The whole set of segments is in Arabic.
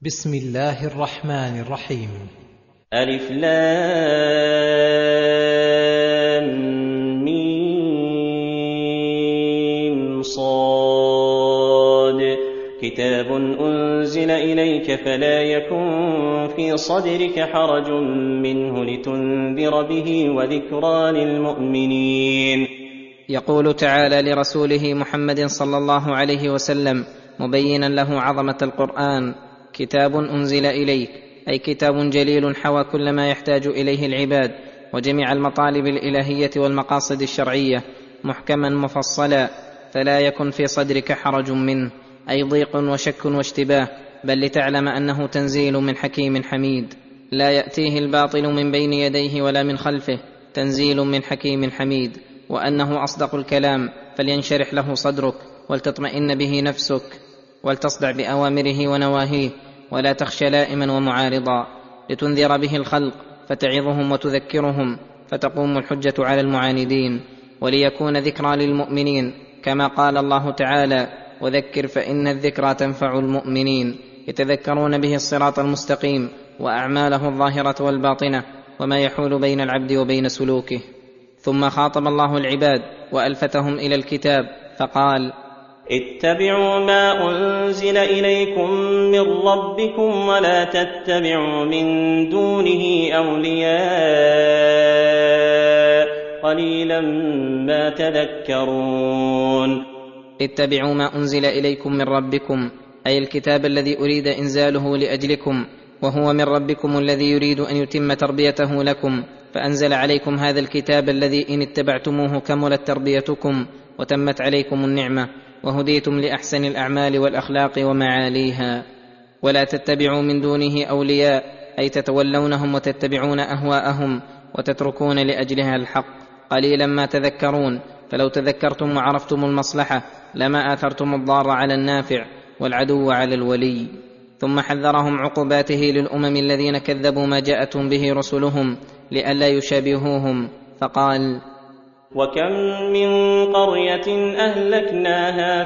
بسم الله الرحمن الرحيم. ألف لام ميم صاد كتاب أنزل إليك فلا يكن في صدرك حرج منه لتنذر به وذكرى للمؤمنين. يقول تعالى لرسوله محمد صلى الله عليه وسلم مبينا له عظمة القرآن: كتاب أنزل إليك، أي كتاب جليل حوى كل ما يحتاج إليه العباد وجميع المطالب الإلهية والمقاصد الشرعية، محكما مفصلا، فلا يكن في صدرك حرج منه، أي ضيق وشك واشتباه، بل لتعلم أنه تنزيل من حكيم حميد، لا يأتيه الباطل من بين يديه ولا من خلفه، تنزيل من حكيم حميد، وأنه أصدق الكلام، فلينشرح له صدرك ولتطمئن به نفسك ولتصدع بأوامره ونواهيه، ولا تخشى لائما ومعارضا، لتنذر به الخلق فتعظهم وتذكرهم، فتقوم الحجة على المعاندين، وليكون ذكرى للمؤمنين، كما قال الله تعالى: وذكر فإن الذكرى تنفع المؤمنين، يتذكرون به الصراط المستقيم وأعماله الظاهرة والباطنة وما يحول بين العبد وبين سلوكه. ثم خاطب الله العباد وألفتهم إلى الكتاب فقال: اتبعوا ما أنزل إليكم من ربكم ولا تتبعوا من دونه أولياء قليلا ما تذكرون. اتبعوا ما أنزل إليكم من ربكم، أي الكتاب الذي أريد إنزاله لأجلكم، وهو من ربكم الذي يريد أن يتم تربيته لكم، فأنزل عليكم هذا الكتاب الذي إن اتبعتموه كملت تربيتكم وتمت عليكم النعمة وهديتم لأحسن الأعمال والأخلاق ومعاليها. ولا تتبعوا من دونه أولياء، أي تتولونهم وتتبعون أهواءهم وتتركون لأجلها الحق، قليلا ما تذكرون، فلو تذكرتم وعرفتم المصلحة لما آثرتم الضار على النافع والعدو على الولي. ثم حذرهم عقوباته للأمم الذين كذبوا ما جاءتهم به رسلهم لئلا يشابهوهم، فقال: وكم من قرية أهلكناها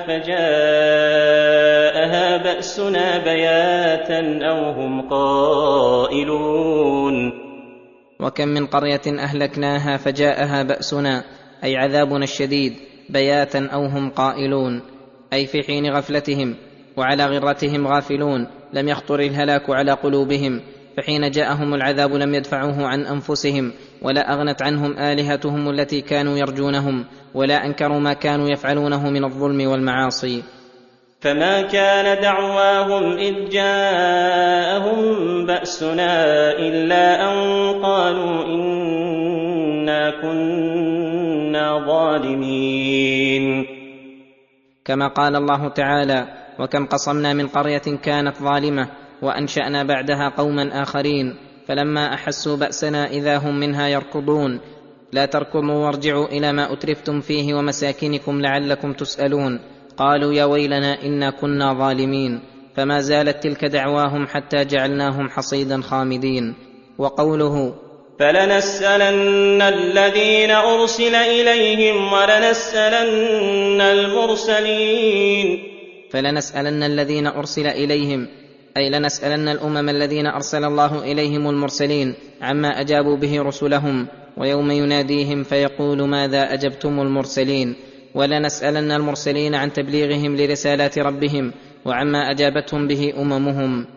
فجاءها بأسنا بياتا أو هم قائلون. وكم من قرية أهلكناها فجاءها بأسنا، أي عذابنا الشديد، بياتا أو هم قائلون، أي في حين غفلتهم وعلى غرتهم غافلون، لم يخطر الهلاك على قلوبهم، فحين جاءهم العذاب لم يدفعوه عن أنفسهم، ولا أغنت عنهم آلهتهم التي كانوا يرجونهم، ولا أنكروا ما كانوا يفعلونه من الظلم والمعاصي. فما كان دعواهم إذ جاءهم بأسنا إلا أن قالوا إنا كنا ظالمين. كما قال الله تعالى: وكم قصمنا من قرية كانت ظالمة وأنشأنا بعدها قوما آخرين فلما أحسوا بأسنا إذا هم منها يركضون. لا تركضوا وارجعوا إلى ما أترفتم فيه ومساكنكم لعلكم تسألون. قالوا يا ويلنا إنا كنا ظالمين، فما زالت تلك دعواهم حتى جعلناهم حصيدا خامدين. وقوله: فلنسألن الذين أرسل إليهم ولنسألن المرسلين. فلنسألن الذين أرسل إليهم، أي لنسألن الأمم الذين أرسل الله إليهم المرسلين عما أجابوا به رسلهم، ويوم يناديهم فيقول ماذا أجبتم المرسلين. ولنسألن المرسلين عن تبليغهم لرسالات ربهم وعما أجابتهم به أممهم.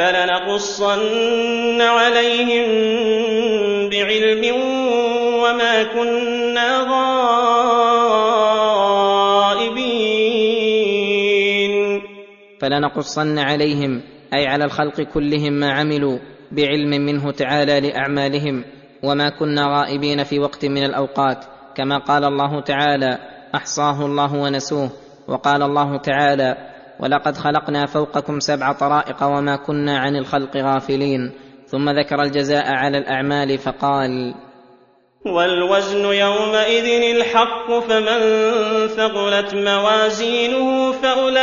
فلنقصن عليهم بعلم وما كنا غائبين. فلنقصن عليهم، أي على الخلق كلهم، ما عملوا بعلم منه تعالى لأعمالهم، وما كنا غائبين في وقت من الأوقات، كما قال الله تعالى: أحصاه الله ونسوه. وقال الله تعالى: ولقد خلقنا فوقكم 7 طرائق وما كنا عن الخلق غافلين. ثم ذكر الجزاء على الأعمال فقال: والوزن يومئذ الحق، فمن ثقلت موازينه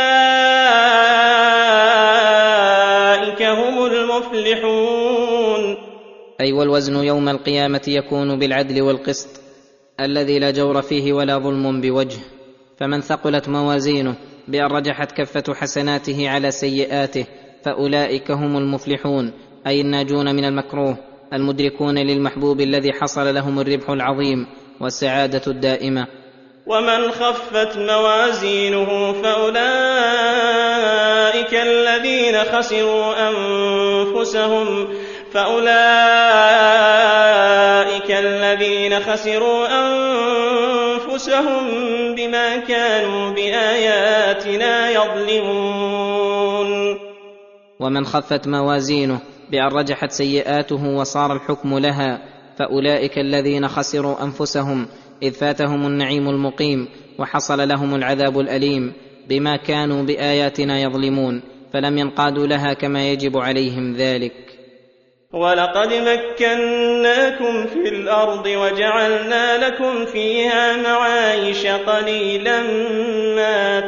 فأولئك هم المفلحون. أي والوزن يوم القيامة يكون بالعدل والقسط الذي لا جور فيه ولا ظلم بوجه، فمن ثقلت موازينه بأن رجحت كفة حسناته على سيئاته فأولئك هم المفلحون، أي الناجون من المكروه، المدركون للمحبوب الذي حصل لهم الربح العظيم والسعادة الدائمة. ومن خفت موازينه فأولئك الذين خسروا أنفسهم بما كانوا بآياتنا يظلمون. ومن خفت موازينه بأن رجحت سيئاته وصار الحكم لها، فأولئك الذين خسروا أنفسهم إذ فاتهم النعيم المقيم وحصل لهم العذاب الأليم بما كانوا بآياتنا يظلمون، فلم ينقادوا لها كما يجب عليهم ذلك. ولقد مكناكم في الأرض وجعلنا لكم فيها معايش قليلا ما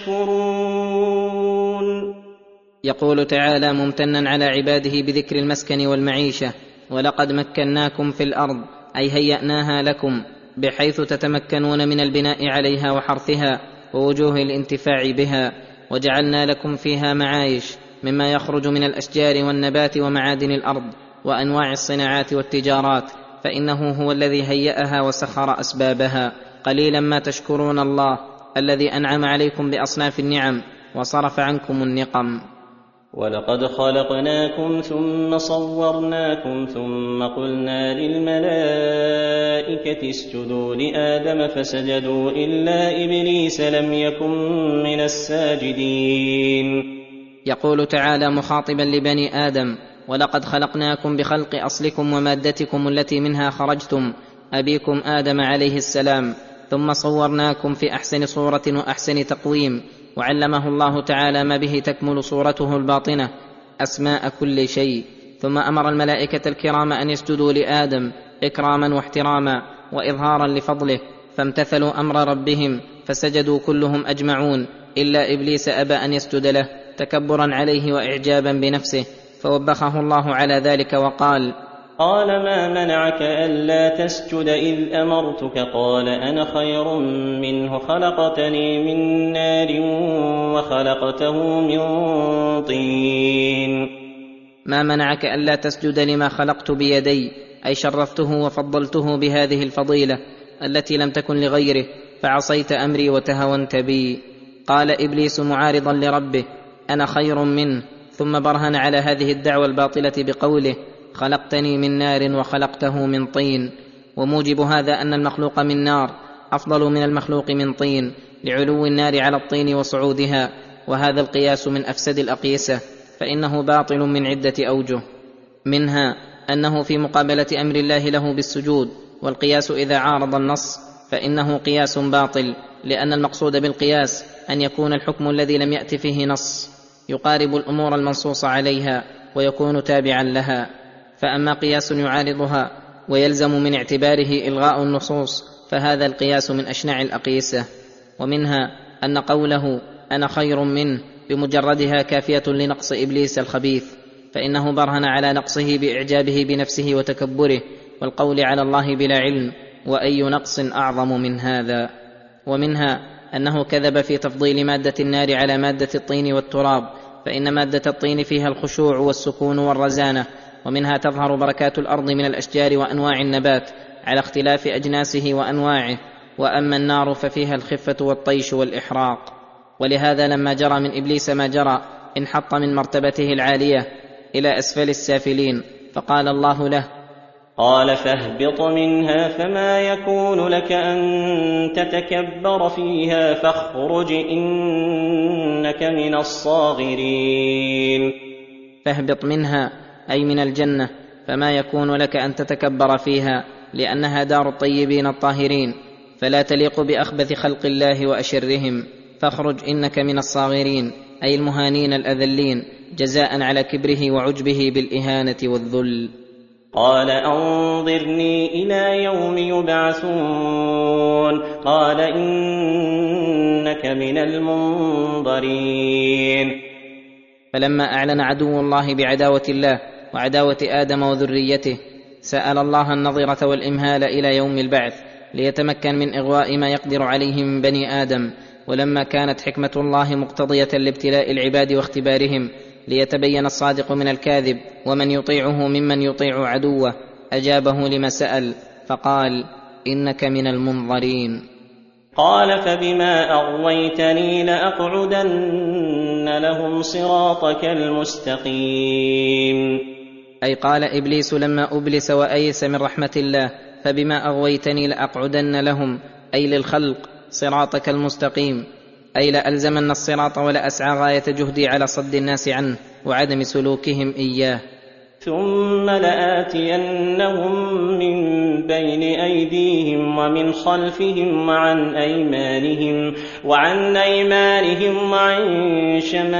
تشكرون. يقول تعالى ممتنا على عباده بذكر المسكن والمعيشة: ولقد مكناكم في الأرض، أي هيأناها لكم بحيث تتمكنون من البناء عليها وحرثها ووجوه الانتفاع بها، وجعلنا لكم فيها معايش مما يخرج من الأشجار والنبات ومعادن الأرض وأنواع الصناعات والتجارات، فإنه هو الذي هيأها وسخر أسبابها. قليلا ما تشكرون الله الذي أنعم عليكم بأصناف النعم وصرف عنكم النقم. ولقد خلقناكم ثم صورناكم ثم قلنا للملائكة اسجدوا لآدم فسجدوا إلا إبليس لم يكن من الساجدين. يقول تعالى مخاطبا لبني آدم: ولقد خلقناكم بخلق أصلكم ومادتكم التي منها خرجتم، أبيكم آدم عليه السلام، ثم صورناكم في أحسن صورة وأحسن تقويم، وعلمه الله تعالى ما به تكمل صورته الباطنة أسماء كل شيء، ثم أمر الملائكة الكرام أن يسجدوا لآدم إكراما واحتراما وإظهارا لفضله، فامتثلوا أمر ربهم فسجدوا كلهم أجمعون إلا إبليس أبى أن يسجد له تكبرا عليه وإعجابا بنفسه، فوبخه الله على ذلك وقال: قال ما منعك ألا تسجد إذ أمرتك؟ قال أنا خير منه، خلقتني من نار وخلقته من طين. ما منعك ألا تسجد لما خلقت بيدي، أي شرفته وفضلته بهذه الفضيلة التي لم تكن لغيره، فعصيت أمري وتهونت بي. قال إبليس معارضا لربه: أنا خير منه، ثم برهن على هذه الدعوة الباطلة بقوله: خلقتني من نار وخلقته من طين. وموجب هذا أن المخلوق من نار أفضل من المخلوق من طين، لعلو النار على الطين وصعودها، وهذا القياس من أفسد الأقيسة، فإنه باطل من عدة أوجه، منها أنه في مقابلة أمر الله له بالسجود، والقياس إذا عارض النص فإنه قياس باطل، لأن المقصود بالقياس أن يكون الحكم الذي لم يأت فيه نص يقارب الأمور المنصوص عليها ويكون تابعا لها. فأما قياس يعارضها ويلزم من اعتباره إلغاء النصوص فهذا القياس من أشنع الأقيسة. ومنها أن قوله أنا خير منه بمجردها كافية لنقص إبليس الخبيث، فإنه برهن على نقصه بإعجابه بنفسه وتكبره والقول على الله بلا علم، وأي نقص أعظم من هذا. ومنها أنه كذب في تفضيل مادة النار على مادة الطين والتراب، فإن مادة الطين فيها الخشوع والسكون والرزانة، ومنها تظهر بركات الأرض من الأشجار وأنواع النبات على اختلاف أجناسه وأنواعه، وأما النار ففيها الخفة والطيش والإحراق. ولهذا لما جرى من إبليس ما جرى انحط من مرتبته العالية إلى أسفل السافلين، فقال الله له: قال فاهبط منها فما يكون لك أن تتكبر فيها فاخرج إنك من الصاغرين. فاهبط منها أي من الجنة، فما يكون لك أن تتكبر فيها، لأنها دار الطيبين الطاهرين، فلا تليق بأخبث خلق الله وأشرهم، فاخرج إنك من الصاغرين أي المهانين الأذلين، جزاء على كبره وعجبه بالإهانة والذل. قال أنظرني إلى يوم يبعثون. قال إنك من المنظرين. فلما أعلن عدو الله بعداوة الله وعداوة آدم وذريته سأل الله النظرة والإمهال إلى يوم البعث ليتمكن من إغواء ما يقدر عليه من بني آدم. ولما كانت حكمة الله مقتضية لابتلاء العباد واختبارهم ليتبين الصادق من الكاذب ومن يطيعه ممن يطيع عدوه، أجابه لما سأل فقال: إنك من المنظرين. قال: فبما أغويتني لأقعدن لهم صراطك المستقيم. أي قال إبليس لما أبلس وأيس من رحمة الله: فبما أغويتني لأقعدن لهم، أي للخلق، صراطك المستقيم، أي لألزمن الصراط ولأسعى غاية جهدي على صد الناس عنه وعدم سلوكهم إياه. ثم لآتينهم من بين أيديهم ومن خلفهم وعن أيمانهم وعن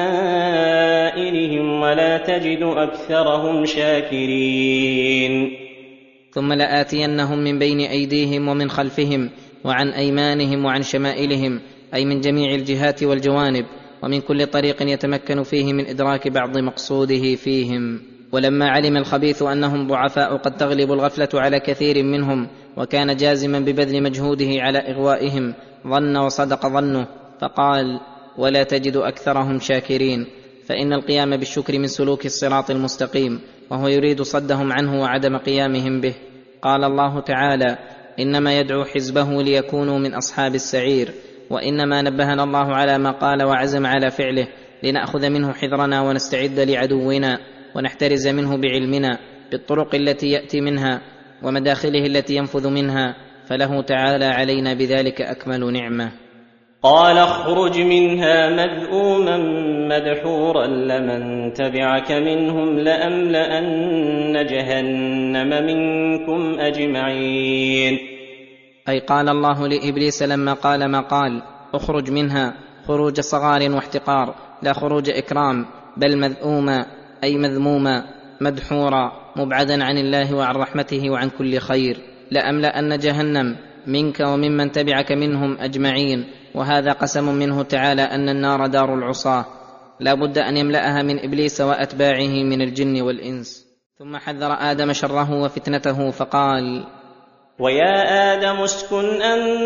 شمائلهم ولا تجد أكثرهم شاكرين. ثم لآتينهم من بين أيديهم ومن خلفهم وعن أيمانهم وعن شمائلهم، أي من جميع الجهات والجوانب ومن كل طريق يتمكن فيه من إدراك بعض مقصوده فيهم. ولما علم الخبيث أنهم ضعفاء قد تغلب الغفلة على كثير منهم، وكان جازما ببذل مجهوده على إغوائهم، ظن وصدق ظنه فقال: ولا تجد أكثرهم شاكرين، فإن القيام بالشكر من سلوك الصراط المستقيم، وهو يريد صدهم عنه وعدم قيامهم به. قال الله تعالى: إنما يدعو حزبه ليكونوا من أصحاب السعير. وإنما نبهنا الله على ما قال وعزم على فعله لنأخذ منه حذرنا ونستعد لعدونا ونحترز منه بعلمنا بالطرق التي يأتي منها ومداخله التي ينفذ منها، فله تعالى علينا بذلك أكمل نعمة. قال: اخرج منها مذءوما مدحورا لمن تبعك منهم لأملأن جهنم منكم أجمعين. أي قال الله لإبليس لما قال ما قال: اخرج منها، خروج صغار واحتقار، لا خروج إكرام، بل مذءوما أي مذموما، مدحورا، مبعدا عن الله وعن رحمته وعن كل خير. لأملأن جهنم منك وممن تبعك منهم أجمعين، وهذا قسم منه تعالى أن النار دار العصاة، لا بد أن يملأها من إبليس وأتباعه من الجن والإنس. ثم حذر آدم شره وفتنته فقال: ويا آدم اسكن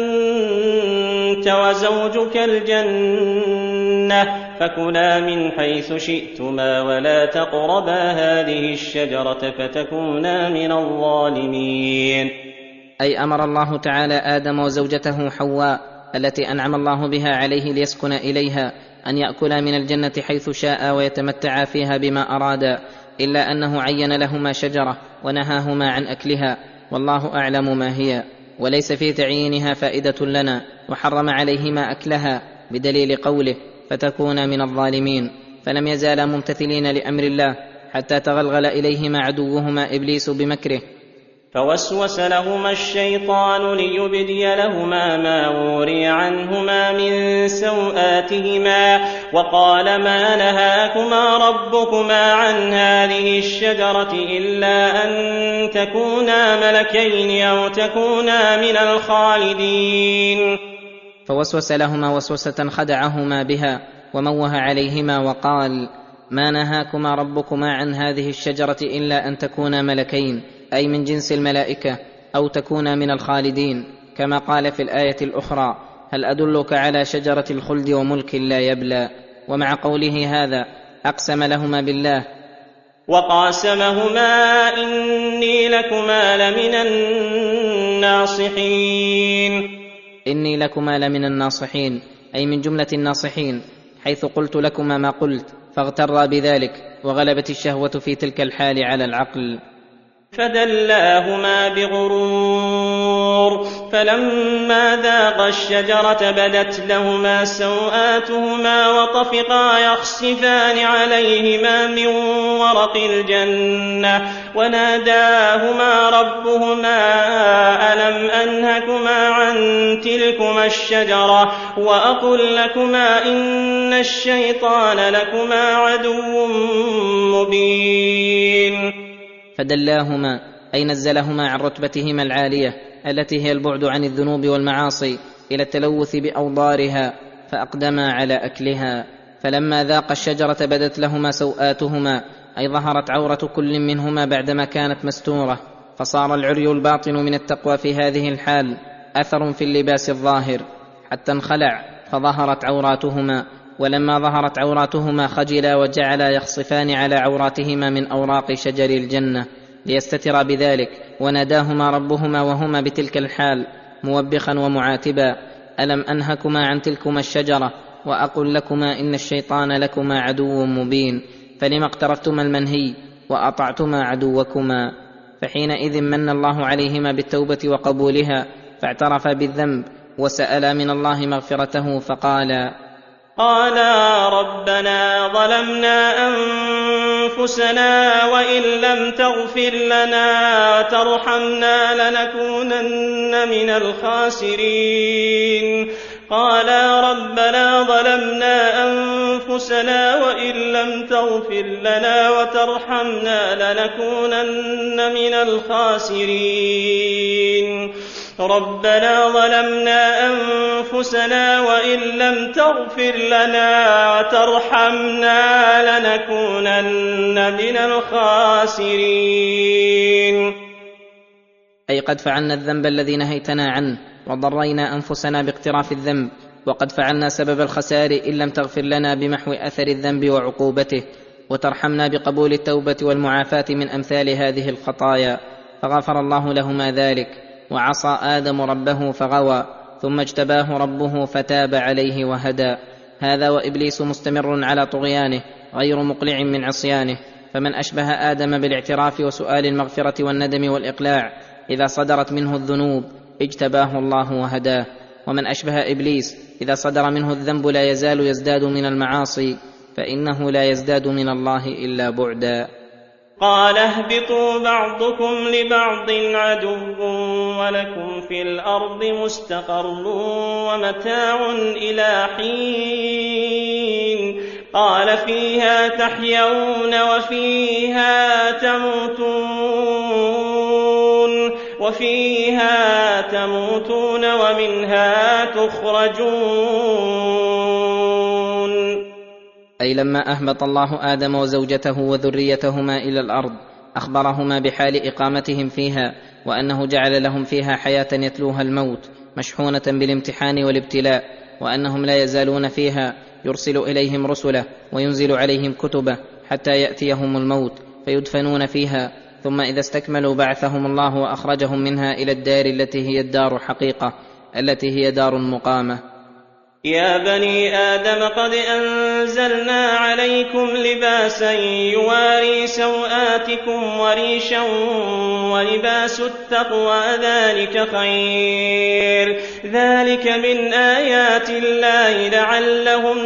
أنت وزوجك الجنة فكلا من حيث شئتما ولا تقربا هذه الشجرة فتكونا من الظالمين. أي أمر الله تعالى آدم وزوجته حواء التي أنعم الله بها عليه ليسكن إليها أن يأكلا من الجنة حيث شاء ويتمتعا فيها بما أرادا، إلا أنه عين لهما شجرة ونهاهما عن أكلها، والله أعلم ما هي، وليس في تعيينها فائدة لنا، وحرم عليهما أكلها بدليل قوله: فتكونا من الظالمين. فلم يزالا ممتثلين لأمر الله حتى تغلغل إليهما عدوهما إبليس بمكره، فوسوس لهما الشيطان ليبدي لهما ما وري عنهما من سوآتهما وقال: ما نهاكما ربكما عن هذه الشجرة إلا أن تكونا ملكين أو تكونا من الخالدين. فوسوس لهما وسوسة خدعهما بها وموه عليهما وقال: ما نهاكما ربكما عن هذه الشجرة إلا أن تكونا ملكين، أي من جنس الملائكة، أو تكونا من الخالدين، كما قال في الآية الأخرى: هل أدلك على شجرة الخلد وملك لا يبلى. ومع قوله هذا أقسم لهما بالله وقاسمهما: إني لكما لمن الناصحين. إني لكما لمن الناصحين، أي من جملة الناصحين، حيث قلت لكما ما قلت، فاغترا بذلك وغلبت الشهوة في تلك الحال على العقل. فدلاهما بغرور، فلما ذاقا الشجرة بدت لهما سوآتهما وطفقا يخصفان عليهما من ورق الجنة وناداهما ربهما: ألم أنهكما عن تلكما الشجرة وأقل لكما إن الشيطان لكما عدو مبين. فدلاهما أي نزلهما عن رتبتهما العالية التي هي البعد عن الذنوب والمعاصي إلى التلوث بأوضارها، فأقدما على أكلها. فلما ذاق الشجرة بدت لهما سوآتهما، أي ظهرت عورة كل منهما بعدما كانت مستورة، فصار العري الباطن من التقوى في هذه الحال أثر في اللباس الظاهر، حتى انخلع فظهرت عوراتهما، ولما ظهرت عوراتهما خجلا وجعلا يخصفان على عوراتهما من أوراق شجر الجنة ليستترا بذلك، وناداهما ربهما وهما بتلك الحال موبخا ومعاتبا: ألم أنهكما عن تلكما الشجرة وأقل لكما إن الشيطان لكما عدو مبين، فلما اقترفتما المنهي وأطعتما عدوكما؟ فحينئذ من الله عليهما بالتوبة وقبولها، فاعترفا بالذنب وسألا من الله مغفرته، فقالا: ربنا ظلمنا أنفسنا وإن لم تغفر لنا وترحمنا لنكونن من الخاسرين. ربنا ظلمنا أنفسنا وإن لم تغفر لنا وترحمنا لنكونن من الخاسرين. ربنا ظلمنا أنفسنا وإن لم تغفر لنا وترحمنا لنكونن من الخاسرين. أي قد فعلنا الذنب الذي نهيتنا عنه، وضرينا أنفسنا باقتراف الذنب، وقد فعلنا سبب الخسار إن لم تغفر لنا بمحو أثر الذنب وعقوبته، وترحمنا بقبول التوبة والمعافاة من أمثال هذه الخطايا، فغفر الله لهما ذلك. وعصى آدم ربه فغوى، ثم اجتباه ربه فتاب عليه وهدى. هذا وإبليس مستمر على طغيانه غير مقلع من عصيانه، فمن أشبه آدم بالاعتراف وسؤال المغفرة والندم والإقلاع إذا صدرت منه الذنوب اجتباه الله وهداه، ومن أشبه إبليس إذا صدر منه الذنب لا يزال يزداد من المعاصي، فإنه لا يزداد من الله إلا بعدا. اهبطوا بعضكم لبعض عدو ولكم في الأرض مستقر ومتاع إلى حين. فيها تحيون وفيها تموتون ومنها تخرجون. أي لما أهبط الله آدم وزوجته وذريتهما إلى الأرض أخبرهما بحال إقامتهم فيها، وأنه جعل لهم فيها حياة يتلوها الموت مشحونة بالامتحان والابتلاء، وأنهم لا يزالون فيها يرسل إليهم رسله وينزل عليهم كتبه حتى يأتيهم الموت فيدفنون فيها، ثم إذا استكملوا بعثهم الله وأخرجهم منها إلى الدار التي هي الدار حقيقة، التي هي دار مقامة. يا بني آدم قد أنزلنا عليكم لباسا يواري سوآتكم وريشا ولباس التقوى ذلك خير، ذلك من آيات الله لعلهم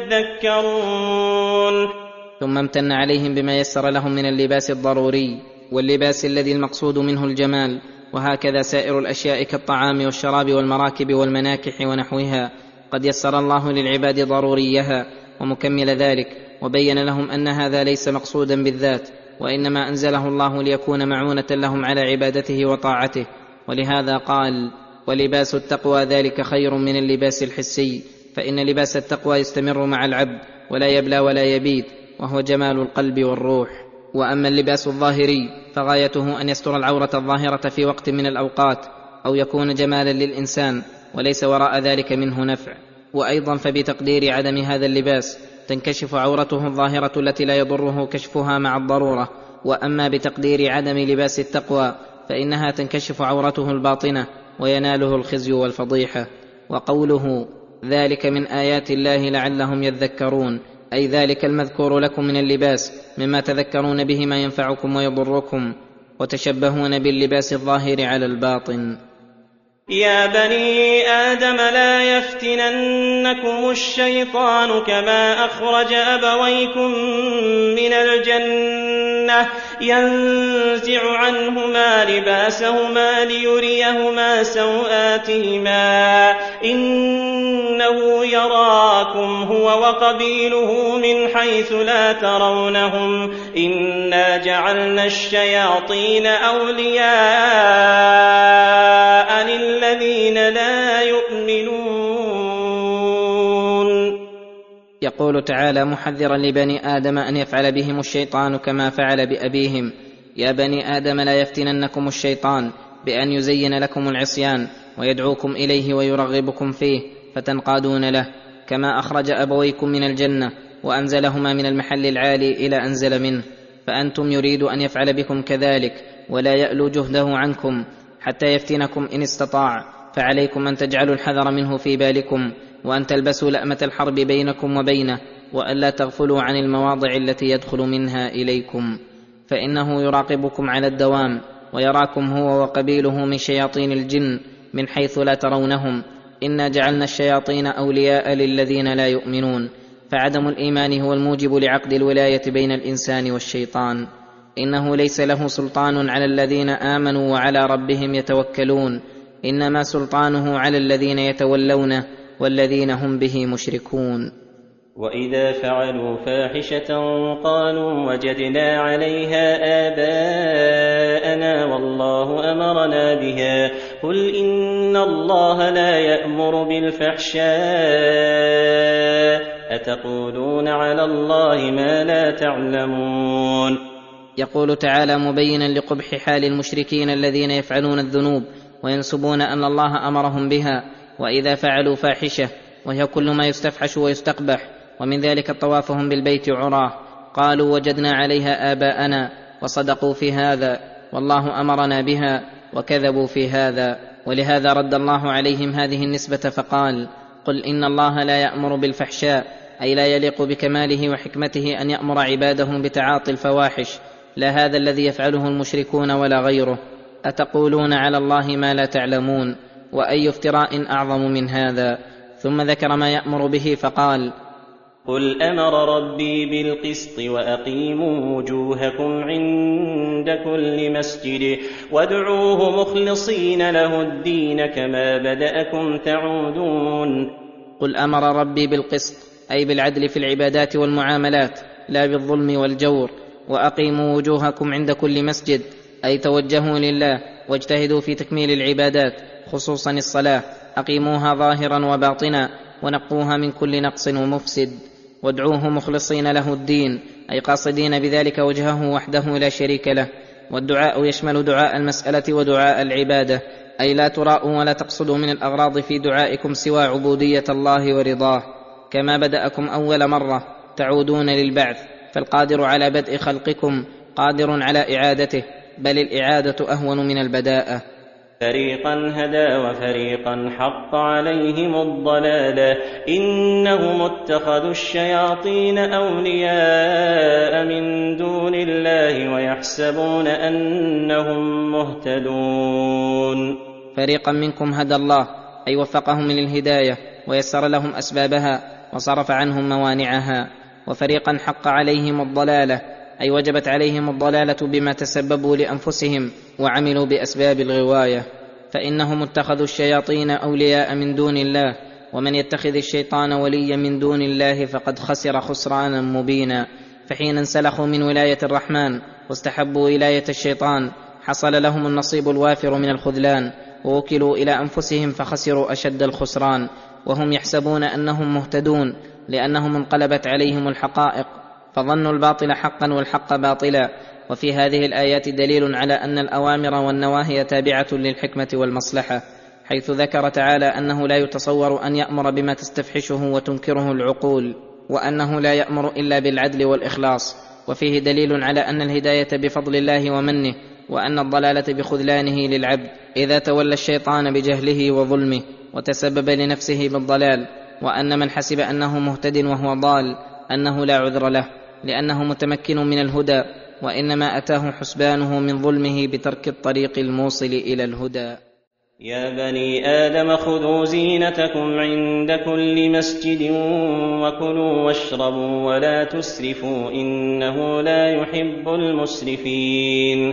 يذكرون. ثم امتن عليهم بما يسر لهم من اللباس الضروري واللباس الذي المقصود منه الجمال، وهكذا سائر الأشياء كالطعام والشراب والمراكب والمناكح ونحوها قد يسر الله للعباد ضروريها ومكمل ذلك، وبين لهم أن هذا ليس مقصودا بالذات، وإنما أنزله الله ليكون معونة لهم على عبادته وطاعته. ولهذا قال: ولباس التقوى ذلك خير من اللباس الحسي، فإن لباس التقوى يستمر مع العبد ولا يبلى ولا يبيد، وهو جمال القلب والروح. وأما اللباس الظاهري فغايته أن يستر العورة الظاهرة في وقت من الأوقات، أو يكون جمالا للإنسان وليس وراء ذلك منه نفع. وأيضا فبتقدير عدم هذا اللباس تنكشف عورته الظاهرة التي لا يضره كشفها مع الضرورة. وأما بتقدير عدم لباس التقوى فإنها تنكشف عورته الباطنة ويناله الخزي والفضيحة. وقوله ذلك من آيات الله لعلهم يذكرون، أي ذلك المذكور لكم من اللباس مما تذكرون به ما ينفعكم ويضركم، وتشبهون باللباس الظاهر على الباطن. يا بني آدم لا يفتننكم الشيطان كما أخرج أبويكم من الجنة ينزع عنهما لباسهما ليريهما سوآتهما إنه يراكم هو وقبيله من حيث لا ترونهم إنا جعلنا الشياطين أولياء للذين لا يؤمنون. يقول تعالى محذرا لبني آدم أن يفعل بهم الشيطان كما فعل بأبيهم: يا بني آدم لا يفتننكم الشيطان بأن يزين لكم العصيان ويدعوكم إليه ويرغبكم فيه فتنقادون له، كما أخرج أبويكم من الجنة وأنزلهما من المحل العالي إلى أنزل منه، فأنتم يريد أن يفعل بكم كذلك ولا يألو جهده عنكم حتى يفتنكم إن استطاع، فعليكم أن تجعلوا الحذر منه في بالكم، وأن تلبسوا لأمة الحرب بينكم وبينه، وألا تغفلوا عن المواضع التي يدخل منها إليكم، فإنه يراقبكم على الدوام، ويراكم هو وقبيله من شياطين الجن من حيث لا ترونهم. إنا جعلنا الشياطين أولياء للذين لا يؤمنون، فعدم الإيمان هو الموجب لعقد الولاية بين الإنسان والشيطان. إنه ليس له سلطان على الذين آمنوا وعلى ربهم يتوكلون، إنما سلطانه على الذين يتولونه والذين هم به مشركون. وإذا فعلوا فاحشة قالوا وجدنا عليها آباءنا والله أمرنا بها، قل إن الله لا يأمر بالفحشاء أتقولون على الله ما لا تعلمون. يقول تعالى مبينا لقبح حال المشركين الذين يفعلون الذنوب وينسبون أن الله أمرهم بها، وإذا فعلوا فاحشة وهي كل ما يستفحش ويستقبح، ومن ذلك طوافهم بالبيت عراه، قالوا وجدنا عليها آباءنا وصدقوا في هذا والله أمرنا بها وكذبوا في هذا. ولهذا رد الله عليهم هذه النسبة فقال قل إن الله لا يأمر بالفحشاء، أي لا يليق بكماله وحكمته أن يأمر عباده بتعاطي الفواحش، لا هذا الذي يفعله المشركون ولا غيره. أتقولون على الله ما لا تعلمون، وأي افتراء أعظم من هذا. ثم ذكر ما يأمر به فقال قل أمر ربي بالقسط وأقيموا وجوهكم عند كل مسجد وادعوه مخلصين له الدين كما بدأكم تعودون. قل أمر ربي بالقسط، أي بالعدل في العبادات والمعاملات لا بالظلم والجور. وأقيموا وجوهكم عند كل مسجد، أي توجهوا لله واجتهدوا في تكميل العبادات خصوصا الصلاة، أقيموها ظاهرا وباطنا ونقوها من كل نقص ومفسد. وادعوه مخلصين له الدين، أي قاصدين بذلك وجهه وحده لا شريك له. والدعاء يشمل دعاء المسألة ودعاء العبادة، أي لا تراءوا ولا تقصدوا من الأغراض في دعائكم سوى عبودية الله ورضاه، كما بدأكم أول مرة تعودون للبعث، فالقادر على بدء خلقكم قادر على إعادته، بل الإعادة أهون من البداءة. فريقا هدى وفريقا حق عليهم الضلالة، إنهم اتخذوا الشياطين أولياء من دون الله ويحسبون أنهم مهتدون. فريقا منكم هدى الله، أي وفقهم للهداية ويسر لهم أسبابها وصرف عنهم موانعها. وفريقا حق عليهم الضلالة، أي وجبت عليهم الضلالة بما تسببوا لأنفسهم وعملوا بأسباب الغواية. فإنهم اتخذوا الشياطين أولياء من دون الله، ومن يتخذ الشيطان وليا من دون الله فقد خسر خسرانا مبينا. فحين انسلخوا من ولاية الرحمن واستحبوا ولاية الشيطان حصل لهم النصيب الوافر من الخذلان، ووكلوا إلى أنفسهم فخسروا أشد الخسران، وهم يحسبون أنهم مهتدون لأنهم انقلبت عليهم الحقائق، فظنوا الباطل حقا والحق باطلا. وفي هذه الآيات دليل على أن الأوامر والنواهي تابعة للحكمة والمصلحة، حيث ذكر تعالى أنه لا يتصور أن يأمر بما تستفحشه وتنكره العقول، وأنه لا يأمر إلا بالعدل والإخلاص. وفيه دليل على أن الهداية بفضل الله ومنه، وأن الضلالة بخذلانه للعبد إذا تولى الشيطان بجهله وظلمه وتسبب لنفسه بالضلال، وأن من حسب أنه مهتد وهو ضال أنه لا عذر له، لأنه متمكن من الهدى، وإنما أتاه حسبانه من ظلمه بترك الطريق الموصل إلى الهدى. يا بني آدم خذوا زينتكم عند كل مسجد وكلوا واشربوا ولا تسرفوا إنه لا يحب المسرفين.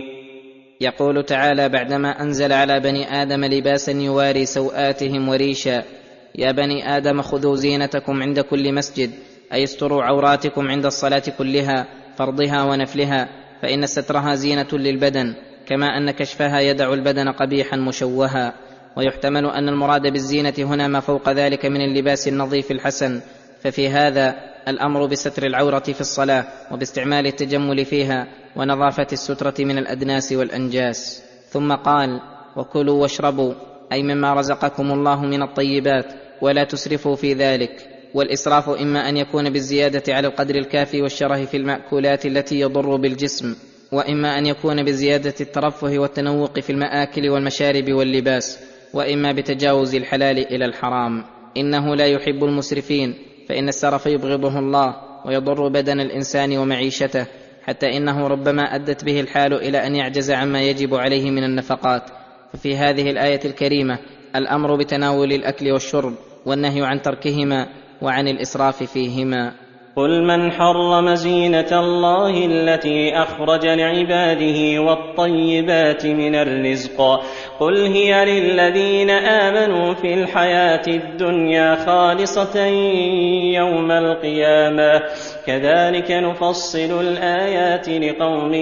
يقول تعالى بعدما أنزل على بني آدم لباسا يواري سوآتهم وريشا: يا بني آدم خذوا زينتكم عند كل مسجد، أي استروا عوراتكم عند الصلاة كلها فرضها ونفلها، فإن سترها زينة للبدن، كما أن كشفها يدع البدن قبيحا مشوها. ويحتمل أن المراد بالزينة هنا ما فوق ذلك من اللباس النظيف الحسن، ففي هذا الأمر بستر العورة في الصلاة وباستعمال التجمل فيها ونظافة السترة من الأدناس والأنجاس. ثم قال: وكلوا واشربوا، أي مما رزقكم الله من الطيبات، ولا تسرفوا في ذلك. والإسراف إما أن يكون بالزيادة على القدر الكافي والشره في المأكولات التي يضر بالجسم، وإما أن يكون بزيادة الترفه والتنوق في المآكل والمشارب واللباس، وإما بتجاوز الحلال إلى الحرام. إنه لا يحب المسرفين، فإن السرف يبغضه الله ويضر بدن الإنسان ومعيشته، حتى إنه ربما أدت به الحال إلى أن يعجز عما يجب عليه من النفقات. ففي هذه الآية الكريمة الأمر بتناول الأكل والشرب، والنهي عن تركهما وعن الإسراف فيهما. قل من حرم زينة الله التي أخرج لعباده والطيبات من الرزق قل هي للذين آمنوا في الحياة الدنيا خالصة يوم القيامة كذلك نفصل الآيات لقوم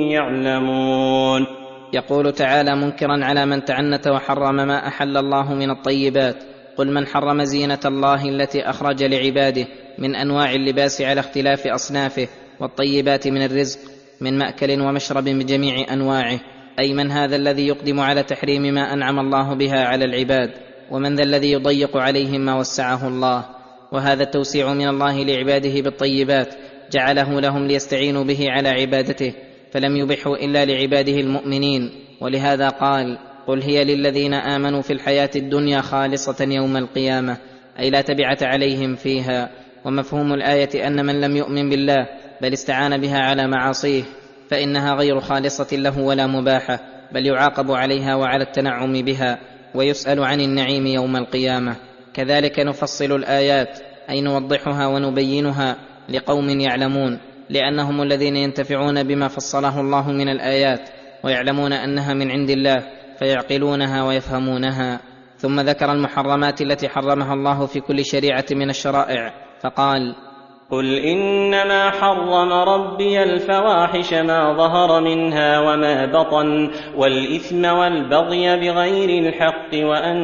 يعلمون. يقول تعالى منكرا على من تعنت وحرم ما أحل الله من الطيبات: قل من حرم زينة الله التي أخرج لعباده من أنواع اللباس على اختلاف أصنافه، والطيبات من الرزق من مأكل ومشرب بجميع أنواعه، أي من هذا الذي يقدم على تحريم ما أنعم الله بها على العباد، ومن ذا الذي يضيق عليهم ما وسعه الله. وهذا التوسيع من الله لعباده بالطيبات جعله لهم ليستعينوا به على عبادته، فلم يبحه إلا لعباده المؤمنين، ولهذا قال: قل هي للذين آمنوا في الحياة الدنيا خالصة يوم القيامة، أي لا تبعة عليهم فيها. ومفهوم الآية أن من لم يؤمن بالله بل استعان بها على معاصيه فإنها غير خالصة له ولا مباحة، بل يعاقب عليها وعلى التنعم بها، ويسأل عن النعيم يوم القيامة. كذلك نفصل الآيات، أي نوضحها ونبينها لقوم يعلمون، لأنهم الذين ينتفعون بما فصله الله من الآيات ويعلمون أنها من عند الله فيعقلونها ويفهمونها. ثم ذكر المحرمات التي حرمها الله في كل شريعة من الشرائع فقال: قل إنما حرم ربي الفواحش ما ظهر منها وما بطن والإثم والبغي بغير الحق وأن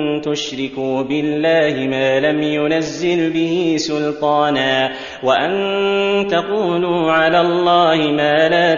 تشركوا بالله ما لم ينزل به سلطانا وأن تقولوا على الله ما لا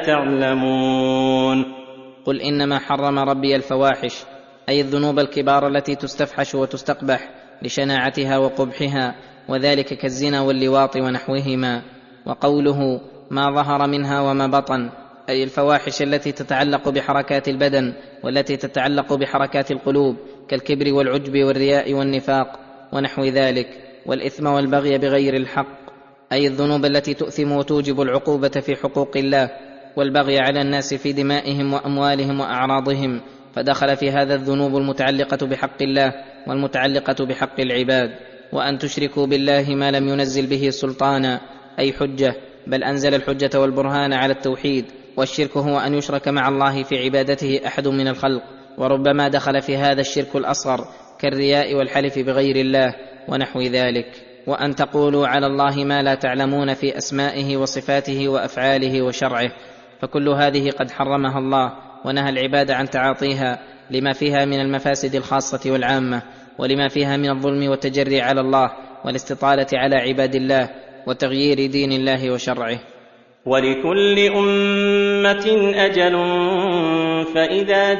تعلمون. قل إنما حرم ربي الفواحش، أي الذنوب الكبار التي تستفحش وتستقبح لشناعتها وقبحها، وذلك كالزنا واللواط ونحوهما. وقوله ما ظهر منها وما بطن، أي الفواحش التي تتعلق بحركات البدن والتي تتعلق بحركات القلوب كالكبر والعجب والرياء والنفاق ونحو ذلك. والإثم والبغي بغير الحق، أي الذنوب التي تؤثم وتوجب العقوبة في حقوق الله، والبغي على الناس في دمائهم وأموالهم وأعراضهم، فدخل في هذا الذنوب المتعلقة بحق الله والمتعلقة بحق العباد. وأن تشركوا بالله ما لم ينزل به سلطانا، أي حجة، بل أنزل الحجة والبرهان على التوحيد. والشرك هو أن يشرك مع الله في عبادته أحد من الخلق، وربما دخل في هذا الشرك الأصغر كالرياء والحلف بغير الله ونحو ذلك. وأن تقولوا على الله ما لا تعلمون في أسمائه وصفاته وأفعاله وشرعه، فكل هذه قد حرمها الله ونهى العباد عن تعاطيها، لما فيها من المفاسد الخاصة والعامة، ولما فيها من الظلم والتجري على الله والاستطالة على عباد الله وتغيير دين الله وشرعه. ولكل أمة أجل فإذا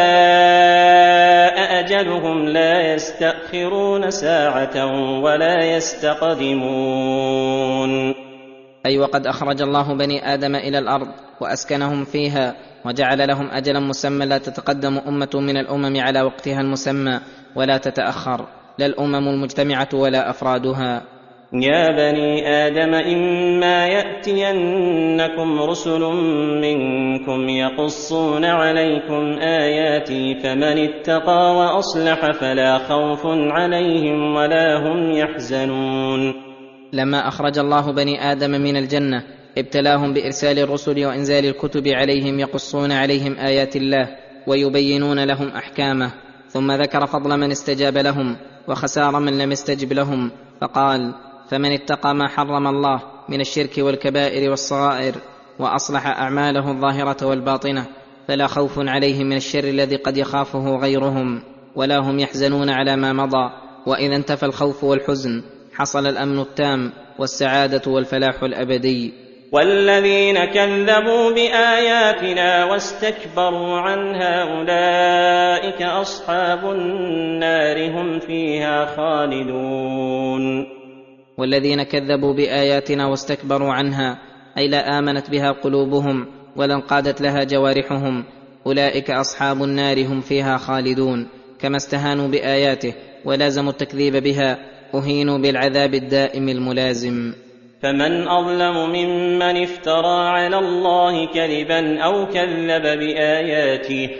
جاء أجلهم لا يستأخرون ساعة ولا يستقدمون. أي وقد أخرج الله بني آدم إلى الأرض وأسكنهم فيها وجعل لهم أجلا مسمى لا تتقدم أمة من الأمم على وقتها المسمى ولا تتأخر، لا الأمم المجتمعة ولا أفرادها. يا بني آدم إما يأتينكم رسل منكم يقصون عليكم آياتي فمن اتقى وأصلح فلا خوف عليهم ولا هم يحزنون. لما أخرج الله بني آدم من الجنة ابتلاهم بإرسال الرسل وإنزال الكتب عليهم يقصون عليهم آيات الله ويبينون لهم أحكامه، ثم ذكر فضل من استجاب لهم وخسار من لم يستجب لهم، فقال: فمن اتقى ما حرم الله من الشرك والكبائر والصغائر وأصلح أعماله الظاهرة والباطنة فلا خوف عليهم من الشر الذي قد يخافه غيرهم ولا هم يحزنون على ما مضى. وإذا انتفى الخوف والحزن حصل الأمن التام والسعادة والفلاح الأبدي. والذين كذبوا بآياتنا واستكبروا عنها أولئك أصحاب النار هم فيها خالدون. والذين كذبوا بآياتنا واستكبروا عنها، أي لا آمنت بها قلوبهم ولا انقادت لها جوارحهم، أولئك أصحاب النار هم فيها خالدون. كما استهانوا بآياته ولازموا التكذيب بها أهينوا بالعذاب الدائم الملازم. فمن أظلم ممن افترى على الله كذبا أو كذب بآياته،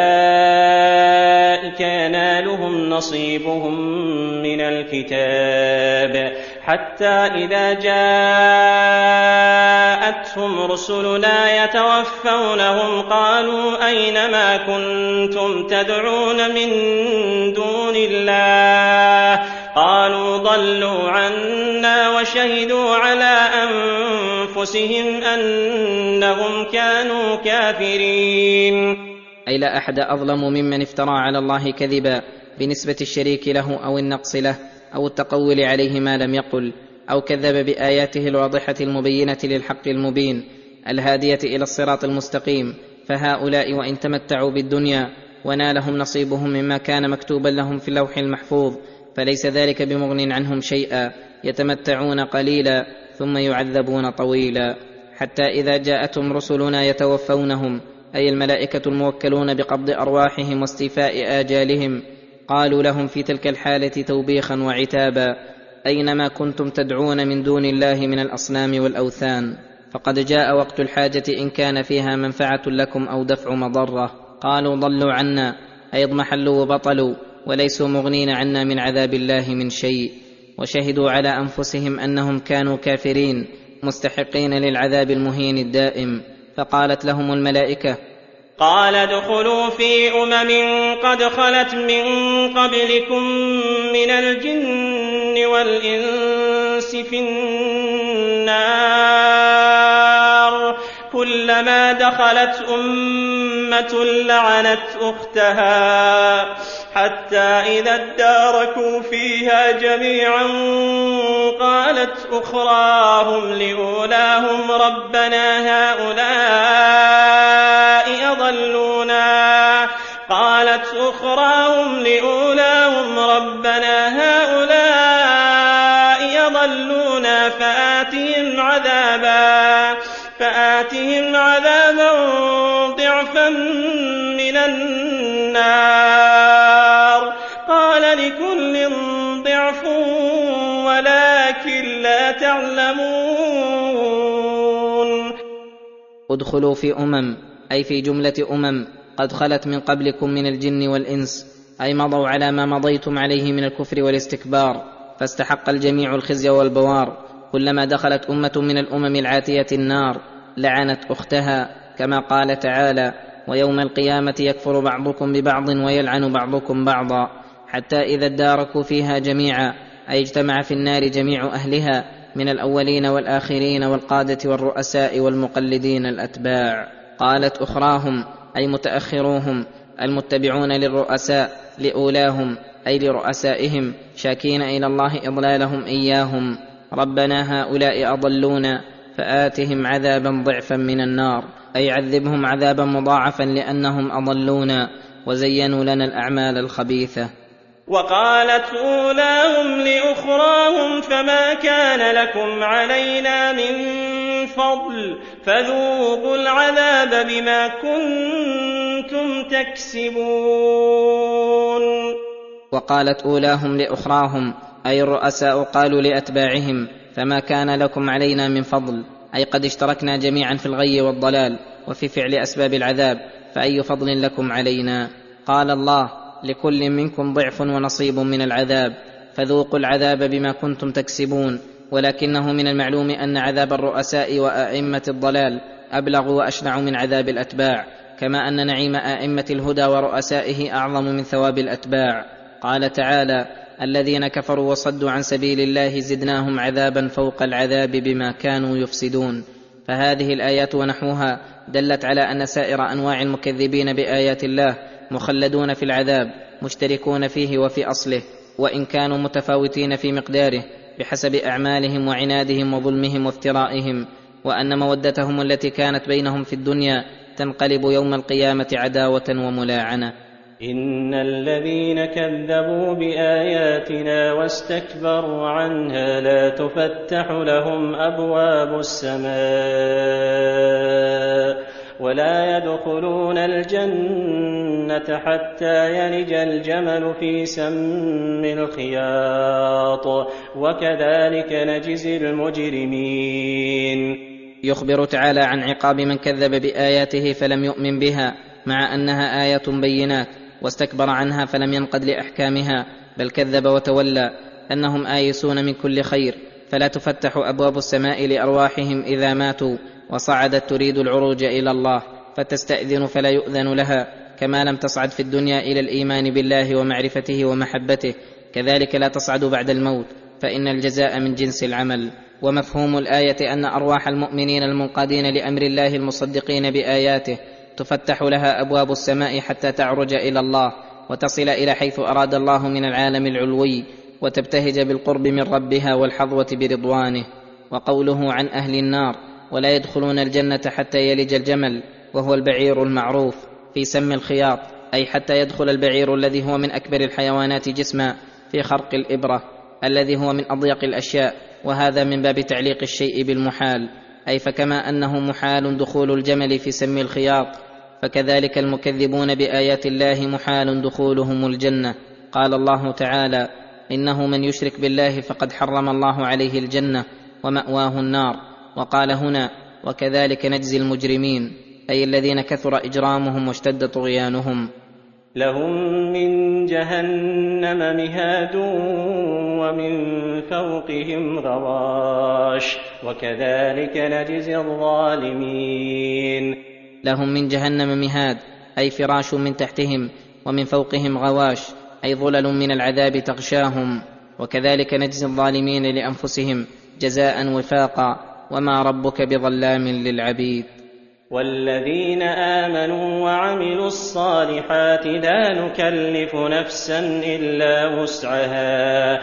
أولئك ينالهم نصيبهم من الكتاب، حتى إذا جاءتهم رسلنا يتوفونهم قالوا أين ما كنتم تدعون من دون الله؟ قالوا ضلوا عنا وشهدوا على أنفسهم أنهم كانوا كافرين. أي لا أحد أظلم ممن افترى على الله كذبا بنسبة الشريك له أو النقص له أو التقول عليه ما لم يقل، أو كذب بآياته الواضحة المبينة للحق المبين الهادية إلى الصراط المستقيم، فهؤلاء وإن تمتعوا بالدنيا ونالهم نصيبهم مما كان مكتوبا لهم في اللوح المحفوظ، فليس ذلك بمغن عنهم شيئا، يتمتعون قليلا ثم يعذبون طويلا. حتى إذا جاءتهم رسلنا يتوفونهم، أي الملائكة الموكلون بقبض أرواحهم واستيفاء آجالهم، قالوا لهم في تلك الحالة توبيخا وعتابا: أينما كنتم تدعون من دون الله من الأصنام والأوثان، فقد جاء وقت الحاجة إن كان فيها منفعة لكم أو دفع مضرة. قالوا ضلوا عنا، أي اضمحلوا وبطلوا وليسوا مغنين عنا من عذاب الله من شيء، وشهدوا على أنفسهم أنهم كانوا كافرين مستحقين للعذاب المهين الدائم. فقالت لهم الملائكة: قال ادخلوا في قد خلت من قبلكم من الجن والإنس في النار، كلما دخلت أمة لعنت أختها، حتى إذا اداركوا فيها جميعا قالت أخراهم لأولاهم ربنا هؤلاء أضلونا فآتهم عذابا ضعفا من النار. قال لكل ضعف ولكن لا تعلمون. ادخلوا في أي في جملة قد خلت من قبلكم من الجن والإنس، أي مضوا على ما مضيتم عليه من الكفر والاستكبار، فاستحق الجميع الخزي والبوار. كلما دخلت أمة من الأمم العاتية النار لعنت أختها، كما قال تعالى: ويوم القيامة يكفر بعضكم ببعض ويلعن بعضكم بعضا، حتى إذا اداركوا فيها جميعا، أي اجتمع في النار جميع أهلها من الأولين والآخرين والقادة والرؤساء والمقلدين الأتباع. قالت أخراهم، أي متأخروهم المتبعون للرؤساء لأولاهم، أي لرؤسائهم، شاكين إلى الله إضلالهم إياهم: ربنا هؤلاء أضلونا فآتهم عذابا ضعفا من النار، أي عذبهم عذابا مضاعفا لأنهم أضلونا وزينوا لنا الأعمال الخبيثة. وقالت أولاهم لأخراهم فما كان لكم علينا من فضل فذوقوا العذاب بما كنتم تكسبون. وقالت أولاهم لأخراهم، أي الرؤساء، قالوا لأتباعهم: فما كان لكم علينا من فضل، أي قد اشتركنا جميعا في الغي والضلال وفي فعل أسباب العذاب، فأي فضل لكم علينا؟ قال الله: لكل منكم ضعف ونصيب من العذاب، فذوقوا العذاب بما كنتم تكسبون. ولكنه من المعلوم أن عذاب الرؤساء وأئمة الضلال أبلغ وأشنع من عذاب الأتباع، كما أن نعيم أئمة الهدى ورؤسائه أعظم من ثواب الأتباع. قال تعالى: الذين كفروا وصدوا عن سبيل الله زدناهم عذابا فوق العذاب بما كانوا يفسدون. فهذه الآيات ونحوها دلت على أن سائر أنواع المكذبين بآيات الله مخلدون في العذاب، مشتركون فيه وفي أصله، وإن كانوا متفاوتين في مقداره بحسب أعمالهم وعنادهم وظلمهم وافترائهم، وأن مودتهم التي كانت بينهم في الدنيا تنقلب يوم القيامة عداوة وملاعنة. إن الذين كذبوا بآياتنا واستكبروا عنها لا تفتح لهم أبواب السماء ولا يدخلون الجنة حتى يلج الجمل في سم الخياط وكذلك نجزي المجرمين. يخبر تعالى عن عقاب من كذب بآياته فلم يؤمن بها مع أنها آيات بينات، واستكبر عنها فلم ينقد لأحكامها بل كذب وتولى، أنهم آيسون من كل خير، فلا تفتح أبواب السماء لأرواحهم إذا ماتوا وصعدت تريد العروج إلى الله فتستأذن فلا يؤذن لها، كما لم تصعد في الدنيا إلى الإيمان بالله ومعرفته ومحبته، كذلك لا تصعد بعد الموت، فإن الجزاء من جنس العمل. ومفهوم الآية أن أرواح المؤمنين المنقادين لأمر الله المصدقين بآياته تفتح لها أبواب السماء حتى تعرج إلى الله وتصل إلى حيث أراد الله من العالم العلوي، وتبتهج بالقرب من ربها والحظوة برضوانه. وقوله عن أهل النار ولا يدخلون الجنة حتى يلج الجمل، وهو البعير المعروف، في سم الخياط، أي حتى يدخل البعير الذي هو من أكبر الحيوانات جسما في خرق الإبرة الذي هو من أضيق الأشياء، وهذا من باب تعليق الشيء بالمحال، أي فكما أنه محال دخول الجمل في سم الخياط فكذلك المكذبون بآيات الله محال دخولهم الجنة. قال الله تعالى: إنه من يشرك بالله فقد حرم الله عليه الجنة ومأواه النار. وقال هنا: وكذلك نجزي المجرمين، أي الذين كثر إجرامهم واشتد طغيانهم. لهم من جهنم مهاد ومن فوقهم غواش وكذلك نجزي الظالمين. لهم من جهنم مهاد، أي فراش من تحتهم، ومن فوقهم غواش، أي ظلل من العذاب تغشاهم، وكذلك نجزي الظالمين لأنفسهم جزاء وفاقا، وما ربك بظلام للعبيد. والذين آمنوا وعملوا الصالحات لا نكلف نفسا إلا وسعها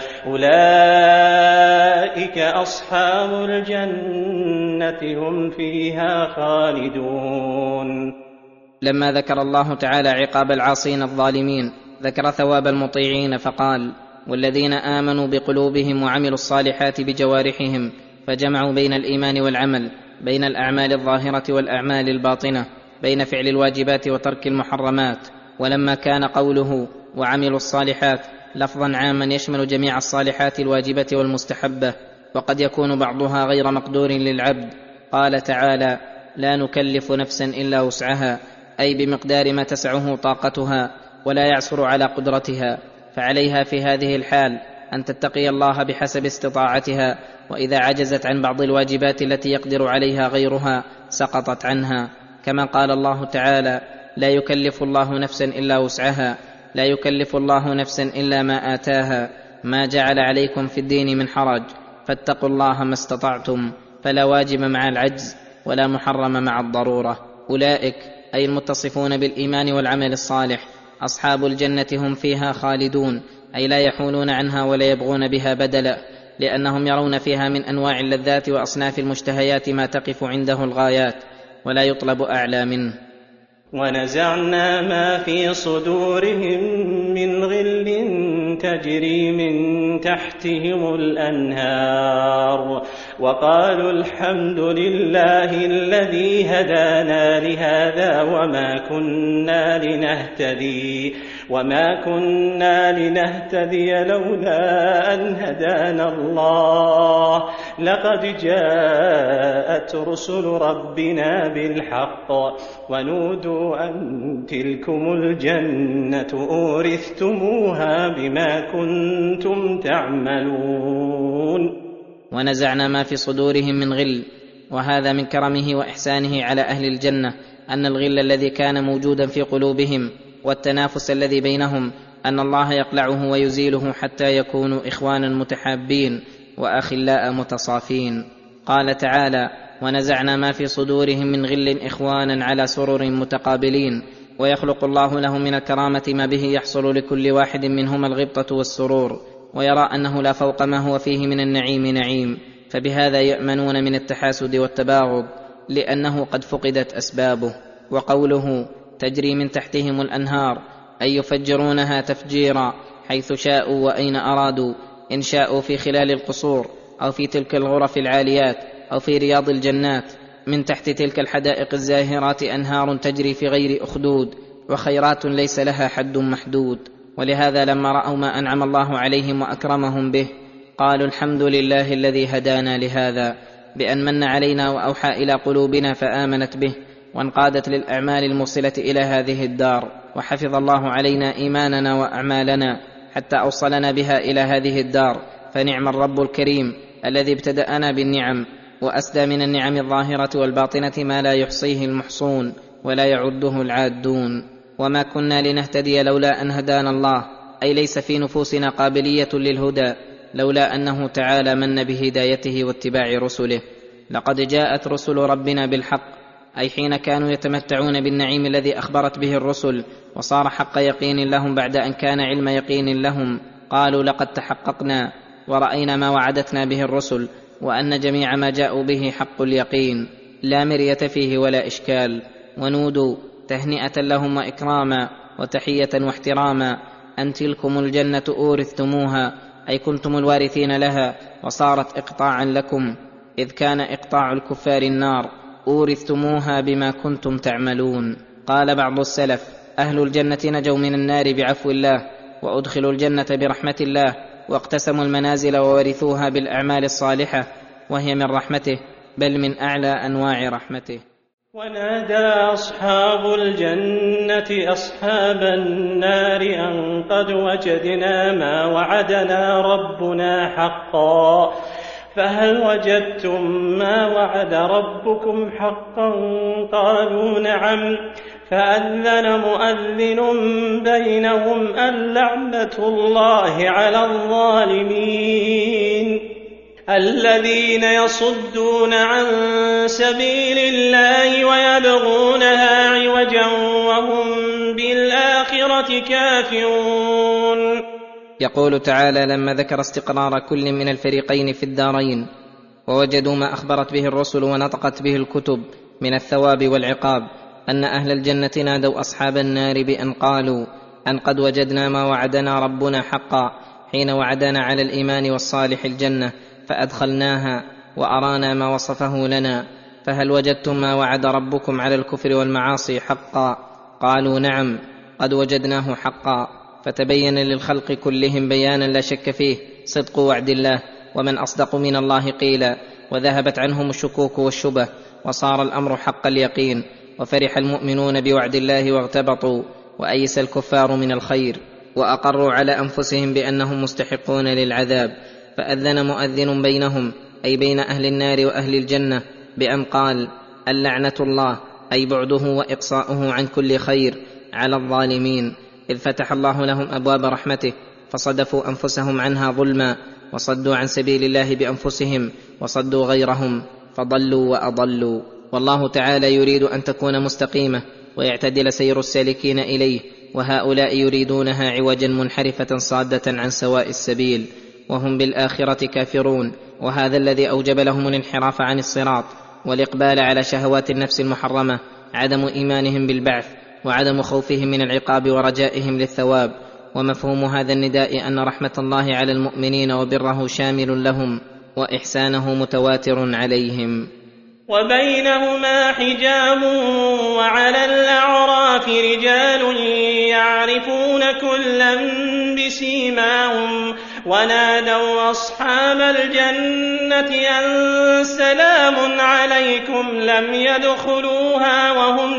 أولئك أصحاب الجنة هم فيها خالدون. لما ذكر الله تعالى عقاب العاصين الظالمين ذكر ثواب المطيعين فقال: والذين آمنوا بقلوبهم وعملوا الصالحات بجوارحهم، فجمعوا بين الإيمان والعمل، بين الأعمال الظاهرة والأعمال الباطنة، بين فعل الواجبات وترك المحرمات. ولما كان قوله وعملوا الصالحات لفظا عاما يشمل جميع الصالحات الواجبة والمستحبة، وقد يكون بعضها غير مقدور للعبد، قال تعالى: لا نكلف نفسا إلا وسعها، أي بمقدار ما تسعه طاقتها ولا يعسر على قدرتها، فعليها في هذه الحال أن تتقي الله بحسب استطاعتها، وإذا عجزت عن بعض الواجبات التي يقدر عليها غيرها سقطت عنها، كما قال الله تعالى: لا يكلف الله نفسا إلا وسعها، لا يكلف الله نفسا إلا ما آتاها، ما جعل عليكم في الدين من حرج، فاتقوا الله ما استطعتم، فلا واجب مع العجز ولا محرم مع الضرورة. أولئك أي المتصفون بالإيمان والعمل الصالح أصحاب الجنة هم فيها خالدون، أي لا يحولون عنها ولا يبغون بها بدلا، لأنهم يرون فيها من أنواع اللذات وأصناف المشتهيات ما تقف عنده الغايات ولا يطلب أعلى منه. ونزعنا ما في صدورهم من غل تجري من تحتهم الأنهار وقالوا الحمد لله الذي هدانا لهذا وما كنا لنهتدي لولا أن هدانا الله لقد جاءت رسل ربنا بالحق ونودوا أن تلكم الجنة أورثتموها بما كنتم تعملون. ونزعنا ما في صدورهم من غل، وهذا من كرمه وإحسانه على أهل الجنة، أن الغل الذي كان موجودا في قلوبهم والتنافس الذي بينهم أن الله يقلعه ويزيله حتى يكونوا إخوانا متحابين وأخلاء متصافين. قال تعالى: ونزعنا ما في صدورهم من غل إخوانا على سرر متقابلين، ويخلق الله لهم من الكرامة ما به يحصل لكل واحد منهما الغبطة والسرور، ويرى أنه لا فوق ما هو فيه من النعيم نعيم، فبهذا يأمنون من التحاسد والتباغض لأنه قد فقدت أسبابه. وقوله تجري من تحتهم الأنهار أي يفجرونها تفجيرا حيث شاءوا وأين أرادوا، إن شاءوا في خلال القصور أو في تلك الغرف العاليات أو في رياض الجنات. من تحت تلك الحدائق الزاهرات أنهار تجري في غير أخدود، وخيرات ليس لها حد محدود. ولهذا لما رأوا ما أنعم الله عليهم وأكرمهم به قالوا الحمد لله الذي هدانا لهذا، بأن من علينا وأوحى إلى قلوبنا فآمنت به وانقادت للأعمال الموصلة إلى هذه الدار، وحفظ الله علينا إيماننا وأعمالنا حتى أوصلنا بها إلى هذه الدار. فنعم الرب الكريم الذي ابتدأنا بالنعم، وأسدى من النعم الظاهرة والباطنة ما لا يحصيه المحصون ولا يعده العادون. وما كنا لنهتدي لولا أن هدانا الله، أي ليس في نفوسنا قابلية للهدى لولا أنه تعالى من بهدايته واتباع رسله. لقد جاءت رسل ربنا بالحق، أي حين كانوا يتمتعون بالنعيم الذي أخبرت به الرسل وصار حق يقين لهم بعد أن كان علم يقين لهم، قالوا لقد تحققنا ورأينا ما وعدتنا به الرسل، وأن جميع ما جاءوا به حق اليقين لا مرية فيه ولا إشكال. ونودوا تهنئة لهم وإكراما وتحية واحتراما أن تلكم الجنة أورثتموها، أي كنتم الوارثين لها، وصارت إقطاعا لكم، إذ كان إقطاع الكفار النار، أورثتموها بما كنتم تعملون. قال بعض السلف أهل الجنة نجوا من النار بعفو الله، وأدخلوا الجنة برحمة الله، واقتسموا المنازل وورثوها بالأعمال الصالحة، وهي من رحمته، بل من أعلى أنواع رحمته. ونادى أصحاب الجنة أصحاب النار أن قد وجدنا ما وعدنا ربنا حقا، فهل وجدتم ما وعد ربكم حقا؟ قالوا نعم. فأذن مؤذن بينهم اللعنة الله على الظالمين الذين يصدون عن سبيل الله ويبغونها عوجا وهم بالآخرة كافرون. يقول تعالى لما ذكر استقرار كل من الفريقين في الدارين، ووجدوا ما أخبرت به الرسل ونطقت به الكتب من الثواب والعقاب، أن أهل الجنة نادوا أصحاب النار بأن قالوا أن قد وجدنا ما وعدنا ربنا حقا، حين وعدنا على الإيمان والصالح الجنة فأدخلناها وأرانا ما وصفه لنا، فهل وجدتم ما وعد ربكم على الكفر والمعاصي حقا؟ قالوا نعم قد وجدناه حقا. فتبين للخلق كلهم بيانا لا شك فيه صدق وعد الله، ومن أصدق من الله قيلا، وذهبت عنهم الشكوك والشبه، وصار الأمر حق اليقين، وفرح المؤمنون بوعد الله واغتبطوا، وأيس الكفار من الخير، وأقروا على أنفسهم بأنهم مستحقون للعذاب. فأذن مؤذن بينهم، أي بين أهل النار وأهل الجنة، بأن قال اللعنة الله، أي بعده وإقصاؤه عن كل خير، على الظالمين، إذ فتح الله لهم أبواب رحمته فصدفوا أنفسهم عنها ظلما، وصدوا عن سبيل الله بأنفسهم، وصدوا غيرهم فضلوا وأضلوا. والله تعالى يريد أن تكون مستقيمة ويعتدل سير السالكين إليه، وهؤلاء يريدونها عوجا منحرفة صادة عن سواء السبيل، وهم بالآخرة كافرون. وهذا الذي أوجب لهم الانحراف عن الصراط والإقبال على شهوات النفس المحرمة، عدم إيمانهم بالبعث، وعدم خوفهم من العقاب ورجائهم للثواب. ومفهوم هذا النداء أن رحمة الله على المؤمنين وبره شامل لهم، وإحسانه متواتر عليهم. وبينهما حجاب، وعلى الأعراف رجال يعرفون كلا بسيماهم، ونادوا أصحاب الجنة أن سلام عليكم لم يدخلوها وهم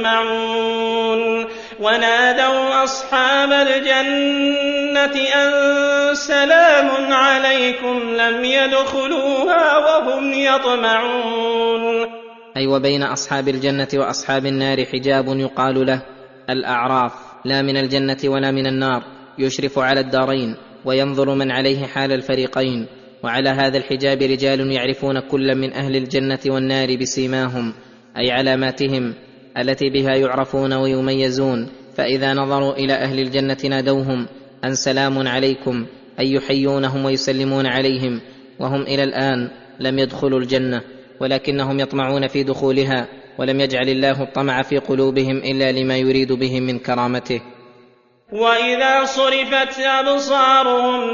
يطمعون. ونادوا أصحاب الجنة أن سلام عليكم لم يدخلوها وهم يطمعون. أي وبين أصحاب الجنة وأصحاب النار حجاب يقال له الأعراف، لا من الجنة ولا من النار، يشرف على الدارين وينظر من عليه حال الفريقين. وعلى هذا الحجاب رجال يعرفون كل من أهل الجنة والنار بسيماهم، أي علاماتهم التي بها يعرفون ويميزون. فإذا نظروا إلى أهل الجنة نادوهم أن سلام عليكم، أي يحيونهم ويسلمون عليهم، وهم إلى الآن لم يدخلوا الجنة، ولكنهم يطمعون في دخولها، ولم يجعل الله الطمع في قلوبهم إلا لما يريد به من كرامته. وإذا صرفت أبصارهم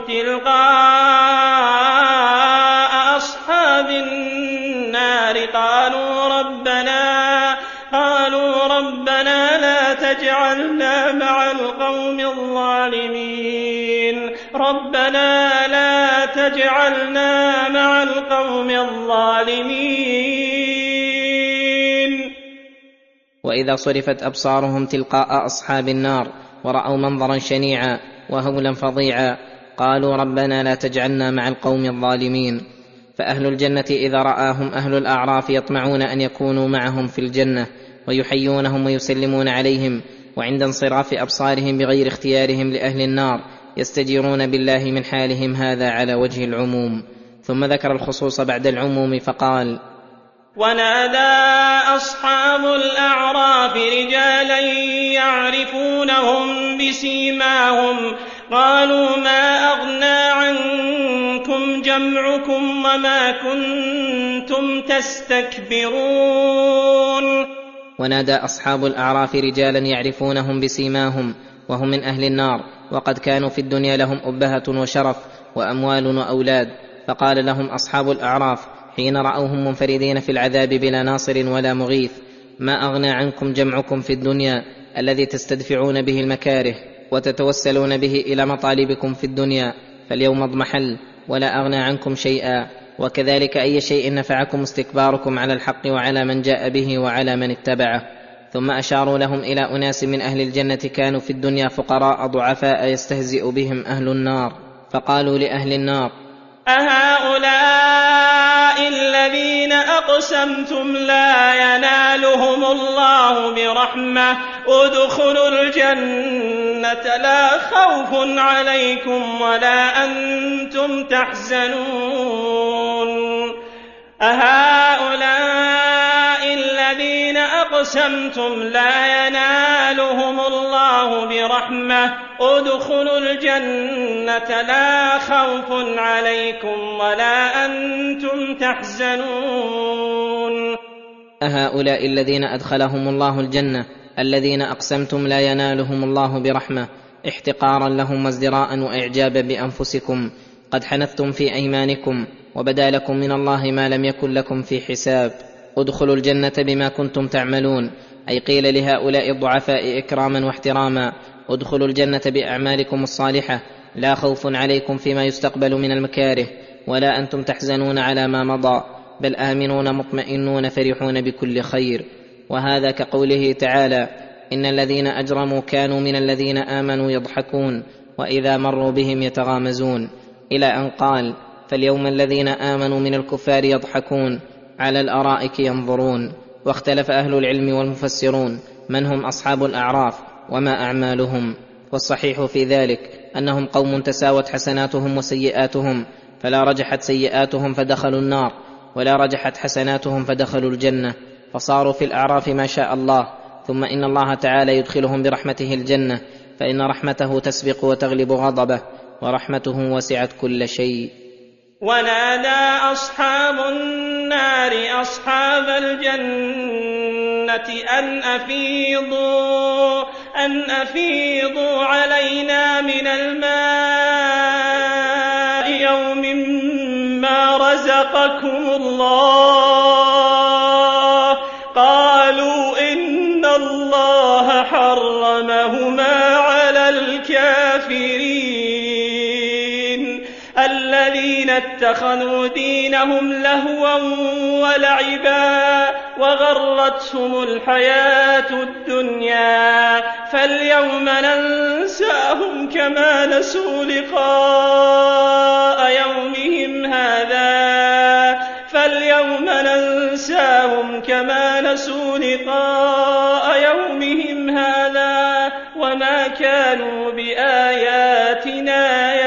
تلقاء أصحاب النار قالوا ربنا لا تجعلنا مع القوم الظالمين ربنا لا تجعلنا مع القوم الظالمين. وإذا صرفت أبصارهم تلقاء أصحاب النار ورأوا منظرا شنيعا وهولا فظيعا قالوا ربنا لا تجعلنا مع القوم الظالمين. فأهل الجنة إذا رآهم أهل الأعراف يطمعون أن يكونوا معهم في الجنة ويحيونهم ويسلمون عليهم، وعند انصراف أبصارهم بغير اختيارهم لأهل النار يستجيرون بالله من حالهم هذا على وجه العموم. ثم ذكر الخصوص بعد العموم فقال: ونادى أصحاب الأعراف رجالا يعرفونهم بسيماهم قالوا ما أغنى عنكم جمعكم وما كنتم تستكبرون. ونادى أصحاب الأعراف رجالا يعرفونهم بسيماهم وهم من أهل النار، وقد كانوا في الدنيا لهم أبهة وشرف وأموال وأولاد، فقال لهم أصحاب الأعراف حين رأوهم منفردين في العذاب بلا ناصر ولا مغيث: ما أغنى عنكم جمعكم في الدنيا الذي تستدفعون به المكاره وتتوسلون به إلى مطالبكم في الدنيا، فاليوم اضمحل ولا أغنى عنكم شيئا، وكذلك أي شيء نفعكم استكباركم على الحق وعلى من جاء به وعلى من اتبعه. ثم أشاروا لهم إلى أناس من أهل الجنة كانوا في الدنيا فقراء ضعفاء يستهزئ بهم أهل النار، فقالوا لأهل النار: أهؤلاء الذين أقسمتم لا ينالهم الله برحمة ادخلوا الجنة لا خوف عليكم ولا أنتم تحزنون. أهؤلاء الذين أقسمتم لا ينالهم الله برحمة ادخلوا الجنة لا خوف عليكم ولا أنتم تحزنون. أهؤلاء الذين أدخلهم الله الجنة الذين أقسمتم لا ينالهم الله برحمة احتقارا لهم وازدراء وإعجابا بأنفسكم، قد حنثتم في أيمانكم وبدا لكم من الله ما لم يكن لكم في حساب. ادخلوا الجنة بما كنتم تعملون، أي قيل لهؤلاء الضعفاء إكراما واحتراما: ادخلوا الجنة بأعمالكم الصالحة لا خوف عليكم فيما يستقبل من المكاره ولا أنتم تحزنون على ما مضى، بل آمنون مطمئنون فرحون بكل خير. وهذا كقوله تعالى: إن الذين أجرموا كانوا من الذين آمنوا يضحكون وإذا مروا بهم يتغامزون، إلى أن قال: فاليوم الذين آمنوا من الكفار يضحكون على الأرائك ينظرون. واختلف أهل العلم والمفسرون من هم أصحاب الأعراف وما أعمالهم، والصحيح في ذلك أنهم قوم تساوت حسناتهم وسيئاتهم، فلا رجحت سيئاتهم فدخلوا النار ولا رجحت حسناتهم فدخلوا الجنة، فصاروا في الأعراف ما شاء الله، ثم إن الله تعالى يدخلهم برحمته الجنة، فإن رحمته تسبق وتغلب غضبه، ورحمته وسعت كل شيء. ونادى أصحاب النار أصحاب الجنة أن أفيضوا علينا من الماء يوم ما رزقكم الله. قالوا إن الله حرمهما على الكافرين الذين اتخذوا دينهم لهوا ولعبا وغرتهم الحياة الدنيا، فاليوم ننساهم كما نسوا لقاء يومهم هذا وما كانوا بآياتنا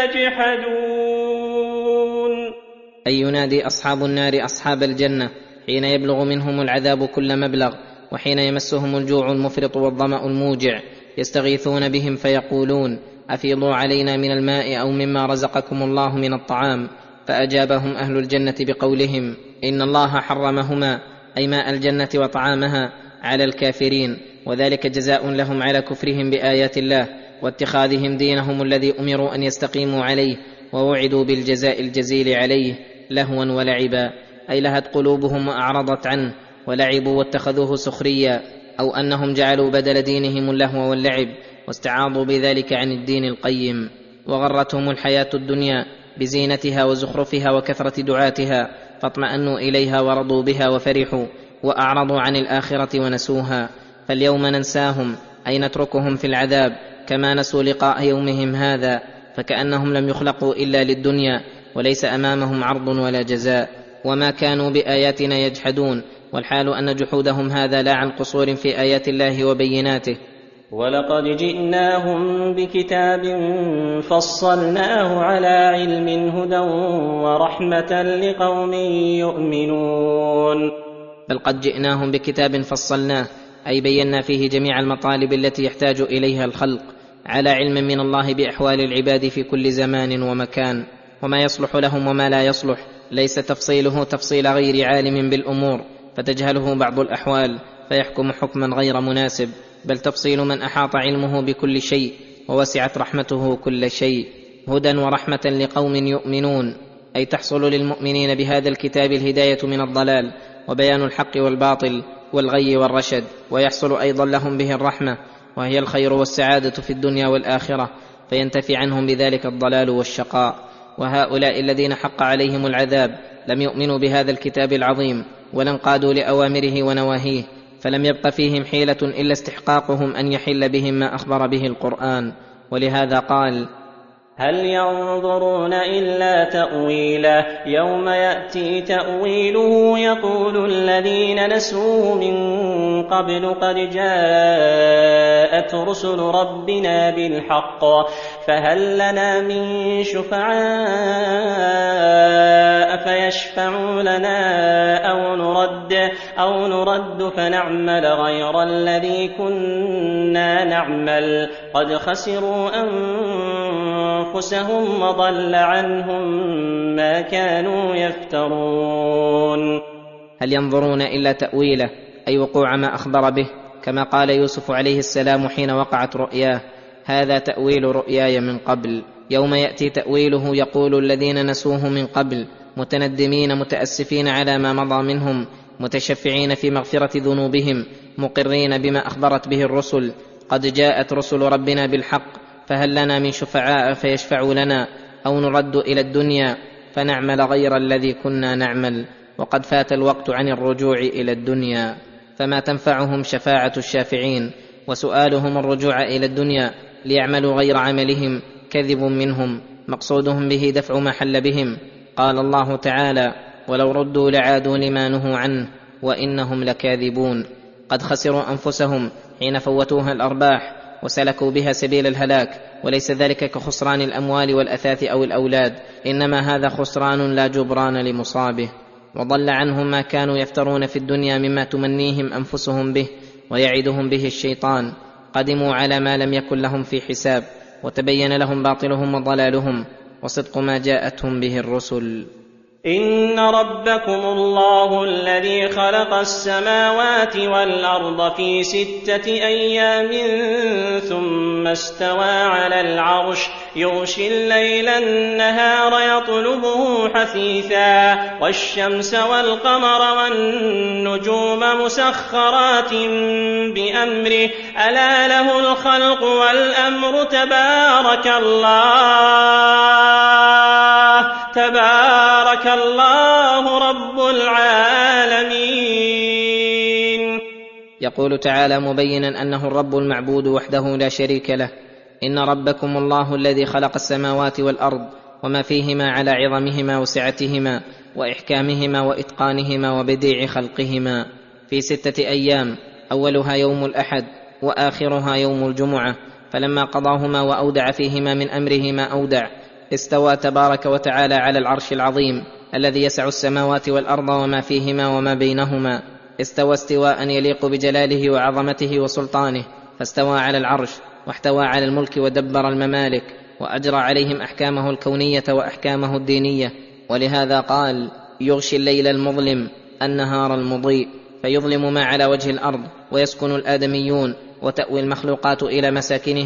يجحدون. أي ينادي أصحاب النار أصحاب الجنة حين يبلغ منهم العذاب كل مبلغ، وحين يمسهم الجوع المفرط والظمأ الموجع، يستغيثون بهم فيقولون: أفيضوا علينا من الماء أو مما رزقكم الله من الطعام. فأجابهم أهل الجنة بقولهم: إن الله حرمهما، أي ماء الجنة وطعامها، على الكافرين، وذلك جزاء لهم على كفرهم بآيات الله واتخاذهم دينهم الذي أمروا أن يستقيموا عليه ووعدوا بالجزاء الجزيل عليه لهوا ولعبا، أي لهت قلوبهم وأعرضت عنه، ولعبوا واتخذوه سخريا، أو أنهم جعلوا بدل دينهم اللهو واللعب واستعاضوا بذلك عن الدين القيم، وغرتهم الحياة الدنيا بزينتها وزخرفها وكثرة دعاتها، فاطمأنوا إليها ورضوا بها وفرحوا، وأعرضوا عن الآخرة ونسوها. فاليوم ننساهم، أي نتركهم في العذاب كما نسوا لقاء يومهم هذا، فكأنهم لم يخلقوا إلا للدنيا، وليس أمامهم عرض ولا جزاء، وما كانوا بآياتنا يجحدون، والحال أن جحودهم هذا لا عن قصور في آيات الله وبيناته. ولقد جئناهم بكتاب فصلناه على علم هدى ورحمة لقوم يؤمنون. بل قد جئناهم بكتاب فصلناه، أي بينا فيه جميع المطالب التي يحتاج إليها الخلق، على علم من الله بأحوال العباد في كل زمان ومكان، وما يصلح لهم وما لا يصلح، ليس تفصيله تفصيل غير عالم بالأمور فتجهله بعض الأحوال فيحكم حكما غير مناسب، بل تفصيل من أحاط علمه بكل شيء ووسعت رحمته كل شيء. هدى ورحمة لقوم يؤمنون، أي تحصل للمؤمنين بهذا الكتاب الهداية من الضلال وبيان الحق والباطل والغي والرشد، ويحصل أيضا لهم به الرحمة، وهي الخير والسعادة في الدنيا والآخرة، فينتفي عنهم بذلك الضلال والشقاء. وهؤلاء الذين حق عليهم العذاب لم يؤمنوا بهذا الكتاب العظيم ولا انقادوا لأوامره ونواهيه، فلم يبق فيهم حيلة إلا استحقاقهم أن يحل بهم ما أخبر به القرآن. ولهذا قال: هل ينظرون إلا تأويله، يوم يأتي تأويله يقول الذين نسوه من قبل قد جاءت رسل ربنا بالحق فهل لنا من شفعاء فيشفعوا لنا أو نرد فنعمل غير الذي كنا نعمل قد خسروا أنفسهم وضل عنهم ما كانوا يفترون. هل ينظرون إلا تأويله، أي وقوع ما أخبر به، كما قال يوسف عليه السلام حين وقعت رؤياه: هذا تأويل رؤياي من قبل، يوم يأتي تأويله يقول الذين نسوه من قبل، متندمين متأسفين على ما مضى منهم، متشفعين في مغفرة ذنوبهم، مقرين بما أخبرت به الرسل: قد جاءت رسل ربنا بالحق فهل لنا من شفعاء فيشفعوا لنا أو نرد إلى الدنيا فنعمل غير الذي كنا نعمل، وقد فات الوقت عن الرجوع إلى الدنيا، فما تنفعهم شفاعة الشافعين، وسؤالهم الرجوع إلى الدنيا ليعملوا غير عملهم كذب منهم، مقصودهم به دفع ما حل بهم. قال الله تعالى: ولو ردوا لعادوا لما نهوا عنه وإنهم لكاذبون. قد خسروا أنفسهم حين فوتوها الأرباح وسلكوا بها سبيل الهلاك، وليس ذلك كخسران الأموال والأثاث أو الأولاد، إنما هذا خسران لا جبران لمصابه. وضل عنهم ما كانوا يفترون في الدنيا مما تمنيهم أنفسهم به ويعدهم به الشيطان، قدموا على ما لم يكن لهم في حساب، وتبين لهم باطلهم وضلالهم وصدق ما جاءتهم به الرسل. إن ربكم الله الذي خلق السماوات والأرض في 6 أيام ثم استوى على العرش يغشي الليل النهار يطلبه حثيثا والشمس والقمر والنجوم مسخرات بأمره ألا له الخلق والأمر تبارك الله رب العالمين. يقول تعالى مبينا أنه الرب المعبود وحده لا شريك له: إن ربكم الله الذي خلق السماوات والأرض وما فيهما على عظمهما وسعتهما وإحكامهما وإتقانهما وبديع خلقهما في 6 أيام، أولها يوم الأحد وآخرها يوم الجمعة، فلما قضاهما وأودع فيهما من أمره ما أودع استوى تبارك وتعالى على العرش العظيم الذي يسع السماوات والأرض وما فيهما وما بينهما، استوى استواء يليق بجلاله وعظمته وسلطانه، فاستوى على العرش واحتوى على الملك ودبر الممالك وأجرى عليهم أحكامه الكونية وأحكامه الدينية. ولهذا قال: يغشي الليل المظلم النهار المضيء، فيظلم ما على وجه الأرض ويسكن الآدميون وتأوي المخلوقات إلى مساكنها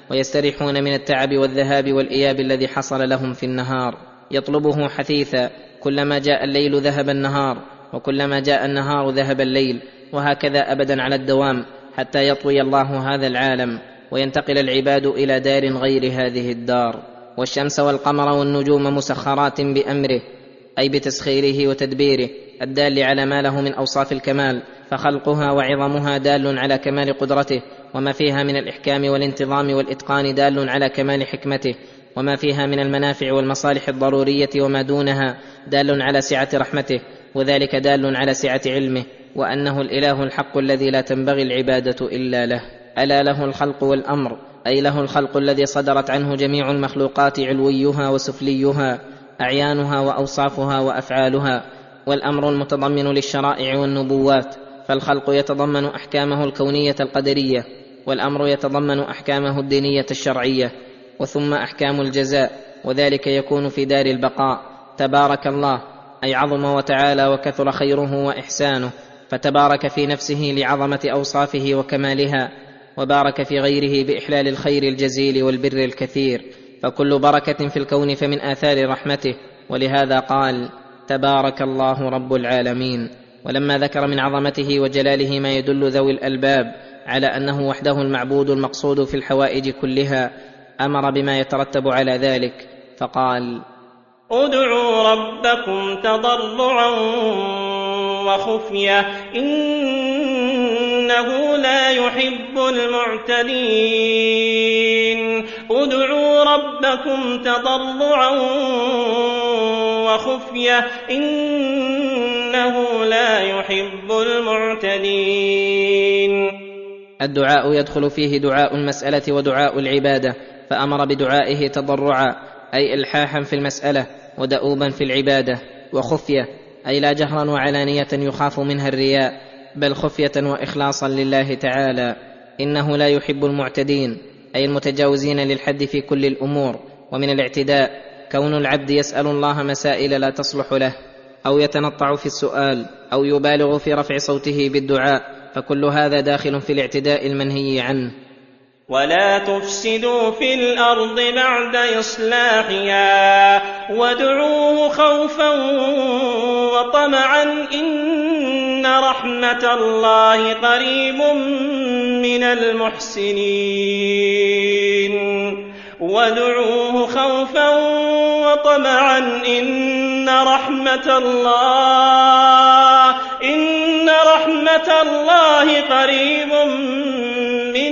ويستريحون من التعب والذهاب والإياب الذي حصل لهم في النهار. يطلبه حثيثا، كلما جاء الليل ذهب النهار، وكلما جاء النهار ذهب الليل، وهكذا أبدا على الدوام، حتى يطوي الله هذا العالم وينتقل العباد إلى دار غير هذه الدار. والشمس والقمر والنجوم مسخرات بأمره، أي بتسخيره وتدبيره الدال على ما له من أوصاف الكمال، فخلقها وعظمها دال على كمال قدرته، وما فيها من الإحكام والانتظام والإتقان دال على كمال حكمته، وما فيها من المنافع والمصالح الضرورية وما دونها دال على سعة رحمته، وذلك دال على سعة علمه، وأنه الإله الحق الذي لا تنبغي العبادة إلا له. ألا له الخلق والأمر، أي له الخلق الذي صدرت عنه جميع المخلوقات علويها وسفليها، أعيانها وأوصافها وأفعالها، والأمر المتضمن للشرائع والنبوات، فالخلق يتضمن أحكامه الكونية القدرية، والأمر يتضمن أحكامه الدينية الشرعية، وثم أحكام الجزاء، وذلك يكون في دار البقاء. تبارك الله، أي عظم وتعالى وكثر خيره وإحسانه، فتبارك في نفسه لعظمة أوصافه وكمالها، وبارك في غيره بإحلال الخير الجزيل والبر الكثير، فكل بركة في الكون فمن آثار رحمته، ولهذا قال: تبارك الله رب العالمين. ولما ذكر من عظمته وجلاله ما يدل ذوي الألباب على أنه وحده المعبود المقصود في الحوائج كلها، أمر بما يترتب على ذلك فقال: ادعوا ربكم تضرعا وخفية إنه لا يحب المعتدين. ادعوا ربكم تضرعا وخفية إنه لا يحب المعتدين. الدعاء يدخل فيه دعاء المسألة ودعاء العبادة، فأمر بدعائه تضرعا، أي إلحاحا في المسألة ودؤوبا في العبادة، وخفية أي لا جهرا وعلانية يخاف منها الرياء، بل خفية وإخلاصا لله تعالى. إنه لا يحب المعتدين، أي المتجاوزين للحد في كل الأمور. ومن الاعتداء كون العبد يسأل الله مسائل لا تصلح له، أو يتنطع في السؤال، أو يبالغ في رفع صوته بالدعاء، فكل هذا داخل في الاعتداء المنهي عنه. ولا تفسدوا في الأرض بعد إصلاحها وادعوه خوفا وطمعا إن رحمة الله قريب من المحسنين. وادعوه خوفا وطمعا إن رحمة الله قريب من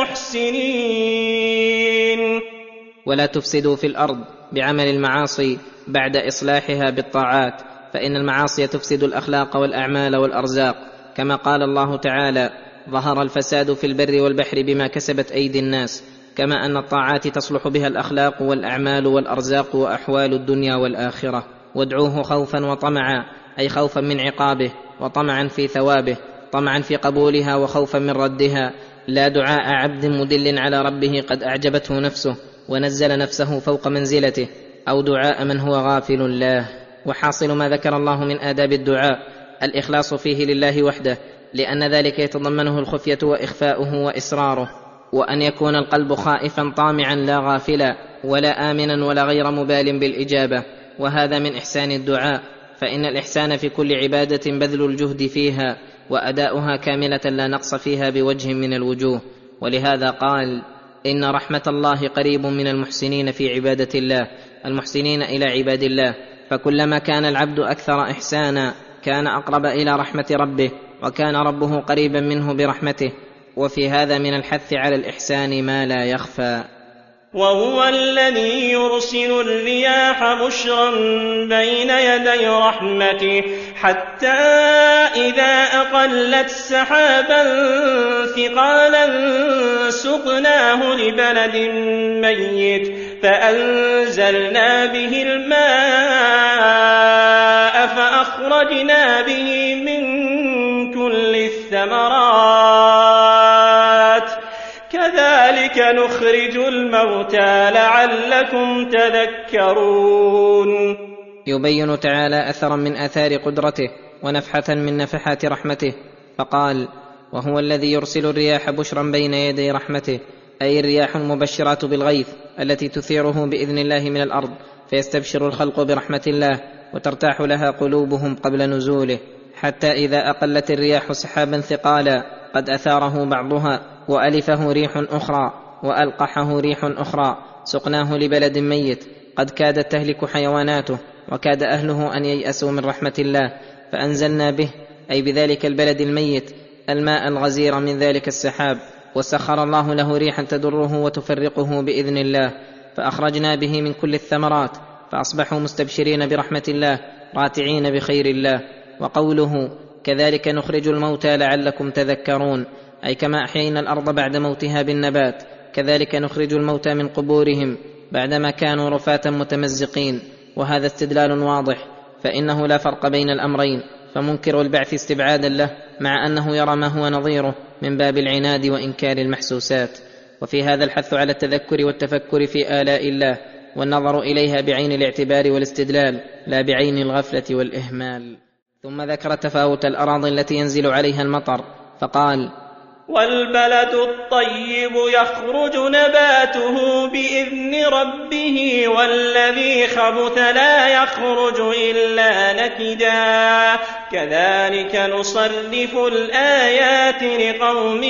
المحسنين. ولا تفسدوا في الأرض بعمل المعاصي بعد إصلاحها بالطاعات، فإن المعاصي تفسد الأخلاق والأعمال والأرزاق، كما قال الله تعالى: ظهر الفساد في البر والبحر بما كسبت أيدي الناس. كما أن الطاعات تصلح بها الأخلاق والأعمال والأرزاق وأحوال الدنيا والآخرة. وادعوه خوفا وطمعا، أي خوفا من عقابه وطمعا في ثوابه، طمعا في قبولها وخوفا من ردها، لا دعاء عبد مدل على ربه قد أعجبته نفسه ونزل نفسه فوق منزلته، أو دعاء من هو غافل له. وحاصل ما ذكر الله من آداب الدعاء الإخلاص فيه لله وحده، لأن ذلك يتضمنه الخفية وإخفاؤه وإسراره، وأن يكون القلب خائفا طامعا لا غافلا، ولا آمنا ولا غير مبال بالإجابة. وهذا من إحسان الدعاء، فإن الإحسان في كل عبادة بذل الجهد فيها وأداؤها كاملة لا نقص فيها بوجه من الوجوه. ولهذا قال: إن رحمة الله قريب من المحسنين في عبادة الله، المحسنين إلى عباد الله. فكلما كان العبد أكثر إحسانا كان أقرب إلى رحمة ربه، وكان ربه قريبا منه برحمته. وفي هذا من الحث على الإحسان ما لا يخفى. وهو الذي يرسل الرياح بشرا بين يدي رحمته حتى إذا أقلت سحابا ثقالا سقناه لبلد ميت فأنزلنا به الماء فأخرجنا به من كل الثمرات كذلك نخرج الموتى لعلكم تذكرون. يبين تعالى أثرا من آثار قدرته ونفحة من نفحات رحمته، فقال: وهو الذي يرسل الرياح بشرا بين يدي رحمته، أي الرياح المبشرات بالغيث التي تثيره بإذن الله من الأرض، فيستبشر الخلق برحمة الله وترتاح لها قلوبهم قبل نزوله، حتى إذا أقلت الرياح سحابا ثقالا قد أثاره بعضها وألفه ريح أخرى وألقحه ريح أخرى سقناه لبلد ميت قد كادت تهلك حيواناته وكاد أهله أن ييأسوا من رحمة الله، فأنزلنا به أي بذلك البلد الميت الماء الغزير من ذلك السحاب، وسخر الله له ريحا تدره وتفرقه بإذن الله، فأخرجنا به من كل الثمرات، فأصبحوا مستبشرين برحمة الله راتعين بخير الله. وقوله كذلك نخرج الموتى لعلكم تذكرون، أي كما أحيينا الأرض بعد موتها بالنبات كذلك نخرج الموتى من قبورهم بعدما كانوا رفاة متمزقين. وهذا استدلال واضح، فإنه لا فرق بين الأمرين، فمنكر البعث استبعادا له مع أنه يرى ما هو نظيره من باب العناد وإنكار المحسوسات. وفي هذا الحث على التذكر والتفكر في آلاء الله والنظر إليها بعين الاعتبار والاستدلال لا بعين الغفلة والإهمال. ثم ذكر تفاوت الأراضي التي ينزل عليها المطر فقال: والبلد الطيب يخرج نباته بإذن ربه والذي خبث لا يخرج إلا نكدا كذلك نصرف الآيات لقوم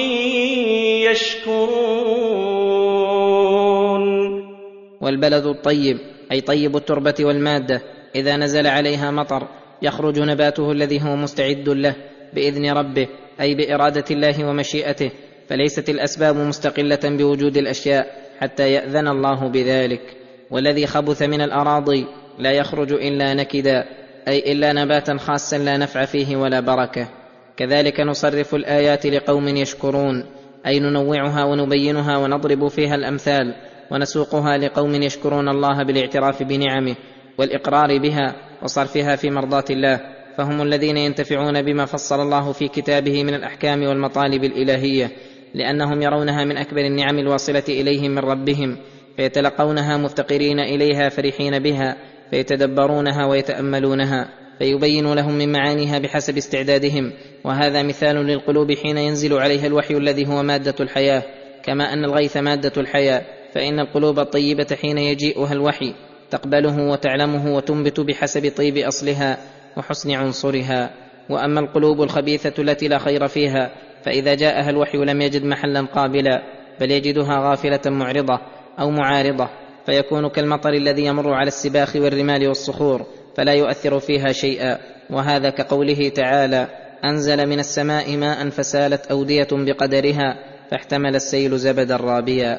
يشكرون. والبلد الطيب أي طيب التربة والمادة إذا نزل عليها مطر يخرج نباته الذي هو مستعد له بإذن ربه أي بإرادة الله ومشيئته، فليست الأسباب مستقلة بوجود الأشياء حتى يأذن الله بذلك. والذي خبث من الأراضي لا يخرج إلا نكدا أي إلا نباتا خاصا لا نفع فيه ولا بركة. كذلك نصرف الآيات لقوم يشكرون أي ننوعها ونبينها ونضرب فيها الأمثال ونسوقها لقوم يشكرون الله بالاعتراف بنعمه والإقرار بها وصرفها في مرضاة الله، فهم الذين ينتفعون بما فصل الله في كتابه من الأحكام والمطالب الإلهية، لأنهم يرونها من أكبر النعم الواصلة إليهم من ربهم، فيتلقونها مفتقرين إليها فرحين بها، فيتدبرونها ويتأملونها، فيبين لهم من معانيها بحسب استعدادهم. وهذا مثال للقلوب حين ينزل عليها الوحي الذي هو مادة الحياة، كما أن الغيث مادة الحياة، فإن القلوب الطيبة حين يجيئها الوحي تقبله وتعلمه وتنبت بحسب طيب أصلها وحسن عنصرها. وأما القلوب الخبيثة التي لا خير فيها فإذا جاءها الوحي لم يجد محلا قابلا، بل يجدها غافلة معرضة أو معارضة، فيكون كالمطر الذي يمر على السباخ والرمال والصخور فلا يؤثر فيها شيئا. وهذا كقوله تعالى: أنزل من السماء ماء فسالت أودية بقدرها فاحتمل السيل زبدا رابيا.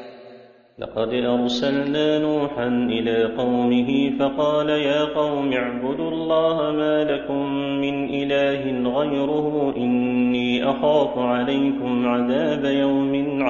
لقد أرسلنا نوحا إلى قومه فقال يا قوم اعبدوا الله ما لكم من إله غيره إني أخاف عليكم عذاب يوم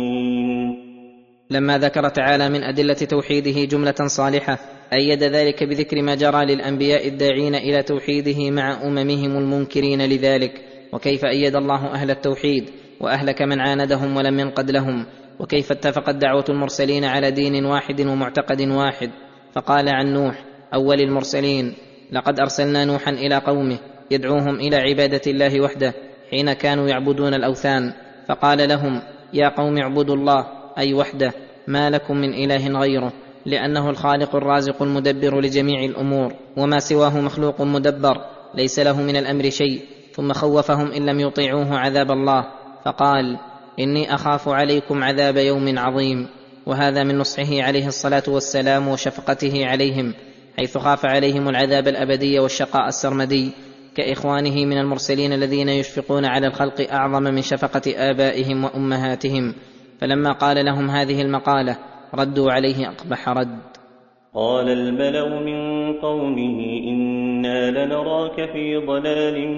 عظيم. لما ذكر تعالى من أدلة توحيده جملة صالحة أيد ذلك بذكر ما جرى للأنبياء الداعين إلى توحيده مع أممهم المنكرين لذلك، وكيف أيد الله أهل التوحيد وأهلك من عاندهم ولم ينقد لهم، وكيف اتفقت دعوة المرسلين على دين واحد ومعتقد واحد. فقال عن نوح أول المرسلين: لقد أرسلنا نوحا إلى قومه يدعوهم إلى عبادة الله وحده حين كانوا يعبدون الأوثان، فقال لهم: يا قوم اعبدوا الله أي وحده ما لكم من إله غيره، لأنه الخالق الرازق المدبر لجميع الأمور، وما سواه مخلوق مدبر ليس له من الأمر شيء. ثم خوفهم إن لم يطيعوه عذاب الله، فقال: إني أخاف عليكم عذاب يوم عظيم. وهذا من نصحه عليه الصلاة والسلام وشفقته عليهم، حيث خاف عليهم العذاب الأبدي والشقاء السرمدي، كإخوانه من المرسلين الذين يشفقون على الخلق أعظم من شفقة آبائهم وأمهاتهم. فلما قال لهم هذه المقالة ردوا عليه أقبح رد. قال الملأ من قومه إنا لنراك في ضلال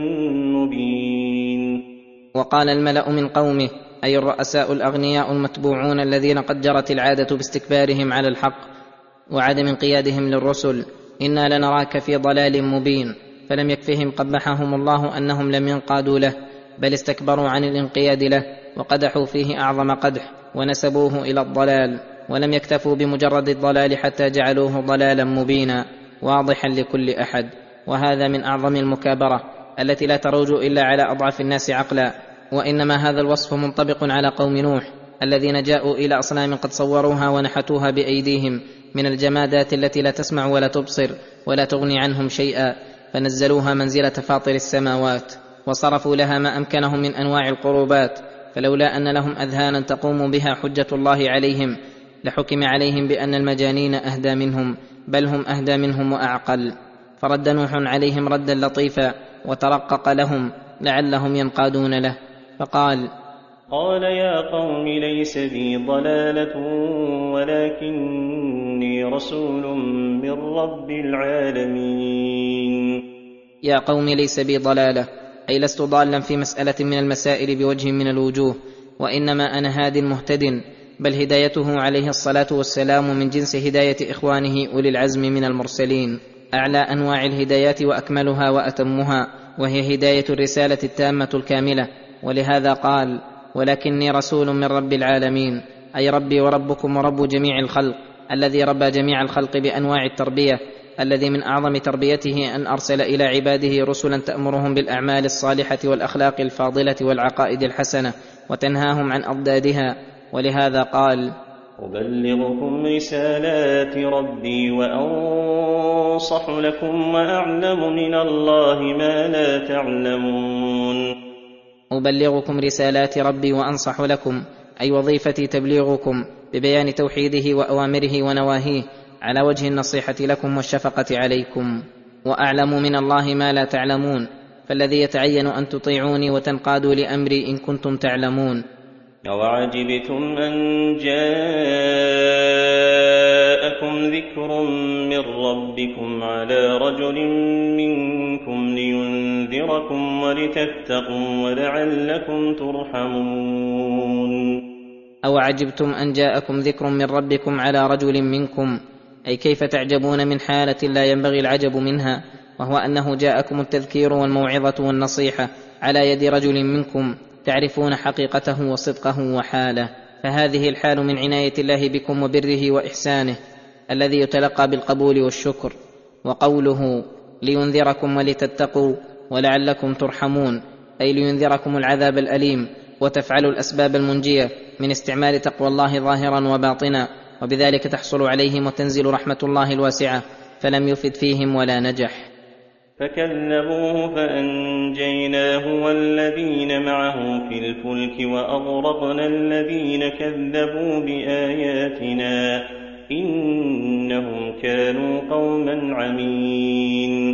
مبين. وقال الملأ من قومه أي الرؤساء الأغنياء المتبوعون الذين قد جرت العادة باستكبارهم على الحق وعدم انقيادهم للرسل: إنا لنراك في ضلال مبين. فلم يكفهم قبحهم الله أنهم لم ينقادوا له، بل استكبروا عن الانقياد له وقدحوا فيه أعظم قدح ونسبوه إلى الضلال، ولم يكتفوا بمجرد الضلال حتى جعلوه ضلالا مبينا واضحا لكل أحد. وهذا من أعظم المكابرة التي لا تروج إلا على أضعف الناس عقلا، وإنما هذا الوصف منطبق على قوم نوح، الذين جاءوا إلى أصنام قد صوروها ونحتوها بأيديهم من الجمادات التي لا تسمع ولا تبصر ولا تغني عنهم شيئا، فنزلوها منزلة فاطر السماوات، وصرفوا لها ما أمكنهم من أنواع القربات، فلولا أن لهم أذهانا تقوم بها حجة الله عليهم لحكم عليهم بأن المجانين أهدى منهم، بل هم أهدى منهم وأعقل. فرد نوح عليهم ردا لطيفا وترقق لهم لعلهم ينقادون له، فقال: قال يا قوم ليس بي ضلالة ولكني رسول من رب العالمين. يا قوم ليس بي ضلالة، أي لست ضالا في مسألة من المسائل بوجه من الوجوه، وإنما أنا هاد مهتد، بل هدايته عليه الصلاة والسلام من جنس هداية إخوانه أولي العزم من المرسلين، أعلى أنواع الهدايات وأكملها وأتمها، وهي هداية الرسالة التامة الكاملة. ولهذا قال: ولكني رسول من رب العالمين، أي ربي وربكم ورب جميع الخلق، الذي ربى جميع الخلق بأنواع التربية، الذي من أعظم تربيته أن أرسل إلى عباده رسلا تأمرهم بالأعمال الصالحة والأخلاق الفاضلة والعقائد الحسنة وتنهاهم عن أضدادها. ولهذا قال: أبلغكم رسالات ربي وأنصح لكم وأعلم من الله ما لا تعلمون. أبلغكم رسالات ربي وأنصح لكم، أي وظيفتي تبليغكم ببيان توحيده وأوامره ونواهيه على وجه النصيحة لكم والشفقة عليكم. وأعلم من الله ما لا تعلمون، فالذي يتعين أن تطيعوني وتنقادوا لأمري إن كنتم تعلمون. أوعجبتم أن جاءكم ذكر من ربكم على رجل منكم لينذركم ولتتقوا ولعلكم ترحمون. أوعجبتم أن جاءكم ذكر من ربكم على رجل منكم، أي كيف تعجبون من حالة لا ينبغي العجب منها، وهو أنه جاءكم التذكير والموعظة والنصيحة على يد رجل منكم تعرفون حقيقته وصدقه وحاله، فهذه الحال من عناية الله بكم وبره وإحسانه الذي يتلقى بالقبول والشكر. وقوله لينذركم ولتتقوا ولعلكم ترحمون، أي لينذركم العذاب الأليم وتفعلوا الأسباب المنجية من استعمال تقوى الله ظاهرا وباطنا، وبذلك تحصل عليهم وتنزل رحمة الله الواسعة، فلم يفد فيهم ولا نجح. فكذبوه فأنجيناه والذين معه في الفلك وأغرقنا الذين كذبوا بآياتنا إنهم كانوا قوما عمين.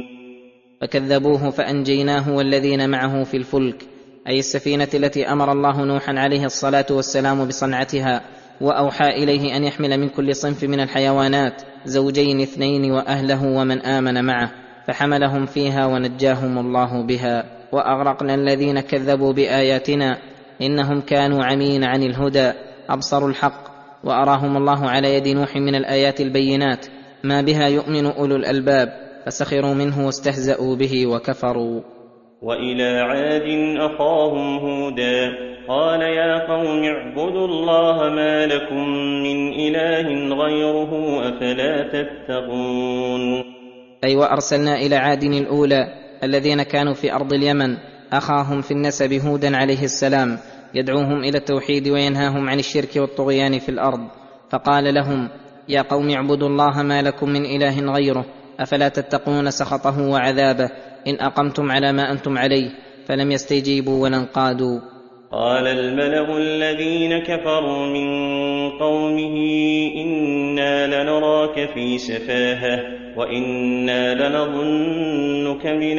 فكذبوه فأنجيناه والذين معه في الفلك، أي السفينة التي أمر الله نوحا عليه الصلاة والسلام بصنعتها، وأوحى إليه أن يحمل من كل صنف من الحيوانات زوجين اثنين وأهله ومن آمن معه، فحملهم فيها ونجاهم الله بها. وأغرقنا الذين كذبوا بآياتنا إنهم كانوا عمين عن الهدى، أبصروا الحق، وأراهم الله على يد نوح من الآيات البينات ما بها يؤمن أولو الألباب، فسخروا منه واستهزأوا به وكفروا. وإلى عاد أخاهم هودا قال يا قوم اعبدوا الله ما لكم من إله غيره أفلا تتقون. أي وأرسلنا إلى عاد الأولى الذين كانوا في أرض اليمن أخاهم في النسب هودا عليه السلام، يدعوهم إلى التوحيد وينهاهم عن الشرك والطغيان في الأرض، فقال لهم يا قوم اعبدوا الله ما لكم من إله غيره أفلا تتقون سخطه وعذابه إن أقمتم على ما أنتم عليه، فلم يستجيبوا ولا انقادوا. قال الملأ الذين كفروا من قومه إنا لنراك في سفاهة وإنا لنظنك من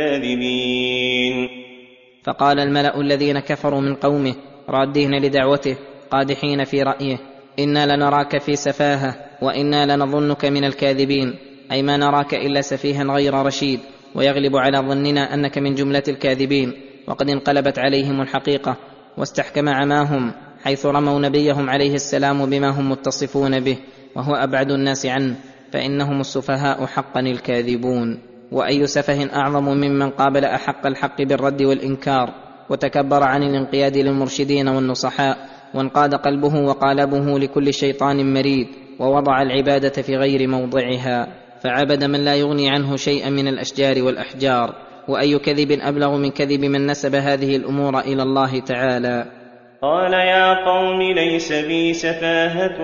الكاذبين. فقال الملأ الذين كفروا من قومه رادين لدعوته قادحين في رأيه إنا لنراك في سفاهة وإنا لنظنك من الكاذبين، أي ما نراك إلا سفيها غير رشيد، ويغلب على ظننا أنك من جملة الكاذبين. وقد انقلبت عليهم الحقيقة واستحكم عماهم حيث رموا نبيهم عليه السلام بما هم متصفون به، وهو أبعد الناس عنه، فإنهم السفهاء حقا الكاذبون. وأي سفه أعظم ممن قابل أحق الحق بالرد والإنكار وتكبر عن الانقياد للمرشدين والنصحاء، وانقاد قلبه وقالبه لكل شيطان مريد، ووضع العبادة في غير موضعها، فعبد من لا يغني عنه شيئا من الأشجار والأحجار. وأي كذب أبلغ من كذب من نسب هذه الأمور إلى الله تعالى. قال يا قوم ليس بي سفاهة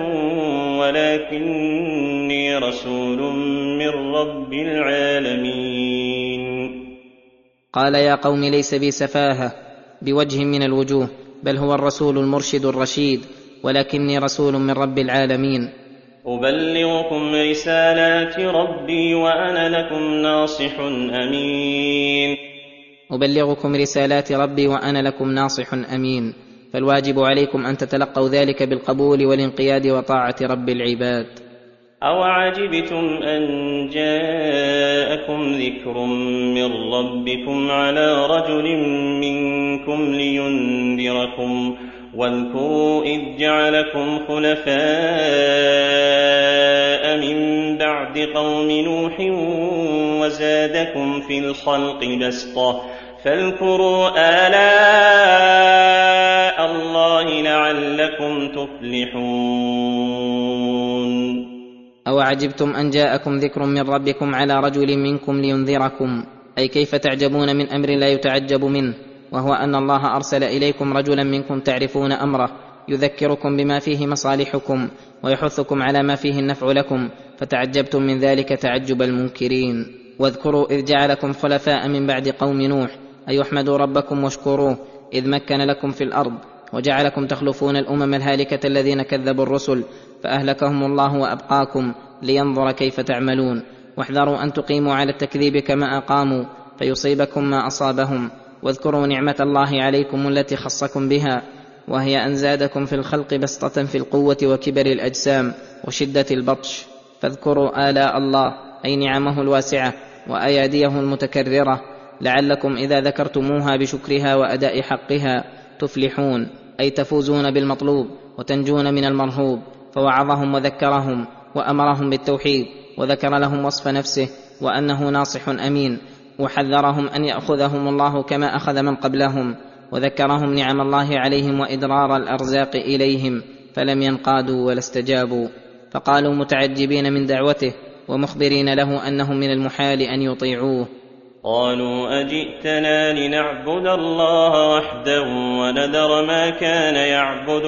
ولكني رسول من رب العالمين. قال يا قوم ليس بي سفاهة بوجه من الوجوه، بل هو الرسول المرشد الرشيد، ولكني رسول من رب العالمين. أبلغكم رسالات ربي وأنا لكم ناصح أمين. أبلغكم رسالات ربي وأنا لكم ناصح أمين، فالواجب عليكم أن تتلقوا ذلك بالقبول والانقياد وطاعة رب العباد. أوعجبتم أن جاءكم ذكر من ربكم على رجل منكم لينذركم، واذكروا إذ جعلكم خلفاء من بعد قوم نوح وزادكم في الخلق بسطة، فاذكروا آلاء الله لعلكم تفلحون. أوعجبتم أن جاءكم ذكر من ربكم على رجل منكم لينذركم، أي كيف تعجبون من أمر لا يتعجب منه، وهو أن الله أرسل إليكم رجلا منكم تعرفون أمره، يذكركم بما فيه مصالحكم ويحثكم على ما فيه النفع لكم، فتعجبتم من ذلك تعجب المنكرين. واذكروا إذ جعلكم خلفاء من بعد قوم نوح، أي احمدوا ربكم واشكروه إذ مكن لكم في الأرض وجعلكم تخلفون الأمم الهالكة الذين كذبوا الرسل، فأهلكهم الله وأبقاكم لينظر كيف تعملون. واحذروا أن تقيموا على التكذيب كما أقاموا فيصيبكم ما أصابهم. واذكروا نعمة الله عليكم التي خصكم بها، وهي أن زادكم في الخلق بسطة في القوة وكبر الأجسام وشدة البطش. فاذكروا آلاء الله، أي نعمه الواسعة وأياديه المتكررة، لعلكم إذا ذكرتموها بشكرها وأداء حقها تفلحون، أي تفوزون بالمطلوب وتنجون من المرهوب. فوعظهم وذكرهم وأمرهم بالتوحيد، وذكر لهم وصف نفسه وأنه ناصح أمين، وحذرهم أن يأخذهم الله كما أخذ من قبلهم، وذكرهم نعم الله عليهم وإدرار الأرزاق إليهم، فلم ينقادوا ولا استجابوا، فقالوا متعجبين من دعوته ومخبرين له أنه من المحال أن يطيعوه. قالوا أجئتنا لنعبد الله وحده ونذر ما كان يعبد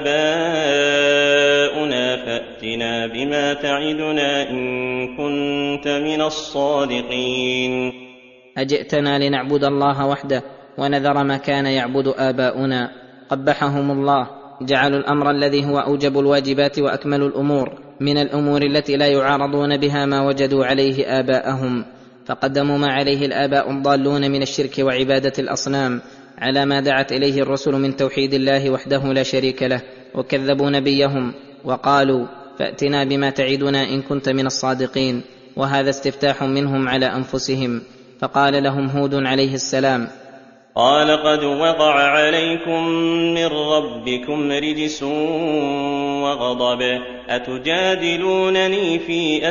آباؤنا، فأتنا بما تعدنا إن كنت من الصادقين. أجئتنا لنعبد الله وحده ونذر ما كان يعبد آباؤنا، قبحهم الله، جعلوا الأمر الذي هو أوجب الواجبات وأكمل الأمور من الأمور التي لا يعارضون بها ما وجدوا عليه آباءهم، فقدموا ما عليه الآباء الضالون من الشرك وعبادة الأصنام على ما دعت إليه الرسل من توحيد الله وحده لا شريك له، وكذبوا نبيهم وقالوا فأتنا بما تعدنا إن كنت من الصادقين، وهذا استفتاح منهم على أنفسهم. فقال لهم هود عليه السلام: قال قد وقع عليكم من ربكم رجس وغضب، أتجادلونني في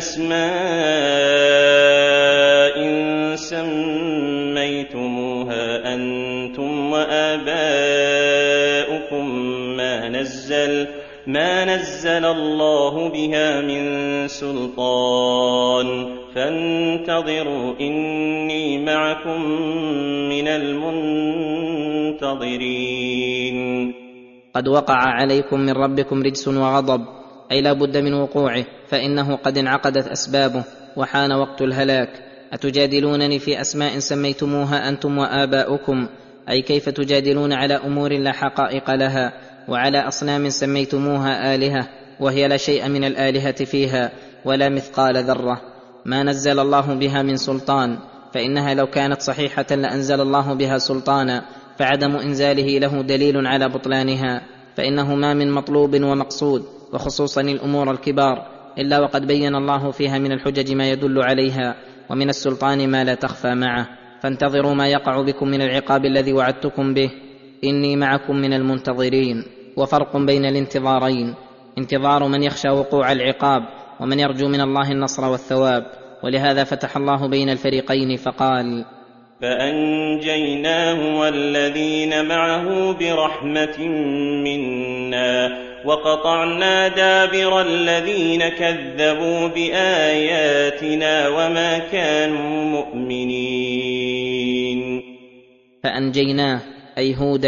أسماء سميتموها أنتم وآباؤكم ما نزل الله بها من سلطان، فانتظروا إني معكم من المنتظرين. قد وقع عليكم من ربكم رجس وغضب، أي لا بد من وقوعه، فإنه قد انعقدت أسبابه وحان وقت الهلاك. أتجادلونني في أسماء سميتموها أنتم وآباؤكم، أي كيف تجادلون على أمور لا حقائق لها، وعلى أصنام سميتموها آلهة وهي لا شيء من الآلهة فيها ولا مثقال ذرة، ما نزل الله بها من سلطان، فإنها لو كانت صحيحة لأنزل الله بها سلطانا، فعدم إنزاله له دليل على بطلانها، فإنه ما من مطلوب ومقصود، وخصوصا الأمور الكبار، إلا وقد بين الله فيها من الحجج ما يدل عليها، ومن السلطان ما لا تخفى معه. فانتظروا ما يقع بكم من العقاب الذي وعدتكم به، إني معكم من المنتظرين. وفرق بين الانتظارين: انتظار من يخشى وقوع العقاب، ومن يرجو من الله النصر والثواب، ولهذا فتح الله بين الفريقين فقال: فأنجيناه والذين معه برحمة منا وقطعنا دابر الذين كذبوا بآياتنا وما كانوا مؤمنين. فأنجيناه أي هودا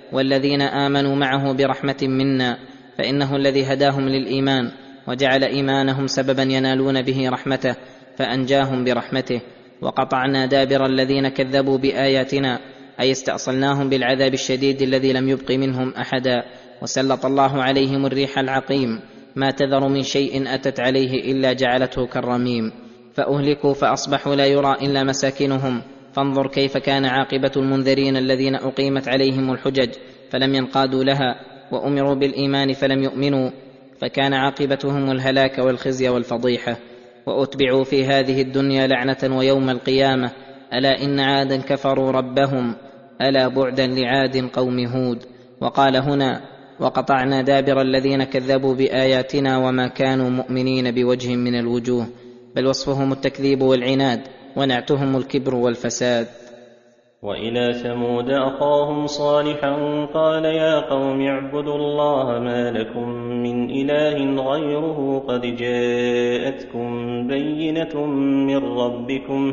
والذين آمنوا معه برحمة منا، فإنه الذي هداهم للإيمان وجعل إيمانهم سببا ينالون به رحمته فأنجاهم برحمته. وقطعنا دابر الذين كذبوا بآياتنا، أي استأصلناهم بالعذاب الشديد الذي لم يبق منهم أحدا. وسلط الله عليهم الريح العقيم، ما تذر من شيء أتت عليه إلا جعلته كالرميم، فأهلكوا فأصبحوا لا يرى إلا مساكنهم. فانظر كيف كان عاقبة المنذرين الذين أقيمت عليهم الحجج فلم ينقادوا لها، وأمروا بالإيمان فلم يؤمنوا، فكان عاقبتهم الهلاك والخزي والفضيحة. وأتبعوا في هذه الدنيا لعنة ويوم القيامة، ألا إن عادا كفروا ربهم، ألا بعدا لعاد قوم هود. وقال هنا: وقطعنا دابر الذين كذبوا بآياتنا وما كانوا مؤمنين بوجه من الوجوه، بل وصفهم التكذيب والعناد، ونعتهم الكبر والفساد. وإلى ثمود أخاهم صالحا قال يا قوم اعبدوا الله ما لكم من إله غيره قد جاءتكم بينة من ربكم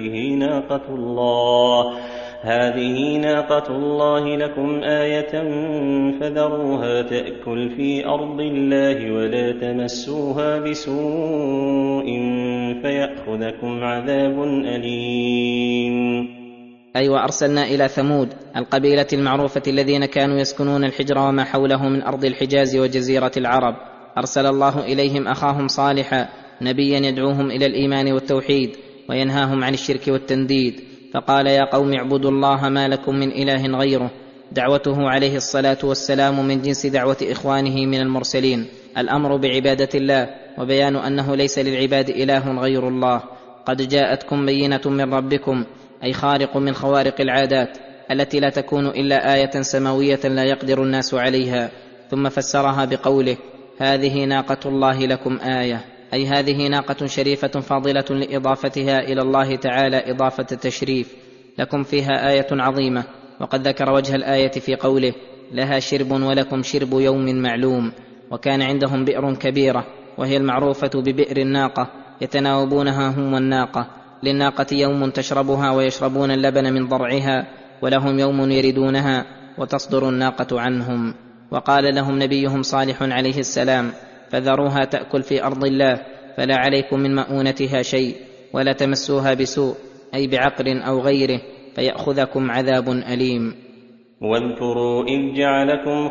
هذه ناقة الله لكم آية فذروها تأكل في أرض الله ولا تمسوها بسوء فيأخذكم عذاب أليم. أي وأرسلنا إلى ثمود القبيلة المعروفة الذين كانوا يسكنون الحجر وما حوله من أرض الحجاز وجزيرة العرب، أرسل الله إليهم أخاهم صالحا نبيا يدعوهم إلى الإيمان والتوحيد وينهاهم عن الشرك والتنديد، فقال يا قوم اعبدوا الله ما لكم من إله غيره. دعوته عليه الصلاة والسلام من جنس دعوة إخوانه من المرسلين، الأمر بعبادة الله وبيان أنه ليس للعباد إله غير الله. قد جاءتكم بينة من ربكم، أي خارق من خوارق العادات التي لا تكون إلا آية سماوية لا يقدر الناس عليها. ثم فسرها بقوله هذه ناقة الله لكم آية، أي هذه ناقة شريفة فاضلة لإضافتها إلى الله تعالى إضافة تشريف، لكم فيها آية عظيمة. وقد ذكر وجه الآية في قوله لها شرب ولكم شرب يوم معلوم. وكان عندهم بئر كبيرة وهي المعروفة ببئر الناقة، يتناوبونها هم والناقة، للناقة يوم تشربها ويشربون اللبن من ضرعها، ولهم يوم يردونها وتصدر الناقة عنهم. وقال لهم نبيهم صالح عليه السلام فذروها تأكل في أرض الله فلا عليكم من مؤونتها شيء، ولا تمسوها بسوء، أي بعقر أو غيره، فيأخذكم عذاب أليم. واذكروا إذ جعلكم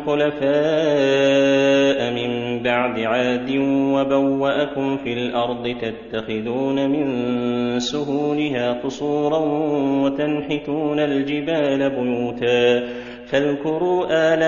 خلفاء من بعد عاد وبوأكم في الأرض تتخذون من سهولها قصورا وتنحتون الجبال بيوتا، فاذكروا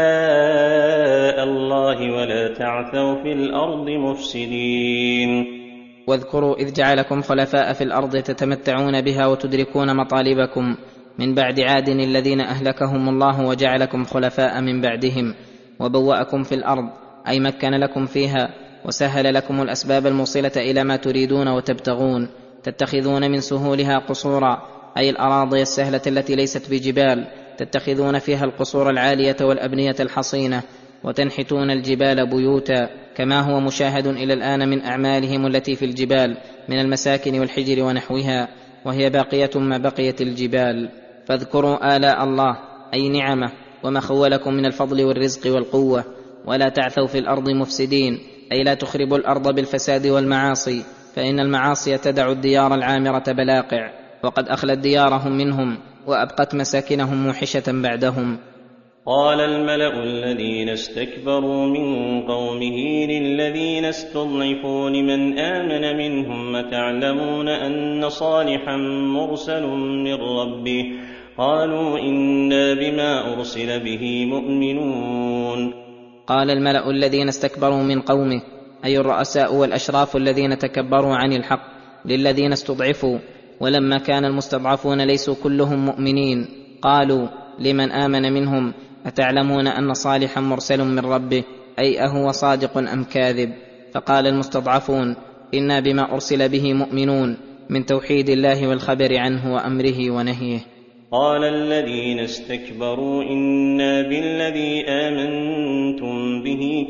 آلاء الله ولا تعثوا في الأرض مفسدين. واذكروا إذ جعلكم خلفاء في الأرض تتمتعون بها وتدركون مطالبكم، من بعد عاد الذين أهلكهم الله وجعلكم خلفاء من بعدهم، وبوأكم في الأرض أي مكن لكم فيها وسهل لكم الأسباب الموصلة إلى ما تريدون وتبتغون. تتخذون من سهولها قصورا، أي الأراضي السهلة التي ليست بجبال، تتخذون فيها القصور العالية والأبنية الحصينة، وتنحتون الجبال بيوتا، كما هو مشاهد إلى الآن من أعمالهم التي في الجبال من المساكن والحجر ونحوها، وهي باقية ما بقيت الجبال. فاذكروا آلاء الله أي نعمه وما خولكم من الفضل والرزق والقوة، ولا تعثوا في الأرض مفسدين، أي لا تخربوا الأرض بالفساد والمعاصي، فإن المعاصي تدع الديار العامرة بلاقع، وقد أخلت ديارهم منهم وأبقت مساكنهم موحشة بعدهم. قال الملأ الذين استكبروا من قومه للذين استضعفوا لمن آمن منهم أتعلمون أن صالحا مرسل من ربه؟ قالوا إنا بما أرسل به مؤمنون. قال الملأ الذين استكبروا من قومه، أي الرؤساء والأشراف الذين تكبروا عن الحق، للذين استضعفوا، ولما كان المستضعفون ليسوا كلهم مؤمنين، قالوا لمن آمن منهم أتعلمون أن صالحا مرسل من ربه، أي أهو صادق أم كاذب؟ فقال المستضعفون إنا بما أرسل به مؤمنون، من توحيد الله والخبر عنه وأمره ونهيه. قال الذين استكبروا إنا بالذي آمنتم به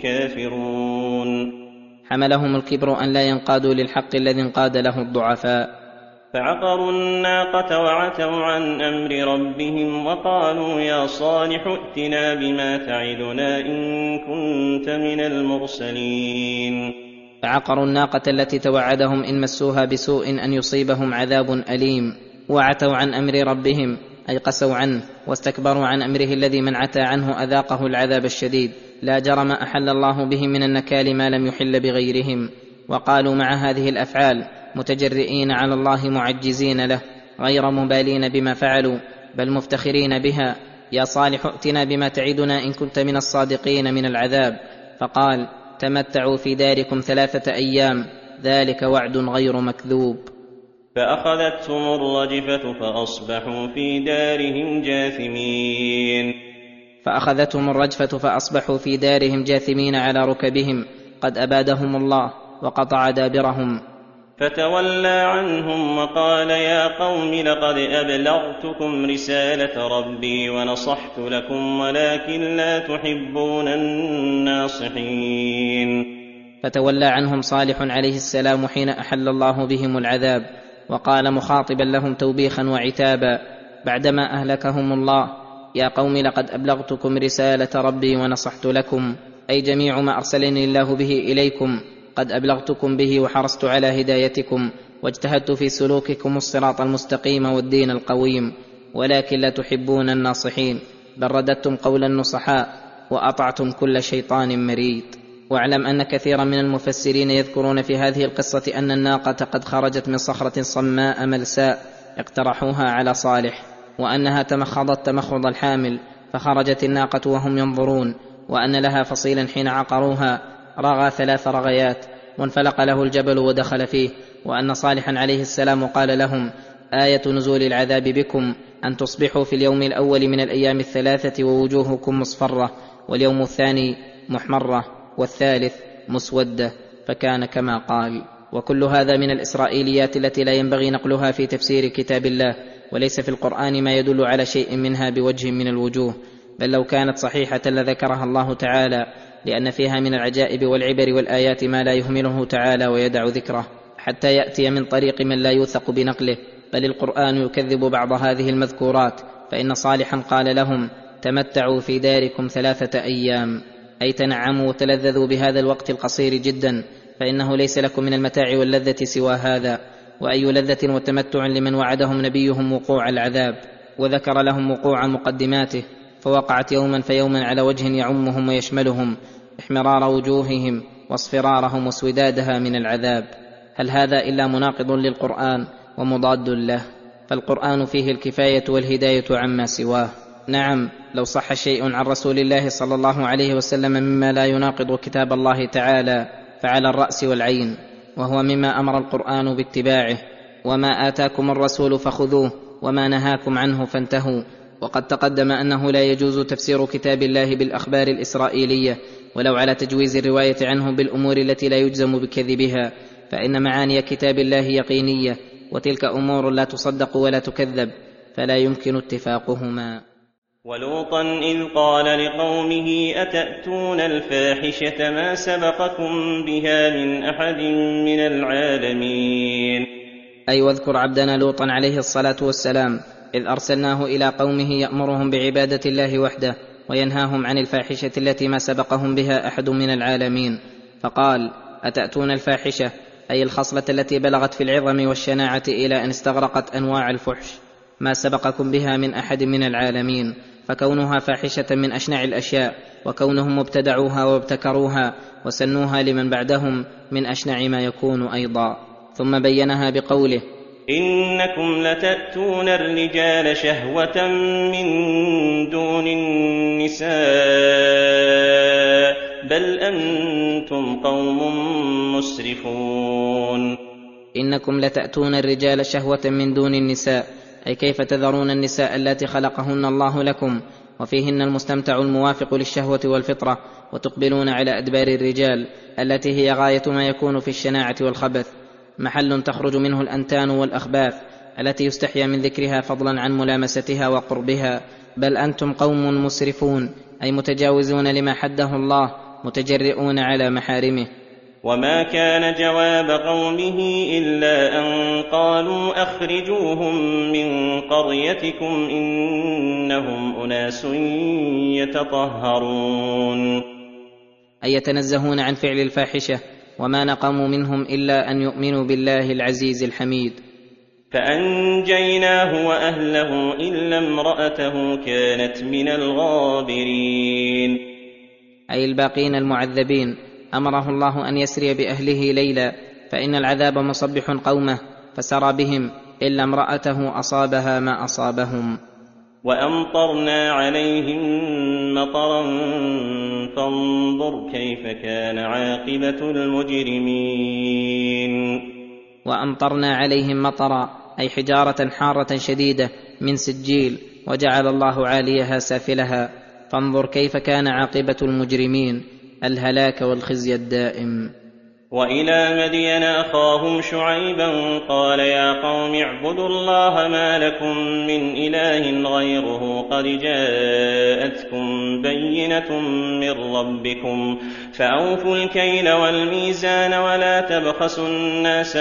كافرون. حملهم الكبر أن لا ينقادوا للحق الذي انقاد له الضعفاء. فعقروا الناقة وعتوا عن أمر ربهم وقالوا يا صالح ائتنا بما تعدنا إن كنت من المرسلين. فعقروا الناقة التي توعدهم إن مسوها بسوء أن يصيبهم عذاب أليم، وعتوا عن أمر ربهم أي قسوا عنه واستكبروا عن أمره الذي من عتى عنه أذاقه العذاب الشديد. لا جرم أحل الله بهم من النكال ما لم يحل بغيرهم. وقالوا مع هذه الأفعال متجرئين على الله معجزين له غير مبالين بما فعلوا بل مفتخرين بها: يا صالح ائتنا بما تعدنا إن كنت من الصادقين من العذاب. فقال: تمتعوا في داركم 3 أيام ذلك وعد غير مكذوب. فأخذتهم الرجفة فأصبحوا في دارهم جاثمين. فأخذتهم الرجفة فأصبحوا في دارهم جاثمين على ركبهم، قد أبادهم الله وقطع دابرهم. فتولى عنهم وقال يا قوم لقد أبلغتكم رسالة ربي ونصحت لكم ولكن لا تحبون الناصحين. فتولى عنهم صالح عليه السلام حين أحل الله بهم العذاب، وقال مخاطبا لهم توبيخا وعتابا بعدما أهلكهم الله: يا قوم لقد أبلغتكم رسالة ربي ونصحت لكم، أي جميع ما أرسلني الله به إليكم قد أبلغتكم به وحرصت على هدايتكم واجتهدت في سلوككم الصراط المستقيم والدين القويم، ولكن لا تحبون الناصحين، بل رددتم قول النصحاء وأطعتم كل شيطان مريد. واعلم أن كثيرا من المفسرين يذكرون في هذه القصة أن الناقة قد خرجت من صخرة صماء ملساء اقترحوها على صالح، وأنها تمخضت تمخض الحامل فخرجت الناقة وهم ينظرون، وأن لها فصيلا حين عقروها رغى 3 رغيات وانفلق له الجبل ودخل فيه، وأن صالحا عليه السلام قال لهم: آية نزول العذاب بكم أن تصبحوا في اليوم الأول من الأيام 3 ووجوهكم مصفرة، واليوم الثاني محمرة، والثالث مسودة، فكان كما قال. وكل هذا من الإسرائيليات التي لا ينبغي نقلها في تفسير كتاب الله، وليس في القرآن ما يدل على شيء منها بوجه من الوجوه، بل لو كانت صحيحة لذكرها الله تعالى، لأن فيها من العجائب والعبر والآيات ما لا يهمله تعالى ويدع ذكره حتى يأتي من طريق من لا يوثق بنقله، بل القرآن يكذب بعض هذه المذكورات. فإن صالحا قال لهم: تمتعوا في داركم 3 أيام، أي تنعموا وتلذذوا بهذا الوقت القصير جدا، فإنه ليس لكم من المتاع واللذة سوى هذا. وأي لذة وتمتع لمن وعدهم نبيهم وقوع العذاب وذكر لهم وقوع مقدماته، فوقعت يوما فيوما على وجه يعمهم ويشملهم، احمرار وجوههم واصفرارهم وسودادها من العذاب. هل هذا إلا مناقض للقرآن ومضاد له؟ فالقرآن فيه الكفاية والهداية عما سواه. نعم، لو صح شيء عن رسول الله صلى الله عليه وسلم مما لا يناقض كتاب الله تعالى فعلى الرأس والعين، وهو مما أمر القرآن باتباعه: وما آتاكم الرسول فخذوه وما نهاكم عنه فانتهوا. وقد تقدم أنه لا يجوز تفسير كتاب الله بالأخبار الإسرائيلية ولو على تجويز الرواية عنه بالأمور التي لا يجزم بكذبها، فإن معاني كتاب الله يقينية، وتلك أمور لا تصدق ولا تكذب، فلا يمكن اتفاقهما. ولوطا إذ قال لقومه أتأتون الفاحشة ما سبقكم بها من أحد من العالمين. أي واذكر عبدنا لوطا عليه الصلاة والسلام إذ أرسلناه إلى قومه يأمرهم بعبادة الله وحده وينهاهم عن الفاحشة التي ما سبقهم بها أحد من العالمين، فقال: أتأتون الفاحشة، أي الخصلة التي بلغت في العظم والشناعة إلى أن استغرقت أنواع الفحش، ما سبقكم بها من أحد من العالمين، فكونها فاحشة من أشنع الأشياء، وكونهم ابتدعوها وابتكروها وسنوها لمن بعدهم من أشنع ما يكون أيضا. ثم بينها بقوله: إنكم لتأتون الرجال شهوة من دون النساء بل أنتم قوم مسرفون. إنكم لتأتون الرجال شهوة من دون النساء، أي كيف تذرون النساء اللاتي خلقهن الله لكم وفيهن المستمتع الموافق للشهوة والفطرة، وتقبلون على أدبار الرجال التي هي غاية ما يكون في الشناعة والخبث، محل تخرج منه الأنتان والأخباث التي يستحيا من ذكرها فضلا عن ملامستها وقربها. بل أنتم قوم مسرفون، أي متجاوزون لما حده الله، متجرئون على محارمه. وما كان جواب قومه إلا أن قالوا أخرجوهم من قريتكم إنهم أناس يتطهرون. أي يتنزهون عن فعل الفاحشة، وما نقموا منهم إلا أن يؤمنوا بالله العزيز الحميد. فأنجيناه وأهله إلا امرأته كانت من الغابرين. أي الباقين المعذبين أمره الله أن يسري بأهله ليلا، فإن العذاب مصبح قومه فسرى بهم، إلا امرأته أصابها ما أصابهم. وأمطرنا عليهم مطرا فانظر كيف كان عاقبة المجرمين. وأمطرنا عليهم مطرا أي حجارة حارة شديدة من سجيل، وجعل الله عاليها سافلها، فانظر كيف كان عاقبة المجرمين، الهلاك والخزي الدائم. وإلى مدين أخاهم شعيبا قال يا قوم اعبدوا الله ما لكم من إله غيره قد جاءتكم بينة من ربكم فأوفوا الكيل والميزان ولا تبخسوا الناس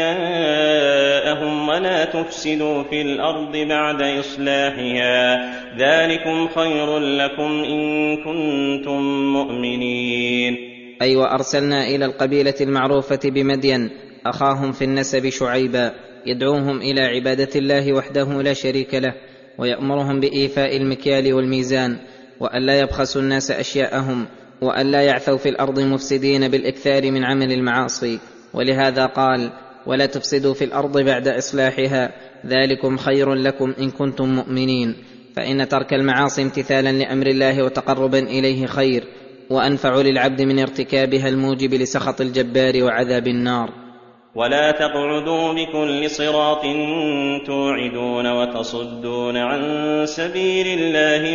أشياءهم ولا تفسدوا في الأرض بعد إصلاحها ذلكم خير لكم إن كنتم مؤمنين. أي وأرسلنا إلى القبيلة المعروفة بمدين أخاهم في النسب شعيبا يدعوهم إلى عبادة الله وحده لا شريك له، ويأمرهم بإيفاء المكيال والميزان، وألا يبخسوا الناس أشياءهم، وألا يعثوا في الأرض مفسدين بالإكثار من عمل المعاصي. ولهذا قال ولا تفسدوا في الأرض بعد إصلاحها ذلكم خير لكم إن كنتم مؤمنين، فإن ترك المعاصي امتثالا لأمر الله وتقربا إليه خير، وأنفع للعبد من ارتكابها الموجب لسخط الجبار وعذاب النار. ولا تقعدوا بكل صراط توعدون وتصدون عن سبيل الله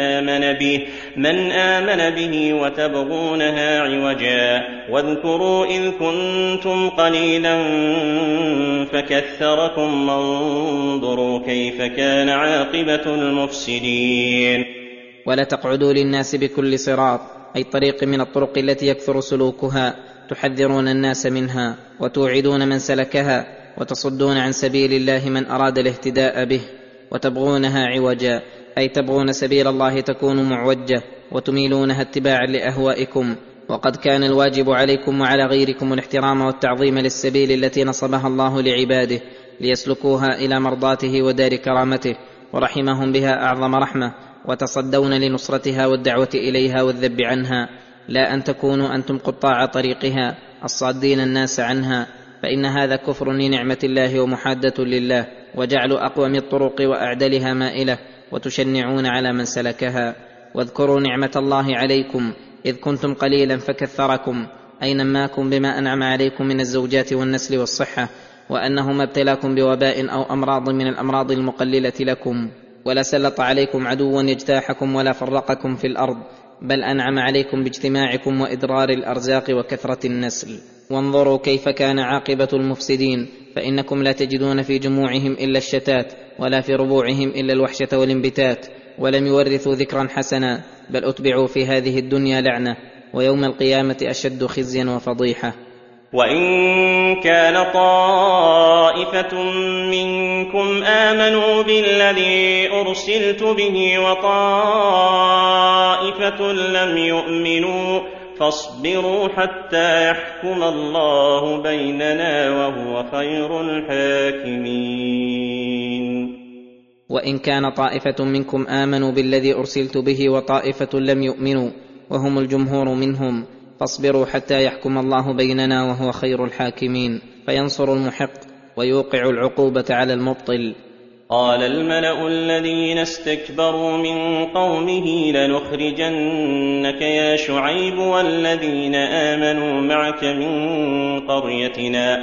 من آمن به وتبغونها عوجا واذكروا إذ كنتم قليلا فكثركم وانظروا كيف كان عاقبة المفسدين. ولا تقعدوا للناس بكل صراط أي طريق من الطرق التي يكثر سلوكها، تحذرون الناس منها وتوعدون من سلكها، وتصدون عن سبيل الله من أراد الاهتداء به، وتبغونها عوجا أي تبغون سبيل الله تكون معوجة وتميلونها اتباعا لأهوائكم. وقد كان الواجب عليكم وعلى غيركم الاحترام والتعظيم للسبيل التي نصبها الله لعباده ليسلكوها إلى مرضاته ودار كرامته، ورحمهم بها أعظم رحمة، وتصدون لنصرتها والدعوة إليها والذب عنها، لا أن تكونوا أنتم قطاع طريقها الصادين الناس عنها، فإن هذا كفر لنعمة الله ومحادة لله، وجعل أقوم الطرق وأعدلها مائلة، وتشنعون على من سلكها. واذكروا نعمة الله عليكم إذ كنتم قليلا فكثركم، أي نماكم بما أنعم عليكم من الزوجات والنسل والصحة، وأنه ما ابتلاكم بوباء أو أمراض من الأمراض المقللة لكم، ولا سلط عليكم عدوا يجتاحكم ولا فرقكم في الأرض، بل أنعم عليكم باجتماعكم وإدرار الأرزاق وكثرة النسل. وانظروا كيف كان عاقبة المفسدين، فإنكم لا تجدون في جموعهم إلا الشتات، ولا في ربوعهم إلا الوحشة والانبتات، ولم يورثوا ذكرا حسنا، بل أتبعوا في هذه الدنيا لعنة، ويوم القيامة أشد خزيا وفضيحة. وإن كان طائفة منكم آمنوا بالذي أرسلت به وطائفة لم يؤمنوا فاصبروا حتى يحكم الله بيننا وهو خير الحاكمين. وإن كان طائفة منكم آمنوا بالذي أرسلت به وطائفة لم يؤمنوا وهم الجمهور منهم فاصبروا حتى يحكم الله بيننا وهو خير الحاكمين، فينصر المحق ويوقع العقوبة على المبطل. قال الملأ الذين استكبروا من قومه لنخرجنك يا شعيب والذين آمنوا معك من قريتنا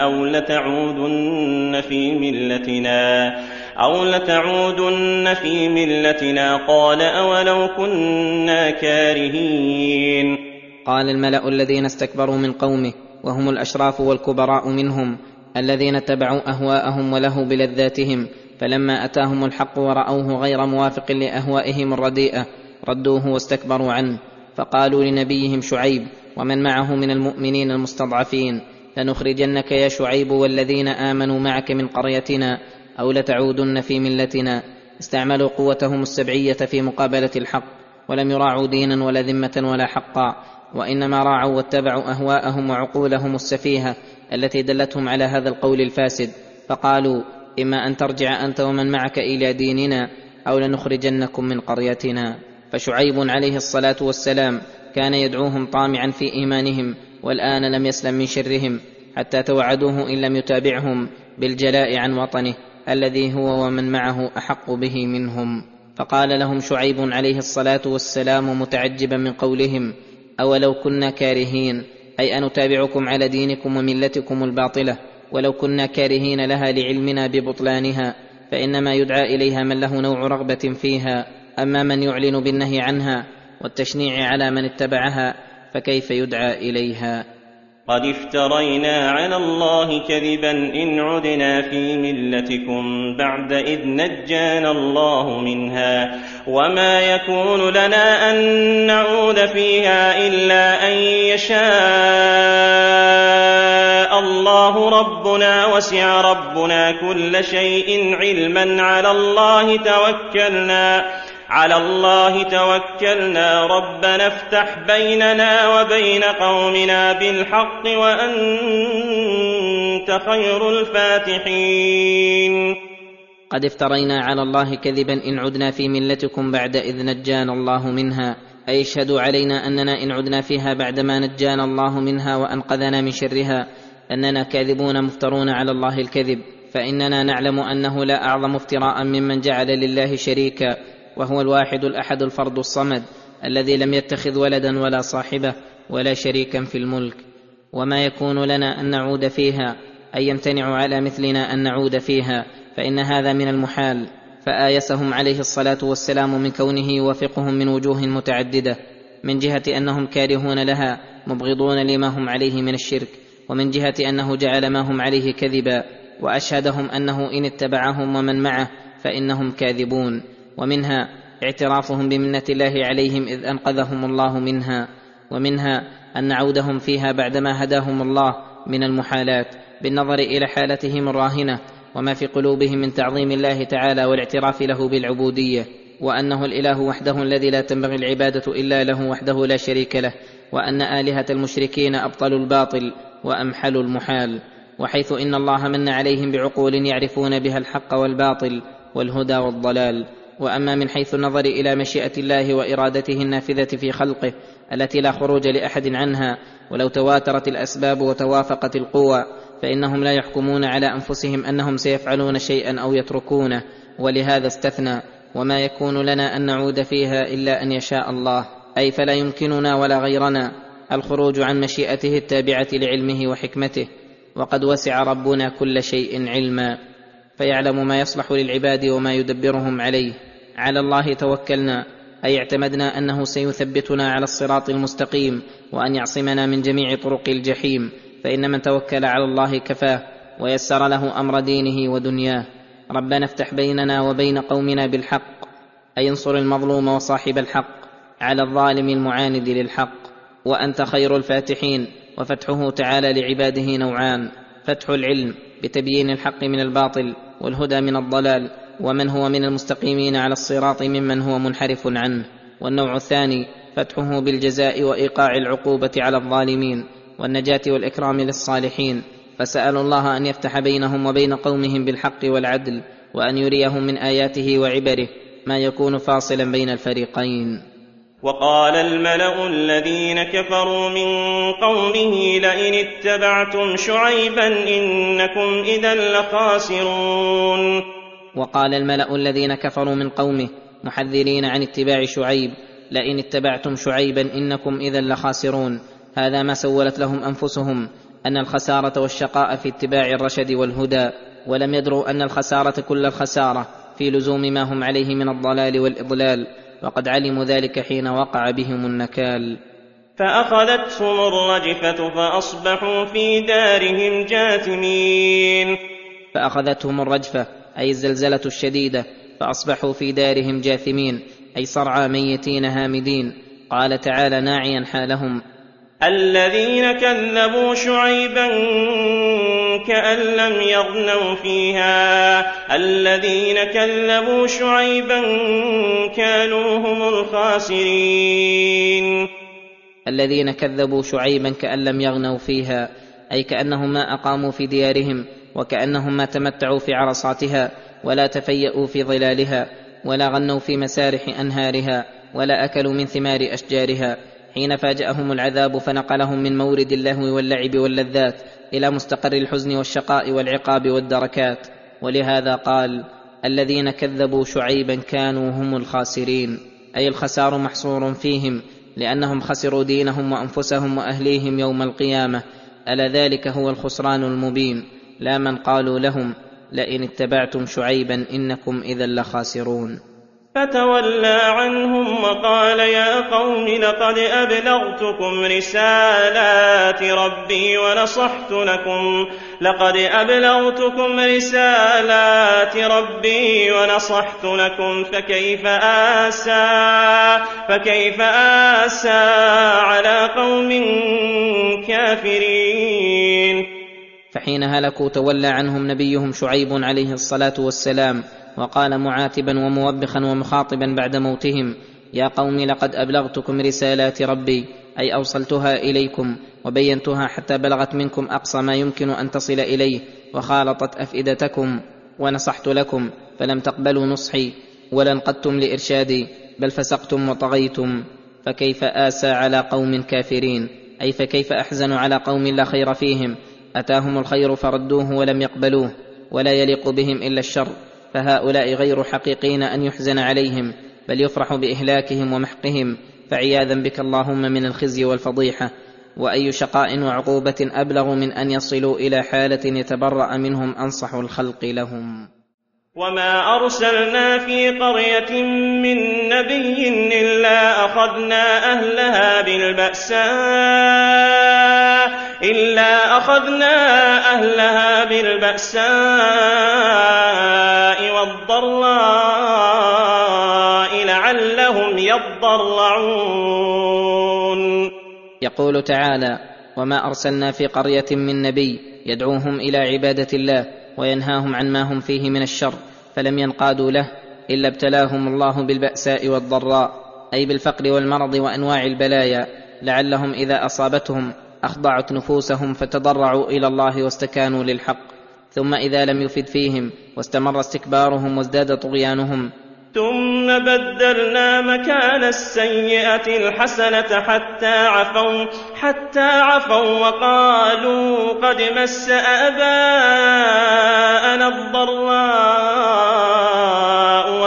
أو لتعودن في ملتنا قال أولو كنا كارهين. قال الملأ الذين استكبروا من قومه وهم الأشراف والكبراء منهم الذين اتبعوا أهواءهم ولهوا بلذاتهم، فلما أتاهم الحق ورأوه غير موافق لأهوائهم الرديئة ردوه واستكبروا عنه، فقالوا لنبيهم شعيب ومن معه من المؤمنين المستضعفين: لنخرجنك يا شعيب والذين آمنوا معك من قريتنا أو لتعودن في ملتنا. استعملوا قوتهم السبعية في مقابلة الحق، ولم يراعوا دينا ولا ذمة ولا حقا، وإنما راعوا واتبعوا أهواءهم وعقولهم السفيهة التي دلتهم على هذا القول الفاسد، فقالوا: إما أن ترجع أنت ومن معك إلى ديننا أو لنخرجنكم من قريتنا. فشعيب عليه الصلاة والسلام كان يدعوهم طامعا في إيمانهم، والآن لم يسلم من شرهم، حتى توعدوه إن لم يتابعهم بالجلاء عن وطنه الذي هو ومن معه أحق به منهم. فقال لهم شعيب عليه الصلاة والسلام متعجبا من قولهم: أولو كنا كارهين، أي أنتابعكم على دينكم وملتكم الباطلة ولو كنا كارهين لها لعلمنا ببطلانها، فإنما يدعى إليها من له نوع رغبة فيها، أما من يعلن بالنهي عنها والتشنيع على من اتبعها فكيف يدعى إليها؟ قد افترينا على الله كذبا إن عدنا في ملتكم بعد إذ نجانا الله منها، وما يكون لنا أن نعود فيها إلا أن يشاء الله ربنا، وسع ربنا كل شيء علما، على الله توكلنا ربنا افتح بيننا وبين قومنا بالحق وأنت خير الفاتحين. قد افترينا على الله كذبا إن عدنا في ملتكم بعد إذ نجانا الله منها، أي اشهدوا علينا أننا إن عدنا فيها بعدما نجانا الله منها وأنقذنا من شرها أننا كاذبون مفترون على الله الكذب، فإننا نعلم أنه لا أعظم افتراء ممن جعل لله شريكا، وهو الواحد الأحد الفرد الصمد الذي لم يتخذ ولدا ولا صاحبة ولا شريكا في الملك. وما يكون لنا أن نعود فيها، أي يمتنع على مثلنا أن نعود فيها، فإن هذا من المحال. فآيسهم عليه الصلاة والسلام من كونه يوافقهم من وجوه متعددة، من جهة أنهم كارهون لها مبغضون لما هم عليه من الشرك، ومن جهة أنه جعل ما هم عليه كذبا، وأشهدهم أنه إن اتبعهم ومن معه فإنهم كاذبون. ومنها اعترافهم بمنة الله عليهم إذ أنقذهم الله منها، ومنها أن عودهم فيها بعدما هداهم الله من المحالات بالنظر إلى حالتهم الراهنة وما في قلوبهم من تعظيم الله تعالى والاعتراف له بالعبودية، وأنه الإله وحده الذي لا تنبغي العبادة إلا له وحده لا شريك له، وأن آلهة المشركين أبطلوا الباطل وأمحلوا المحال. وحيث إن الله من عليهم بعقول يعرفون بها الحق والباطل والهدى والضلال. وأما من حيث النظر إلى مشيئة الله وإرادته النافذة في خلقه التي لا خروج لأحد عنها، ولو تواترت الأسباب وتوافقت القوى فإنهم لا يحكمون على أنفسهم أنهم سيفعلون شيئا أو يتركونه، ولهذا استثنى: وما يكون لنا أن نعود فيها إلا أن يشاء الله، أي فلا يمكننا ولا غيرنا الخروج عن مشيئته التابعة لعلمه وحكمته، وقد وسع ربنا كل شيء علما، فيعلم ما يصلح للعباد وما يدبرهم عليه. على الله توكلنا، أي اعتمدنا أنه سيثبتنا على الصراط المستقيم وأن يعصمنا من جميع طرق الجحيم، فإن من توكل على الله كفاه ويسر له أمر دينه ودنياه. ربنا افتح بيننا وبين قومنا بالحق، أي انصر المظلوم وصاحب الحق على الظالم المعاند للحق، وأنت خير الفاتحين. وفتحه تعالى لعباده نوعان: فتح العلم بتبيين الحق من الباطل والهدى من الضلال ومن هو من المستقيمين على الصراط ممن هو منحرف عنه، والنوع الثاني فتحه بالجزاء وإيقاع العقوبة على الظالمين والنجاة والإكرام للصالحين. فسألوا الله أن يفتح بينهم وبين قومهم بالحق والعدل، وأن يريهم من آياته وعبره ما يكون فاصلا بين الفريقين. وقال الملأ الذين كفروا من قومه لئن اتبعتم شعيبا إنكم إذا لخاسرون. وقال الملأ الذين كفروا من قومه محذرين عن اتباع شعيب: لئن اتبعتم شعيبا إنكم إذا لخاسرون. هذا ما سولت لهم أنفسهم أن الخسارة والشقاء في اتباع الرشد والهدى، ولم يدروا أن الخسارة كل الخسارة في لزوم ما هم عليه من الضلال والإضلال، وقد علموا ذلك حين وقع بهم النكال. فأخذتهم الرجفة فأصبحوا في دارهم جاثمين. فأخذتهم الرجفة أي الزلزلة الشديدة، فأصبحوا في دارهم جاثمين أي صرعى ميتين هامدين. قال تعالى ناعيا حالهم: الذين كذبوا شعيبا كأن لم يغنوا فيها الذين كذبوا شعيبا كانوا هم الخاسرين. الذين كذبوا شعيبا كأن لم يغنوا فيها، أي كأنهم ما أقاموا في ديارهم، وكأنهم ما تمتعوا في عرصاتها، ولا تفيأوا في ظلالها، ولا غنوا في مسارح أنهارها، ولا أكلوا من ثمار أشجارها، حين فاجأهم العذاب فنقلهم من مورد اللهو واللعب واللذات إلى مستقر الحزن والشقاء والعقاب والدركات. ولهذا قال: الذين كذبوا شعيبا كانوا هم الخاسرين، أي الخسار محصور فيهم، لأنهم خسروا دينهم وأنفسهم وأهليهم يوم القيامة. ألا ذلك هو الخسران المبين، لا من قالوا لهم: لئن اتبعتم شعيبا إنكم إذا لخاسرون. فتولى عنهم وقال: يا قوم لقد أبلغتكم رسالات ربي ونصحت لكم فكيف آسى على قوم كافرين. فحين هلكوا تولى عنهم نبيهم شعيب عليه الصلاة والسلام، وقال معاتبا وموبخا ومخاطبا بعد موتهم: يا قوم لقد أبلغتكم رسالات ربي، أي أوصلتها إليكم وبينتها حتى بلغت منكم أقصى ما يمكن أن تصل إليه وخالطت أفئدتكم، ونصحت لكم فلم تقبلوا نصحي ولا انقدتم لإرشادي، بل فسقتم وطغيتم. فكيف آسى على قوم كافرين، أي فكيف أحزن على قوم لا خير فيهم، أتاهم الخير فردوه ولم يقبلوه، ولا يليق بهم إلا الشر، فهؤلاء غير حقيقين أن يحزن عليهم، بل يفرح بإهلاكهم ومحقهم، فعياذا بك اللهم من الخزي والفضيحة. وأي شقاء وعقوبة أبلغ من أن يصلوا إلى حالة يتبرأ منهم أنصح الخلق لهم. وما أرسلنا في قرية من نبي إلا أخذنا أهلها بالبأساء والضراء لعلهم يضرعون. يقول تعالى: وما أرسلنا في قرية من نبي يدعوهم إلى عبادة الله وينهاهم عن ما هم فيه من الشر فلم ينقادوا له، إلا ابتلاهم الله بالبأساء والضراء، أي بالفقر والمرض وأنواع البلايا، لعلهم إذا أصابتهم أخضعت نفوسهم فتضرعوا إلى الله واستكانوا للحق، ثم إذا لم يفد فيهم واستمر استكبارهم وازداد طغيانهم، ثم بدلنا مكان السيئة الحسنة حتى عفوا وقالوا قد مس آباءنا الضراء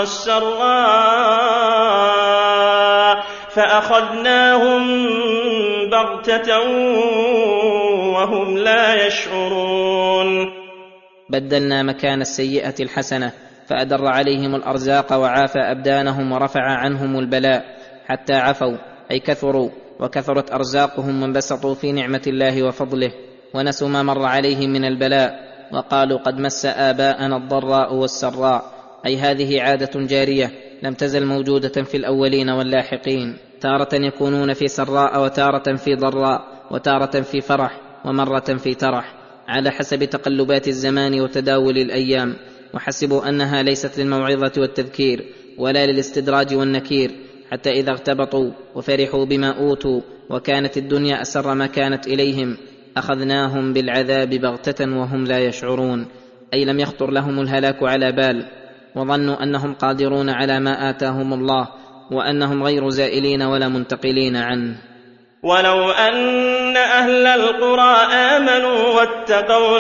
والسراء فأخذناهم بغتة وهم لا يشعرون. بدلنا مكان السيئة الحسنة فأدر عليهم الأرزاق وعافى أبدانهم ورفع عنهم البلاء حتى عفوا، أي كثروا وكثرت أرزاقهم وانبسطوا في نعمة الله وفضله، ونسوا ما مر عليهم من البلاء، وقالوا قد مس آباءنا الضراء والسراء، أي هذه عادة جارية لم تزل موجودة في الأولين واللاحقين، تارة يكونون في سراء وتارة في ضراء وتارة في فرح ومرة في ترح، على حسب تقلبات الزمان وتداول الأيام، وحسبوا أنها ليست للموعظة والتذكير ولا للاستدراج والنكير، حتى إذا اغتبطوا وفرحوا بما أوتوا وكانت الدنيا أسر ما كانت إليهم أخذناهم بالعذاب بغتة وهم لا يشعرون، أي لم يخطر لهم الهلاك على بال، وظنوا أنهم قادرون على ما آتاهم الله وأنهم غير زائلين ولا منتقلين عنه. ولو أن أهل القرى آمنوا واتقوا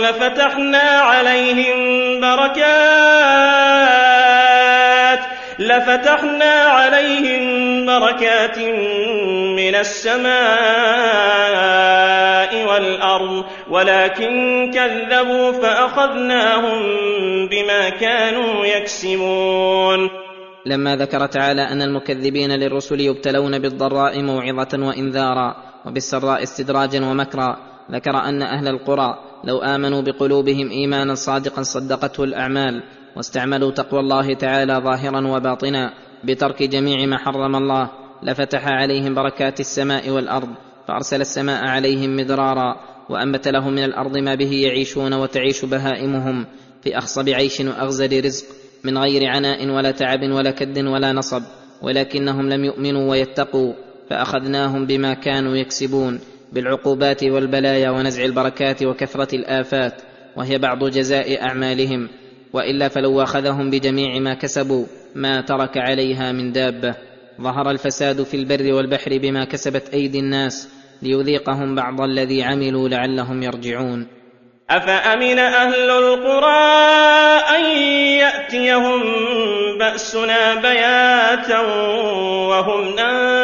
لفتحنا عليهم بركات من السماء والأرض، ولكن كذبوا فأخذناهم بما كانوا يكسبون. لما ذكر تعالى أن المكذبين للرسل يبتلون بالضراء موعظة وإنذارا وبالسراء استدراجا ومكرا، ذكر أن أهل القرى لو آمنوا بقلوبهم إيمانا صادقا صدقته الأعمال، واستعملوا تقوى الله تعالى ظاهرا وباطنا بترك جميع ما حرم الله، لفتح عليهم بركات السماء والأرض، فأرسل السماء عليهم مدرارا وأنبت لهم من الأرض ما به يعيشون وتعيش بهائمهم في أخصب عيش وأغزر رزق من غير عناء ولا تعب ولا كد ولا نصب، ولكنهم لم يؤمنوا ويتقوا فأخذناهم بما كانوا يكسبون بالعقوبات والبلايا ونزع البركات وكثرة الآفات، وهي بعض جزاء أعمالهم، وإلا فلو أخذهم بجميع ما كسبوا ما ترك عليها من دابة. ظهر الفساد في البر والبحر بما كسبت أيدي الناس ليذيقهم بعض الذي عملوا لعلهم يرجعون. أفأمن أهل القرى أن يأتيهم بأسنا بياتا وهم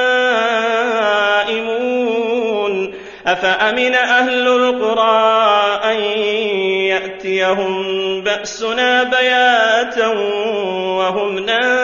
نائمون أفأمن أهل القرى أن يأتيهم بأسنا بياتا وهم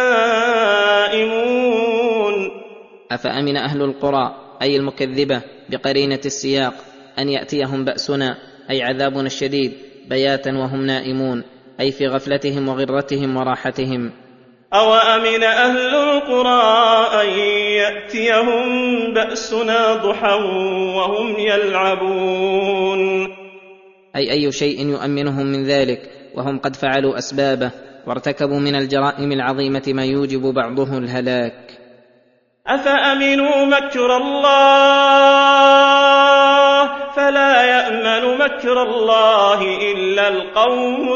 نائمون. أفأمن أهل القرى أي المكذبة بقرينة السياق أن يأتيهم بأسنا أي عذابنا الشديد بياتا وهم نائمون أي في غفلتهم وغرتهم وراحتهم. أوأمن أهل القرى أن يأتيهم بأسنا ضحى وهم يلعبون أي شيء يؤمنهم من ذلك وهم قد فعلوا أسبابه وارتكبوا من الجرائم العظيمة ما يوجب بعضه الهلاك. أفأمنوا مكر الله فلا يأمن مكر الله إلا القوم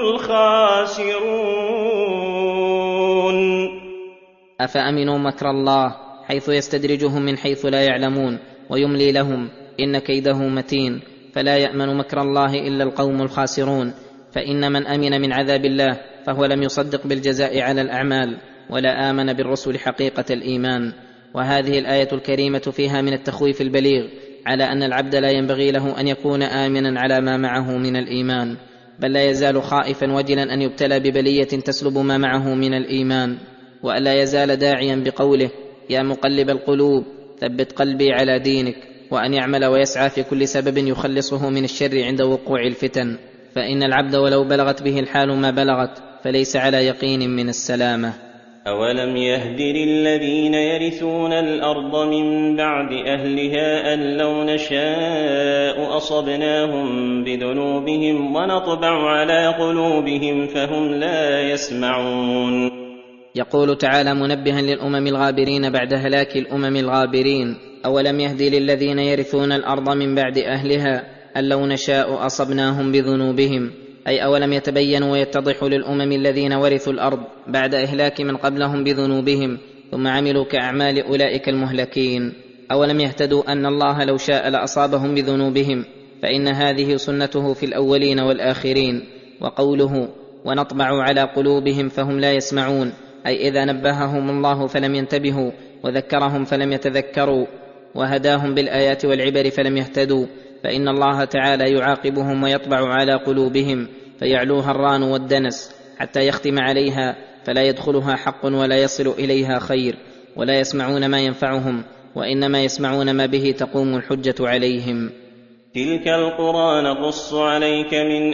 الخاسرون. أفأمنوا مكر الله حيث يستدرجهم من حيث لا يعلمون ويملي لهم إن كيده متين، فلا يأمن مكر الله إلا القوم الخاسرون، فإن من أمن من عذاب الله فهو لم يصدق بالجزاء على الأعمال ولا آمن بالرسل حقيقة الإيمان. وهذه الآية الكريمة فيها من التخويف البليغ على أن العبد لا ينبغي له أن يكون آمنا على ما معه من الإيمان، بل لا يزال خائفا وجلا أن يبتلى ببلية تسلب ما معه من الإيمان، وألا يزال داعيا بقوله يا مقلب القلوب ثبت قلبي على دينك، وأن يعمل ويسعى في كل سبب يخلصه من الشر عند وقوع الفتن، فإن العبد ولو بلغت به الحال ما بلغت فليس على يقين من السلامة. أولم يهد للذين يرثون الأرض من بعد أهلها أن لو نشاء أصبناهم بذنوبهم ونطبع على قلوبهم فهم لا يسمعون. يقول تعالى منبها للأمم الغابرين بعد هلاك الأمم الغابرين: أولم يهد للذين يرثون الأرض من بعد أهلها أن لو نشاء أصبناهم بذنوبهم، أي أولم يتبين ويتضح للأمم الذين ورثوا الأرض بعد إهلاك من قبلهم بذنوبهم ثم عملوا كأعمال أولئك المهلكين. أولم يهتدوا أن الله لو شاء لأصابهم بذنوبهم، فإن هذه سنته في الأولين والآخرين. وقوله ونطبع على قلوبهم فهم لا يسمعون، أي إذا نبههم الله فلم ينتبهوا وذكرهم فلم يتذكروا وهداهم بالآيات والعبر فلم يهتدوا، فإن الله تعالى يعاقبهم ويطبع على قلوبهم فيعلوها الران والدنس حتى يختم عليها فلا يدخلها حق ولا يصل إليها خير، ولا يسمعون ما ينفعهم وإنما يسمعون ما به تقوم الحجة عليهم. تلك القرى نقص عليك من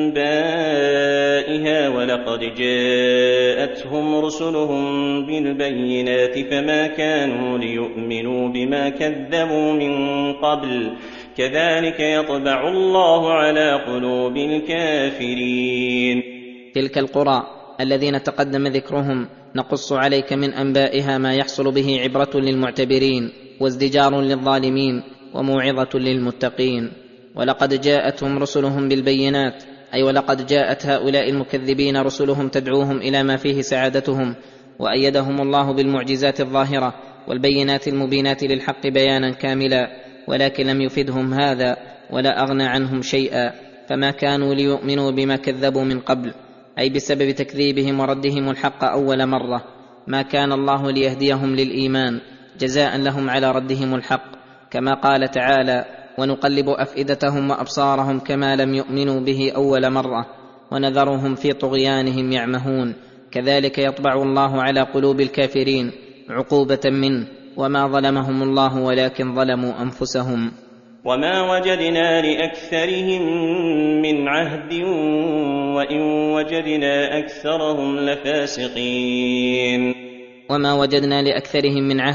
أنبائها ولقد جاءتهم رسلهم بالبينات فما كانوا ليؤمنوا بما كذبوا من قبل كذلك يطبع الله على قلوب الكافرين. تلك القرى الذين تقدم ذكرهم نقص عليك من أنبائها ما يحصل به عبرة للمعتبرين وازدجار للظالمين وموعظة للمتقين. ولقد جاءتهم رسلهم بالبينات، أي ولقد جاءت هؤلاء المكذبين رسلهم تدعوهم إلى ما فيه سعادتهم، وأيدهم الله بالمعجزات الظاهرة والبينات المبينات للحق بيانا كاملا، ولكن لم يفدهم هذا ولا أغنى عنهم شيئا، فما كانوا ليؤمنوا بما كذبوا من قبل، أي بسبب تكذيبهم وردهم الحق أول مرة. ما كان الله ليهديهم للإيمان جزاء لهم على ردهم الحق، كما قال تعالى ونقلب أفئدتهم وأبصارهم كما لم يؤمنوا به أول مرة ونذرهم في طغيانهم يعمهون. كذلك يطبع الله على قلوب الكافرين عقوبة منه، وما ظلمهم الله ولكن ظلموا أنفسهم. وما وجدنا لأكثرهم من عهد وإن وجدنا أكثرهم لفاسقين. وما وجدنا لأكثرهم من عهد،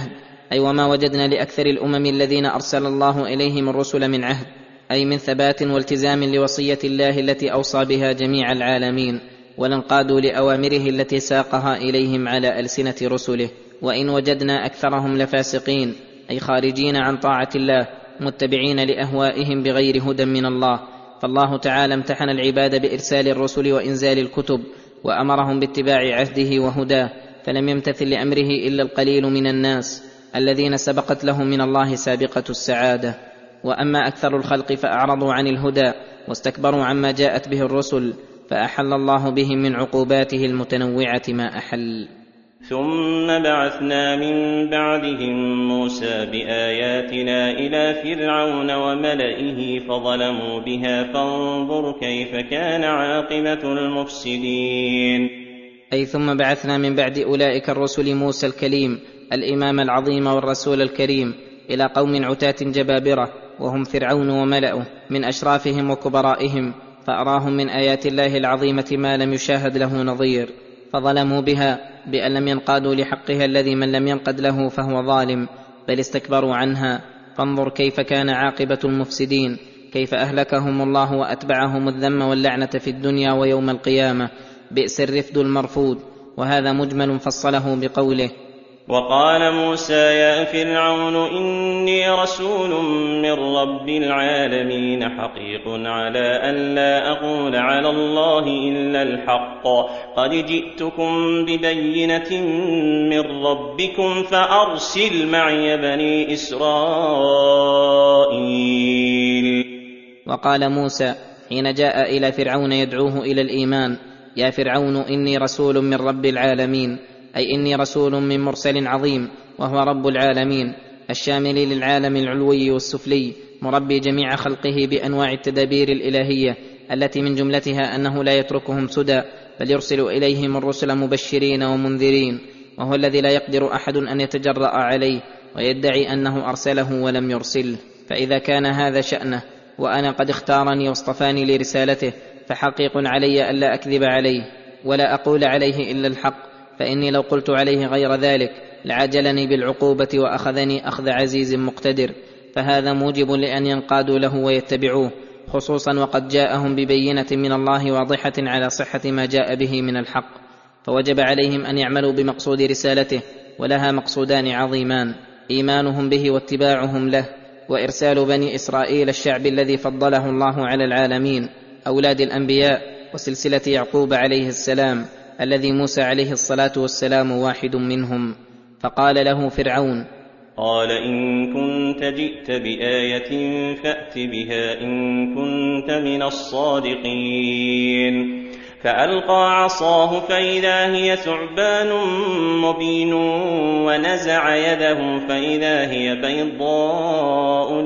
أي وما وجدنا لأكثر الأمم الذين أرسل الله إليهم الرسل من عهد، أي من ثبات والتزام لوصية الله التي أوصى بها جميع العالمين، ولانقادوا لأوامره التي ساقها إليهم على ألسنة رسله. وإن وجدنا أكثرهم لفاسقين، أي خارجين عن طاعة الله متبعين لأهوائهم بغير هدى من الله. فالله تعالى امتحن العباد بإرسال الرسل وإنزال الكتب، وأمرهم باتباع عهده وهداه، فلم يمتثل لأمره إلا القليل من الناس الذين سبقت لهم من الله سابقة السعادة. وأما أكثر الخلق فأعرضوا عن الهدى واستكبروا عما جاءت به الرسل، فأحل الله بهم من عقوباته المتنوعة ما أحل. ثم بعثنا من بعدهم موسى بآياتنا إلى فرعون وملئه فظلموا بها، فانظر كيف كان عاقبة المفسدين. أي ثم بعثنا من بعد أولئك الرسل موسى الكليم الإمام العظيم والرسول الكريم إلى قوم عتاة جبابرة، وهم فرعون وملئه من أشرافهم وكبرائهم، فأراهم من آيات الله العظيمة ما لم يشاهد له نظير، فظلموا بها بأن لم ينقادوا لحقها الذي من لم ينقد له فهو ظالم، بل استكبروا عنها. فانظر كيف كان عاقبة المفسدين، كيف أهلكهم الله وأتبعهم الذم واللعنة في الدنيا ويوم القيامة، بئس الرفد المرفود. وهذا مجمل فصله بقوله: وقال موسى يا فرعون إني رسول من رب العالمين، حقيق على أن لا أقول على الله إلا الحق، قد جئتكم ببينة من ربكم فأرسل معي بني إسرائيل. وقال موسى حين جاء إلى فرعون يدعوه إلى الإيمان: يا فرعون إني رسول من رب العالمين، أي إني رسول من مرسل عظيم وهو رب العالمين، الشامل للعالم العلوي والسفلي، مربي جميع خلقه بأنواع التدابير الإلهية التي من جملتها أنه لا يتركهم سدى، بل يرسل إليهم الرسل مبشرين ومنذرين، وهو الذي لا يقدر أحد أن يتجرأ عليه ويدعي أنه أرسله ولم يرسله. فإذا كان هذا شأنه وأنا قد اختارني واصطفاني لرسالته، فحقيق علي ألا أكذب عليه ولا أقول عليه إلا الحق، فإني لو قلت عليه غير ذلك لعجلني بالعقوبة وأخذني أخذ عزيز مقتدر. فهذا موجب لأن ينقادوا له ويتبعوه، خصوصا وقد جاءهم ببينة من الله واضحة على صحة ما جاء به من الحق، فوجب عليهم أن يعملوا بمقصود رسالته، ولها مقصودان عظيمان: إيمانهم به واتباعهم له، وإرسال بني إسرائيل الشعب الذي فضله الله على العالمين، أولاد الأنبياء وسلسلة يعقوب عليه السلام، الذي موسى عليه الصلاة والسلام واحد منهم. فقال له فرعون: قال إن كنت جئت بآية فأت بها إن كنت من الصادقين. فألقى عصاه فإذا هي ثعبان مبين، ونزع يده فإذا هي بيضاء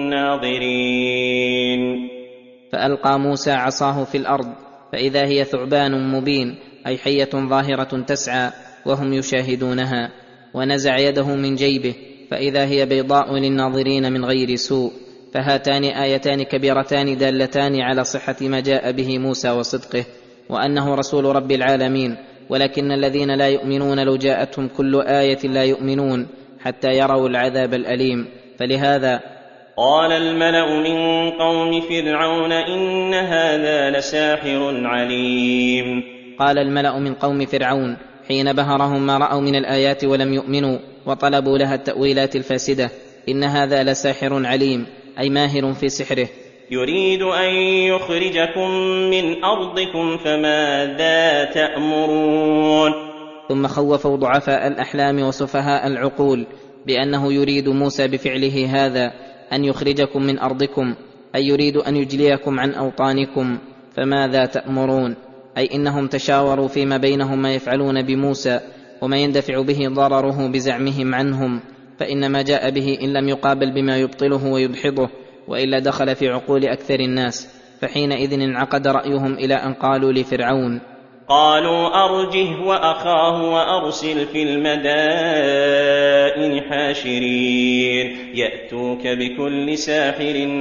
للناظرين. فألقى موسى عصاه في الأرض فإذا هي ثعبان مبين، أي حية ظاهرة تسعى وهم يشاهدونها، ونزع يده من جيبه فإذا هي بيضاء للناظرين من غير سوء. فهاتان آيتان كبيرتان دالتان على صحة ما جاء به موسى وصدقه، وأنه رسول رب العالمين. ولكن الذين لا يؤمنون لو جاءتهم كل آية لا يؤمنون حتى يروا العذاب الأليم. فلهذا قال الملأ من قوم فرعون إن هذا لساحر عليم. قال الملأ من قوم فرعون حين بهرهم ما رأوا من الآيات ولم يؤمنوا وطلبوا لها التأويلات الفاسدة: إن هذا لساحر عليم، أي ماهر في سحره، يريد أن يخرجكم من أرضكم فماذا تأمرون. ثم خوفوا ضعفاء الأحلام وسفهاء العقول بأنه يريد موسى بفعله هذا أن يخرجكم من أرضكم، أي يريد أن يجليكم عن أوطانكم. فماذا تأمرون؟ أي إنهم تشاوروا فيما بينهم ما يفعلون بموسى وما يندفع به ضرره بزعمهم عنهم، فإن ما جاء به إن لم يقابل بما يبطله ويدحضه وإلا دخل في عقول أكثر الناس. فحينئذ انعقد رأيهم إلى أن قالوا لفرعون: قالوا أرجه وأخاه وأرسل في المدائن حاشرين يأتوك بكل ساحر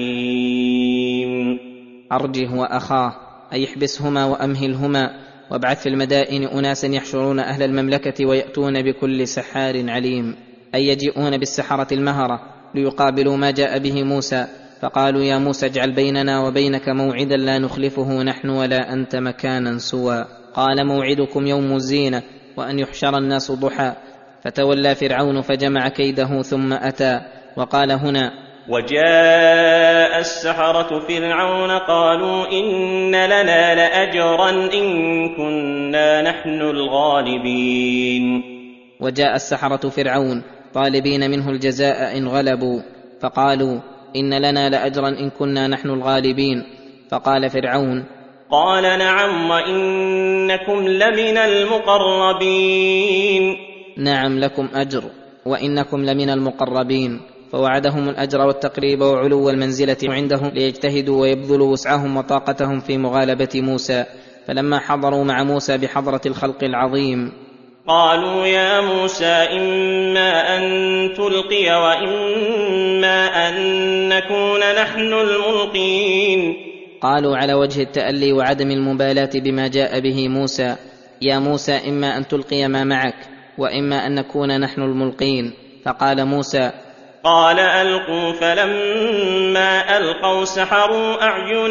عليم. أرجه وأخاه أي احبسهما وأمهلهما، وابعث في المدائن أناسا يحشرون أهل المملكة ويأتون بكل سحار عليم. أي يجيئون بالسحرة المهرة ليقابلوا ما جاء به موسى، فقالوا يا موسى اجعل بيننا وبينك موعدا لا نخلفه نحن ولا أنت مكانا سوى. قال موعدكم يوم الزينة وأن يحشر الناس ضحى. فتولى فرعون فجمع كيده ثم أتى. وقال هنا وجاء السحرة فرعون قالوا إن لنا لأجرا إن كنا نحن الغالبين. وجاء السحرة فرعون طالبين منه الجزاء إن غلبوا، فقالوا إن لنا لأجرا إن كنا نحن الغالبين. فقال فرعون قال نعم وإنكم لمن المقربين. نعم لكم أجر وإنكم لمن المقربين. فوعدهم الأجر والتقريب وعلو المنزلة عندهم ليجتهدوا ويبذلوا وسعهم وطاقتهم في مغالبة موسى. فلما حضروا مع موسى بحضرة الخلق العظيم قالوا يا موسى إما أن تلقي وإما أن نكون نحن الملقين. قالوا على وجه التألي وعدم المبالاة بما جاء به موسى يا موسى إما أن تلقي ما معك وإما أن نكون نحن الملقين. فقال موسى قال ألقوا. فلما ألقوا سحروا أعين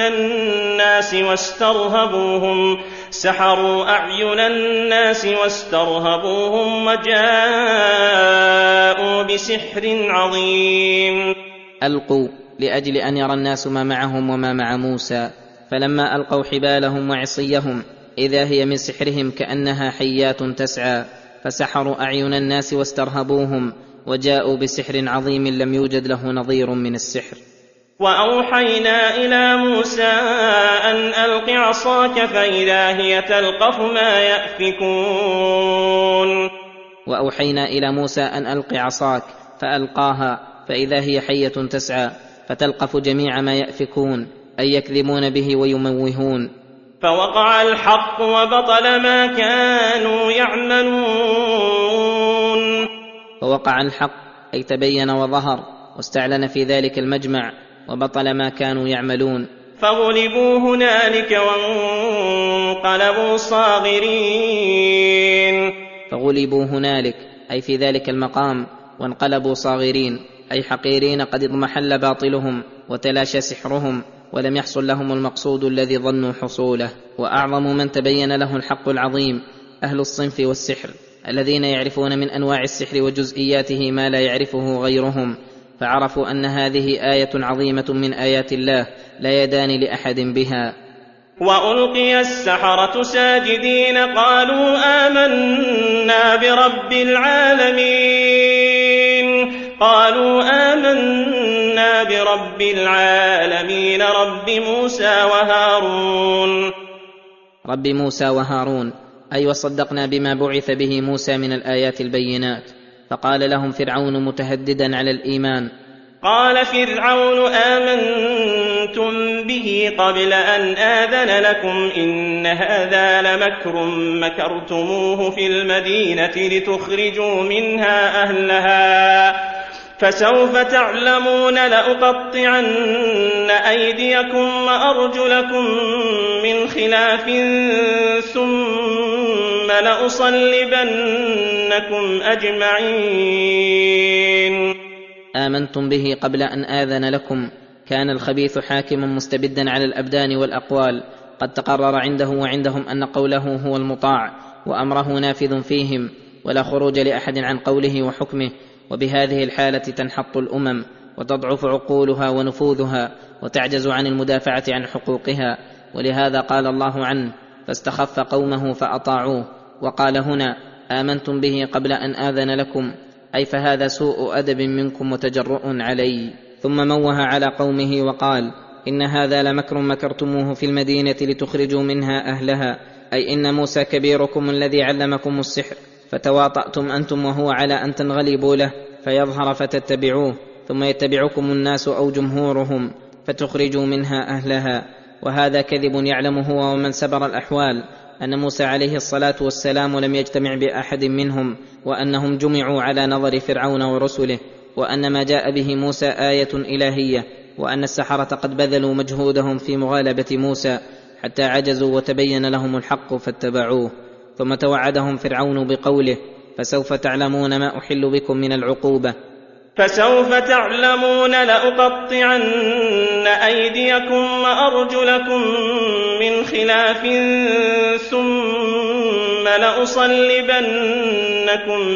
الناس واسترهبوهم وجاءوا بسحر عظيم. ألقوا لأجل أن يرى الناس ما معهم وما مع موسى. فلما ألقوا حبالهم وعصيهم إذا هي من سحرهم كأنها حيات تسعى، فسحروا أعين الناس واسترهبوهم وجاءوا بسحر عظيم لم يوجد له نظير من السحر. وأوحينا إلى موسى أن ألق عصاك فإذا هي تلقف ما يأفكون. وأوحينا إلى موسى أن ألق عصاك فألقاها فإذا هي حية تسعى فتلقف جميع ما يأفكون أي يكذبون به ويموهون. فوقع الحق وبطل ما كانوا يعملون. فوقع الحق أي تبين وظهر واستعلن في ذلك المجمع وبطل ما كانوا يعملون. فغلبوا هنالك وانقلبوا صاغرين. فغلبوا هنالك أي في ذلك المقام وانقلبوا صاغرين أي حقيرين قد اضمحل باطلهم وتلاشى سحرهم ولم يحصل لهم المقصود الذي ظنوا حصوله. وأعظم من تبين له الحق العظيم أهل الصنف والسحر الذين يعرفون من أنواع السحر وجزئياته ما لا يعرفه غيرهم، فعرفوا أن هذه آية عظيمة من آيات الله لا يدان لأحد بها. وألقي السحرة ساجدين قالوا آمنا برب العالمين رب موسى وهارون. أي وصدقنا بما بعث به موسى من الآيات البينات. فقال لهم فرعون متهددا على الإيمان قال فرعون آمنتم به قبل أن آذن لكم إن هذا لمكر مكرتموه في المدينة لتخرجوا منها أهلها فسوف تعلمون لأقطعن أيديكم وأرجلكم من خلاف ثم لأصلبنكم أجمعين. آمنتم به قبل أن آذن لكم. كان الخبيث حاكما مستبدا على الأبدان والأقوال، قد تقرر عنده وعندهم أن قوله هو المطاع وأمره نافذ فيهم ولا خروج لأحد عن قوله وحكمه. وبهذه الحالة تنحط الأمم وتضعف عقولها ونفوذها وتعجز عن المدافعة عن حقوقها. ولهذا قال الله عنه فاستخف قومه فأطاعوه. وقال هنا آمنتم به قبل أن آذن لكم، أي فهذا سوء أدب منكم وتجرؤ علي. ثم موه على قومه وقال إن هذا لمكر مكرتموه في المدينة لتخرجوا منها أهلها، أي إن موسى كبيركم الذي علمكم السحر فتواطأتم أنتم وهو على أن تنغلبوا له فيظهر فتتبعوه ثم يتبعكم الناس أو جمهورهم فتخرجوا منها أهلها. وهذا كذب يعلمه هو ومن سبر الأحوال أن موسى عليه الصلاة والسلام لم يجتمع بأحد منهم وأنهم جمعوا على نظر فرعون ورسله، وأن ما جاء به موسى آية إلهية، وأن السحرة قد بذلوا مجهودهم في مغالبة موسى حتى عجزوا وتبين لهم الحق فاتبعوه. ثم توعدهم فرعون بقوله فسوف تعلمون ما أحل بكم من العقوبة. فسوف تعلمون لأقطعن أيديكم وأرجلكم من خلاف ثم لأصلبنكم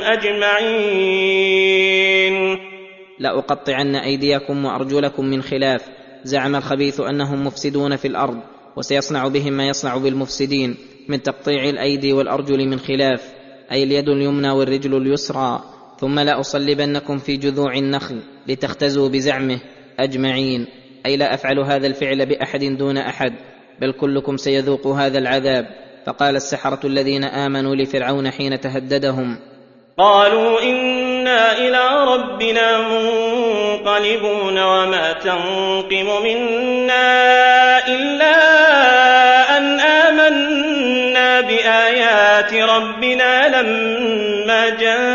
أجمعين. لأقطعن أيديكم وأرجلكم من خلاف، زعم الخبيث أنهم مفسدون في الأرض، وسيصنع بهم ما يصنع بالمفسدين من تقطيع الأيدي والأرجل من خلاف، أي اليد اليمنى والرجل اليسرى. ثم لأصلبنكم في جذوع النخل لتختزوا بزعمه أجمعين، أي لا أفعل هذا الفعل بأحد دون أحد، بل كلكم سيذوق هذا العذاب. فقال السحرة الذين آمنوا لفرعون حين تهددهم: قالوا إنا إلى ربنا منقلبون وما تنقم منا إلا أن آمنا بآيات ربنا لما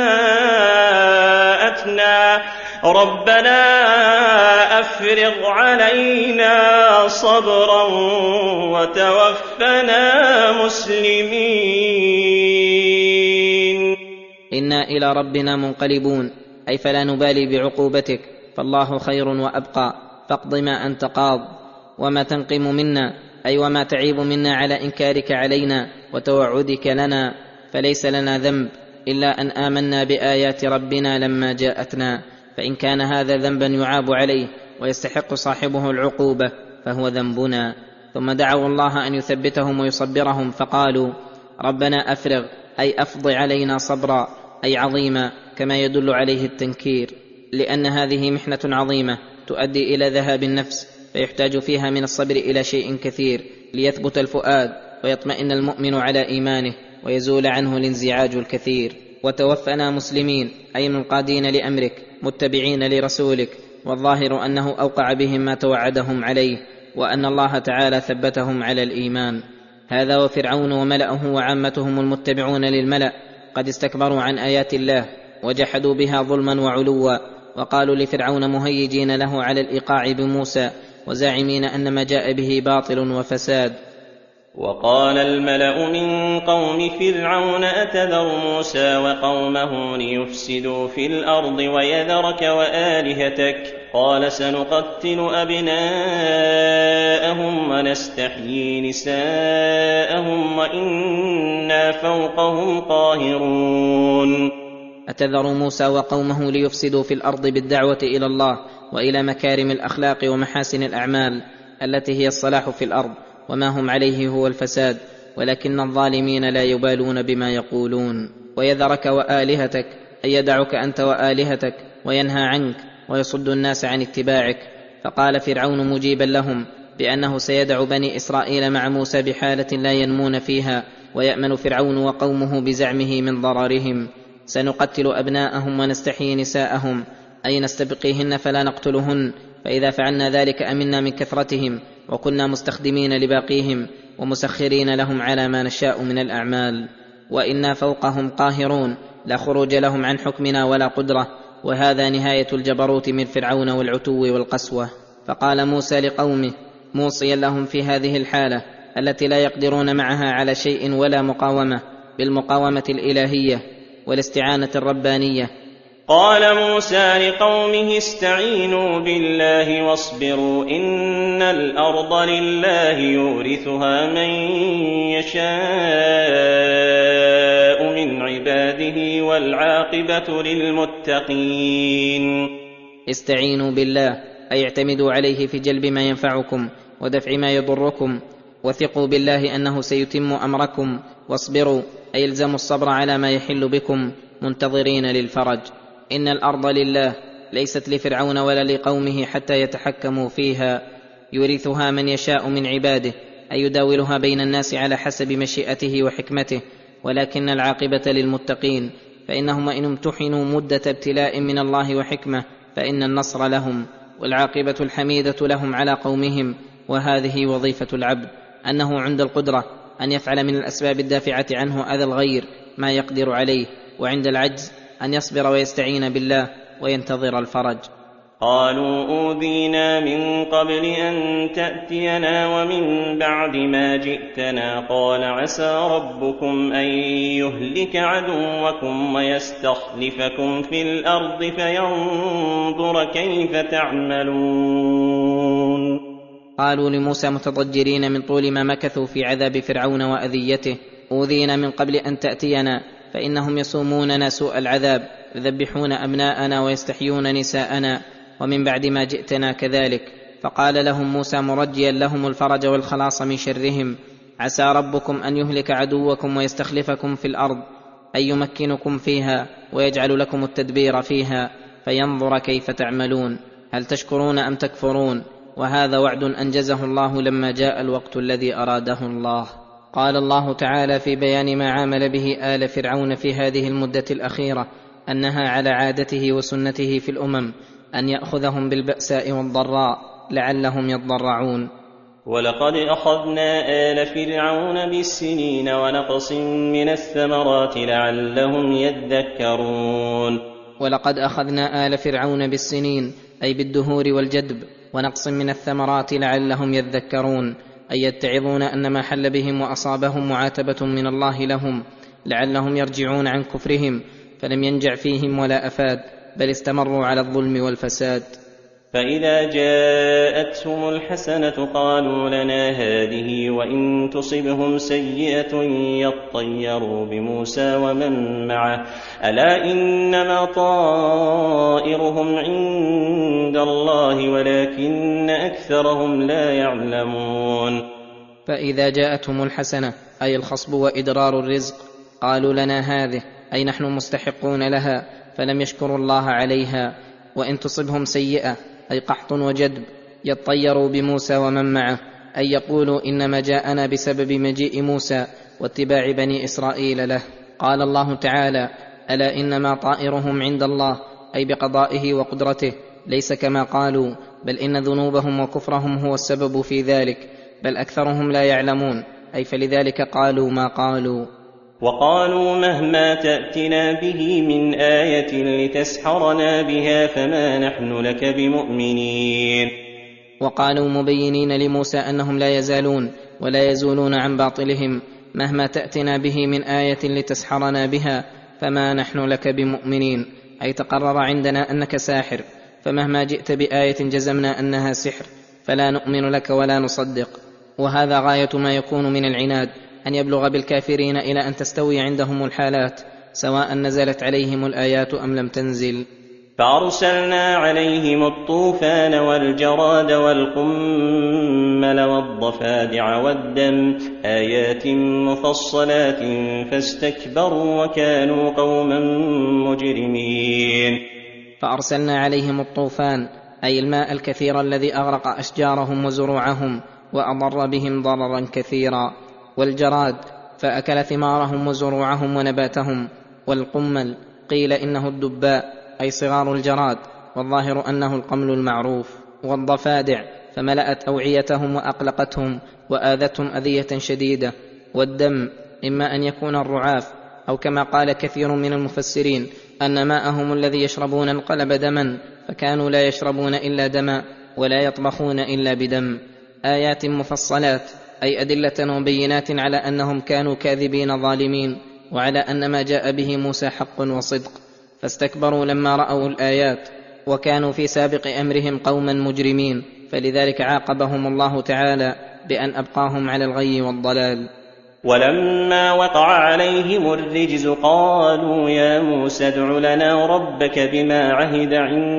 جاءتنا ربنا أفرغ علينا صبرا وتوفنا مسلمين. إنا إلى ربنا منقلبون، أي فلا نبالي بعقوبتك، فالله خير وأبقى، فاقض ما أنت قاض. وما تنقم منا، أي وما تعيب منا على إنكارك علينا وتوعدك لنا، فليس لنا ذنب إلا أن آمنا بآيات ربنا لما جاءتنا، فإن كان هذا ذنبا يعاب عليه ويستحق صاحبه العقوبة فهو ذنبنا. ثم دعوا الله أن يثبتهم ويصبرهم، فقالوا: ربنا أفرغ، أي أفض علينا صبرا، أي عظيما، كما يدل عليه التنكير، لأن هذه محنة عظيمة تؤدي إلى ذهاب النفس، فيحتاج فيها من الصبر إلى شيء كثير ليثبت الفؤاد ويطمئن المؤمن على إيمانه ويزول عنه الانزعاج الكثير. وتوفنا مسلمين، أي منقادين لأمرك متبعين لرسولك، والظاهر أنه أوقع بهم ما توعدهم عليه، وأن الله تعالى ثبتهم على الإيمان. هذا وفرعون وملأه وعامتهم المتبعون للملأ قد استكبروا عن آيات الله وجحدوا بها ظلما وعلوا، وقالوا لفرعون مهيجين له على الإيقاع بموسى وزاعمين أن ما جاء به باطل وفساد. وقال الملأ من قوم فرعون أتذر موسى وقومه ليفسدوا في الأرض ويذرك وآلهتك؟ قال سنقتل أبناءهم ونستحيي نساءهم وإنا فوقهم قاهرون. أتذر موسى وقومه ليفسدوا في الأرض بالدعوة إلى الله وإلى مكارم الأخلاق ومحاسن الأعمال التي هي الصلاح في الأرض، وما هم عليه هو الفساد، ولكن الظالمين لا يبالون بما يقولون. ويذرك وآلهتك، أي يدعك أنت وآلهتك وينهى عنك ويصد الناس عن اتباعك. فقال فرعون مجيبا لهم بأنه سيدع بني إسرائيل مع موسى بحالة لا ينمون فيها، ويأمن فرعون وقومه بزعمه من ضررهم: سنقتل أبناءهم ونستحيي نساءهم، أي نستبقيهن فلا نقتلهن، فإذا فعلنا ذلك أمنا من كثرتهم، وكنا مستخدمين لباقيهم ومسخرين لهم على ما نشاء من الأعمال، وإنا فوقهم قاهرون، لا خروج لهم عن حكمنا ولا قدرة. وهذا نهاية الجبروت من فرعون والعتو والقسوة. فقال موسى لقومه موصيا لهم في هذه الحالة التي لا يقدرون معها على شيء ولا مقاومة، بالمقاومة الإلهية والاستعانة الربانية: قال موسى لقومه استعينوا بالله واصبروا إن الأرض لله يورثها من يشاء من عباده والعاقبة للمتقين. استعينوا بالله، أي اعتمدوا عليه في جلب ما ينفعكم ودفع ما يضركم، وثقوا بالله أنه سيتم أمركم. واصبروا، أي الزموا الصبر على ما يحل بكم منتظرين للفرج. إن الأرض لله، ليست لفرعون ولا لقومه حتى يتحكموا فيها، يورثها من يشاء من عباده، أي يداولها بين الناس على حسب مشيئته وحكمته، ولكن العاقبة للمتقين، فإنهم إن امتحنوا مدة ابتلاء من الله وحكمة فإن النصر لهم، والعاقبة الحميدة لهم على قومهم. وهذه وظيفة العبد، أنه عند القدرة أن يفعل من الأسباب الدافعة عنه أذى الغير ما يقدر عليه، وعند العجز أن يصبر ويستعين بالله وينتظر الفرج. قالوا أوذينا من قبل أن تأتينا ومن بعد ما جئتنا قال عسى ربكم أن يهلك عدوكم ويستخلفكم في الأرض فينظر كيف تعملون. قالوا لموسى متضجرين من طول ما مكثوا في عذاب فرعون وأذيته: أوذينا من قبل أن تأتينا، فإنهم يصوموننا سوء العذاب، يذبحون أبناءنا ويستحيون نساءنا، ومن بعد ما جئتنا كذلك. فقال لهم موسى مرجيا لهم الفرج والخلاص من شرهم: عسى ربكم أن يهلك عدوكم ويستخلفكم في الأرض، أي يمكنكم فيها ويجعل لكم التدبير فيها، فينظر كيف تعملون، هل تشكرون أم تكفرون. وهذا وعد أنجزه الله لما جاء الوقت الذي أراده الله. قال الله تعالى في بيان ما عامل به آل فرعون في هذه المدة الأخيرة أنها على عادته وسنته في الأمم أن يأخذهم بالبأساء والضراء لعلهم يضرعون. ولقد أخذنا آل فرعون بالسنين ونقص من الثمرات لعلهم يذكرون. ولقد أخذنا آل فرعون بالسنين، أي بالدهور والجدب، ونقص من الثمرات لعلهم يذكرون، أي يتعظون أن ما حل بهم وأصابهم معاتبة من الله لهم، لعلهم يرجعون عن كفرهم، فلم ينجع فيهم ولا أفاد، بل استمروا على الظلم والفساد. فإذا جاءتهم الحسنة قالوا لنا هذه، وإن تصبهم سيئة يطيروا بموسى ومن معه، ألا إنما طائرهم عند الله ولكن أكثرهم لا يعلمون. فإذا جاءتهم الحسنة، أي الخصب وإدرار الرزق، قالوا لنا هذه، أي نحن مستحقون لها، فلم يشكروا الله عليها. وإن تصبهم سيئة، أي قحط وجدب، يطيروا بموسى ومن معه، أي يقولوا إنما جاءنا بسبب مجيء موسى واتباع بني إسرائيل له. قال الله تعالى: ألا إنما طائرهم عند الله، أي بقضائه وقدرته، ليس كما قالوا، بل إن ذنوبهم وكفرهم هو السبب في ذلك، بل أكثرهم لا يعلمون، أي فلذلك قالوا ما قالوا. وقالوا مهما تأتنا به من آية لتسحرنا بها فما نحن لك بمؤمنين. وقالوا مبينين لموسى أنهم لا يزالون ولا يزولون عن باطلهم: مهما تأتنا به من آية لتسحرنا بها فما نحن لك بمؤمنين، أي تقرر عندنا أنك ساحر، فمهما جئت بآية جزمنا أنها سحر، فلا نؤمن لك ولا نصدق. وهذا غاية ما يكون من العناد، أن يبلغ بالكافرين إلى أن تستوي عندهم الحالات، سواء نزلت عليهم الآيات أم لم تنزل. فأرسلنا عليهم الطوفان والجراد والقمل والضفادع والدم آيات مفصلات فاستكبروا وكانوا قوما مجرمين. فأرسلنا عليهم الطوفان، أي الماء الكثير الذي أغرق أشجارهم وزروعهم وأضر بهم ضررا كثيرا، والجراد فأكل ثمارهم وزروعهم ونباتهم، والقمل قيل إنه الدباء أي صغار الجراد، والظاهر أنه القمل المعروف، والضفادع فملأت أوعيتهم وأقلقتهم وآذتهم أذية شديدة، والدم إما أن يكون الرعاف، أو كما قال كثير من المفسرين أن ماءهم الذي يشربون انقلب دما، فكانوا لا يشربون إلا دما ولا يطبخون إلا بدم. آيات مفصلات، أي أدلة وبينات على أنهم كانوا كاذبين ظالمين، وعلى أن ما جاء به موسى حق وصدق، فاستكبروا لما رأوا الآيات، وكانوا في سابق أمرهم قوما مجرمين، فلذلك عاقبهم الله تعالى بأن أبقاهم على الغي والضلال. ولما وقع عليهم الرجز قالوا يا موسى ادع لنا ربك بما عهد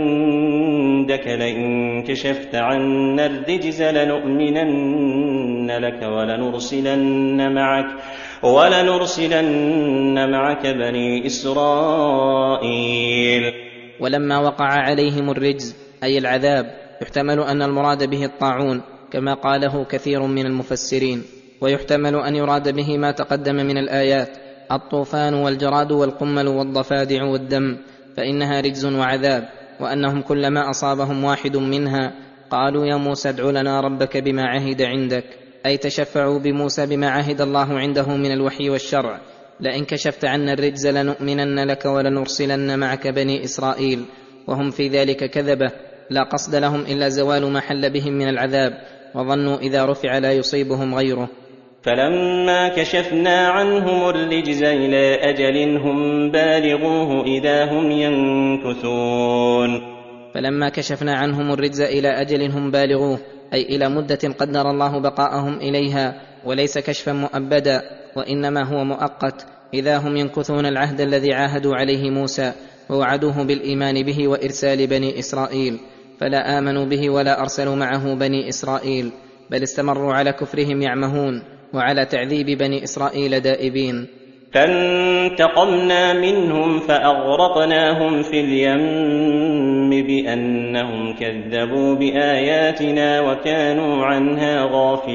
عندك لئن كشفت عنا الرجز لنؤمنن لك ولنرسلن معك بني إسرائيل. ولما وقع عليهم الرجز أي العذاب، يحتمل أن المراد به الطاعون كما قاله كثير من المفسرين، ويحتمل أن يراد به ما تقدم من الآيات: الطوفان والجراد والقمل والضفادع والدم، فإنها رجز وعذاب، وأنهم كلما أصابهم واحد منها قالوا يا موسى ادع لنا ربك بما عهد عندك، أي تشفعوا بموسى بما عهد الله عنده من الوحي والشرع: لئن كشفت عنا الرجز لنؤمنن لك ولنرسلن معك بني إسرائيل. وهم في ذلك كذبة، لا قصد لهم إلا زوال ما حل بهم من العذاب، وظنوا إذا رفع لا يصيبهم غيره. فلما كشفنا عنهم الرجز إلى أجل هم بالغوه إذا هم ينكثون. فلما كشفنا عنهم الرجز إلى أجل هم بالغوه، أي إلى مدة قدر الله بقاءهم إليها، وليس كشفا مؤبدا وإنما هو مؤقت، إذا هم ينكثون العهد الذي عاهدوا عليه موسى ووعدوه بالإيمان به وإرسال بني إسرائيل، فلا آمنوا به ولا أرسلوا معه بني إسرائيل، بل استمروا على كفرهم يعمهون وعلى تعذيب بني إسرائيل دائبين. فانتقمنا منهم فأغرقناهم في اليم بأنهم كذبوا بآياتنا وكانوا عنها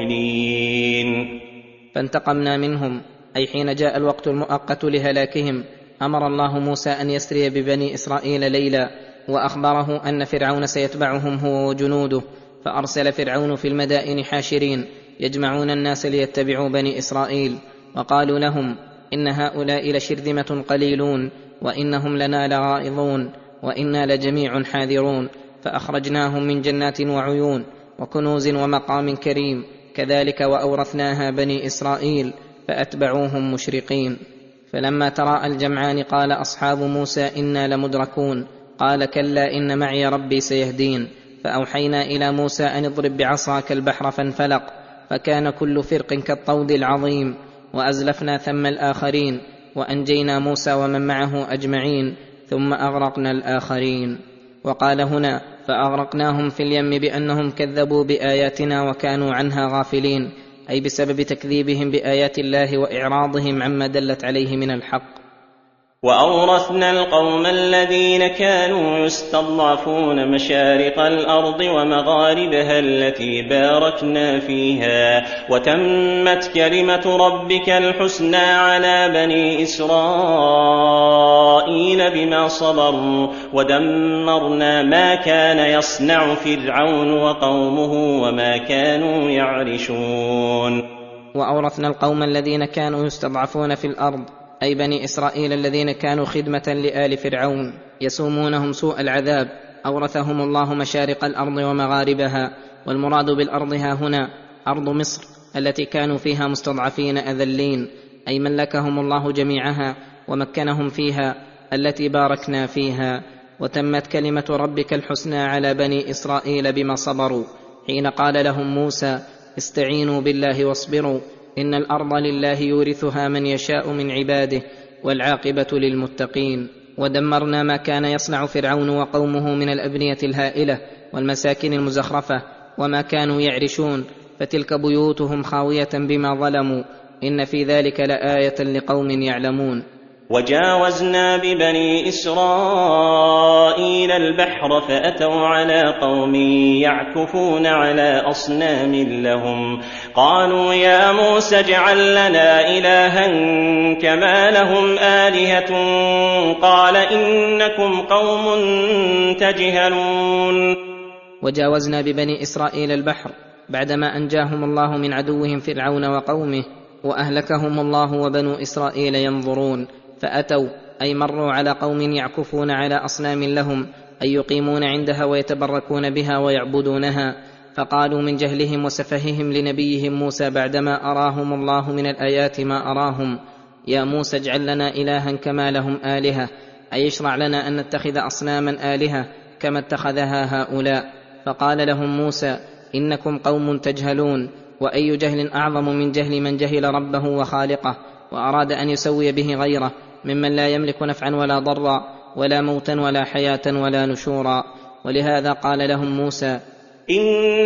غافلين. فانتقمنا منهم، أي حين جاء الوقت المؤقت لهلاكهم أمر الله موسى أن يسري ببني إسرائيل ليلا، وأخبره أن فرعون سيتبعهم هو وجنوده، فأرسل فرعون في المدائن حاشرين يجمعون الناس ليتبعوا بني إسرائيل، وقالوا لهم إن هؤلاء لشرذمة قليلون وإنهم لنا لغائظون وإنا لجميع حاذرون، فأخرجناهم من جنات وعيون وكنوز ومقام كريم، كذلك وأورثناها بني إسرائيل فأتبعوهم مشرقين. فلما تراءى الجمعان قال أصحاب موسى إنا لمدركون، قال كلا إن معي ربي سيهدين. فأوحينا إلى موسى أن اضرب بعصاك البحر فانفلق فكان كل فرق كالطود العظيم، وأزلفنا ثم الآخرين وأنجينا موسى ومن معه أجمعين ثم أغرقنا الآخرين. وقال هنا فأغرقناهم في اليم بأنهم كذبوا بآياتنا وكانوا عنها غافلين، أي بسبب تكذيبهم بآيات الله وإعراضهم عما دلت عليه من الحق. وأورثنا القوم الذين كانوا يستضعفون مشارق الأرض ومغاربها التي باركنا فيها، وتمت كلمة ربك الحسنى على بني إسرائيل بما صبروا، ودمرنا ما كان يصنع فرعون وقومه وما كانوا يعرشون. وأورثنا القوم الذين كانوا يستضعفون في الأرض، أي بني إسرائيل الذين كانوا خدمة لآل فرعون يسومونهم سوء العذاب، أورثهم الله مشارق الأرض ومغاربها. والمراد بالأرض ها هنا أرض مصر التي كانوا فيها مستضعفين أذلين، أي ملكهم الله جميعها ومكنهم فيها التي باركنا فيها. وتمت كلمة ربك الحسنى على بني إسرائيل بما صبروا، حين قال لهم موسى استعينوا بالله واصبروا إن الأرض لله يورثها من يشاء من عباده والعاقبة للمتقين. ودمرنا ما كان يصنع فرعون وقومه من الأبنية الهائلة والمساكن المزخرفة وما كانوا يعرشون، فتلك بيوتهم خاوية بما ظلموا، إن في ذلك لآية لقوم يعلمون. وجاوزنا ببني إسرائيل البحر فأتوا على قوم يعكفون على أصنام لهم، قالوا يا موسى اجعل لنا إلها كما لهم آلهة، قال إنكم قوم تجهلون. وجاوزنا ببني إسرائيل البحر بعدما أنجاهم الله من عدوهم فرعون وقومه، وأهلكهم الله وبنو إسرائيل ينظرون، فأتوا أي مروا على قوم يعكفون على أصنام لهم، أي يقيمون عندها ويتبركون بها ويعبدونها. فقالوا من جهلهم وسفههم لنبيهم موسى بعدما أراهم الله من الآيات ما أراهم يا موسى اجعل لنا إلها كما لهم آلهة، أي اشرع لنا أن نتخذ أصناما آلهة كما اتخذها هؤلاء. فقال لهم موسى إنكم قوم تجهلون، وأي جهل أعظم من جهل من جهل ربه وخالقه وأراد أن يسوي به غيره ممن لا يملك نفعا ولا ضرا ولا موتا ولا حياة ولا نشورا. ولهذا قال لهم موسى إن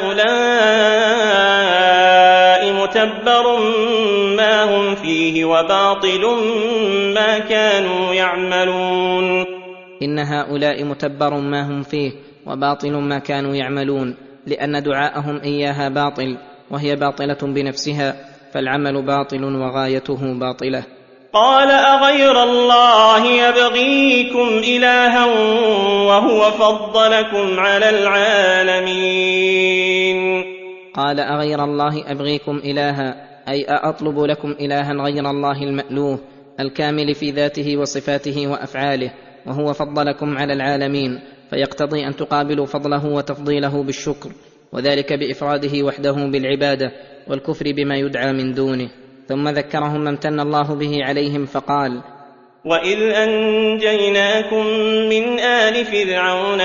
هؤلاء متبر ما هم فيه وباطل ما كانوا يعملون. إن هؤلاء متبر ما هم فيه وباطل ما كانوا يعملون، لأن دعاءهم إياها باطل وهي باطلة بنفسها، فالعمل باطل وغايته باطلة. قال أغير الله يبغيكم إلها وهو فضلكم على العالمين. قال أغير الله أبغيكم إلها، أي أطلب لكم إلها غير الله المألوه الكامل في ذاته وصفاته وأفعاله، وهو فضلكم على العالمين، فيقتضي أن تقابلوا فضله وتفضيله بالشكر، وذلك بإفراده وحده بالعبادة والكفر بما يدعى من دونه. ثم ذكرهم ما امتن الله به عليهم فقال: وإذ أنجيناكم من آل فرعون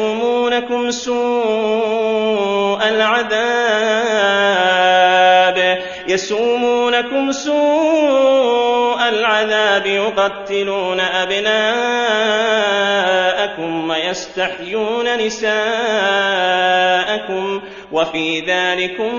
يسومونكم سوء العذاب يقتلون أبناءكم ويستحيون نساءكم وفي ذلكم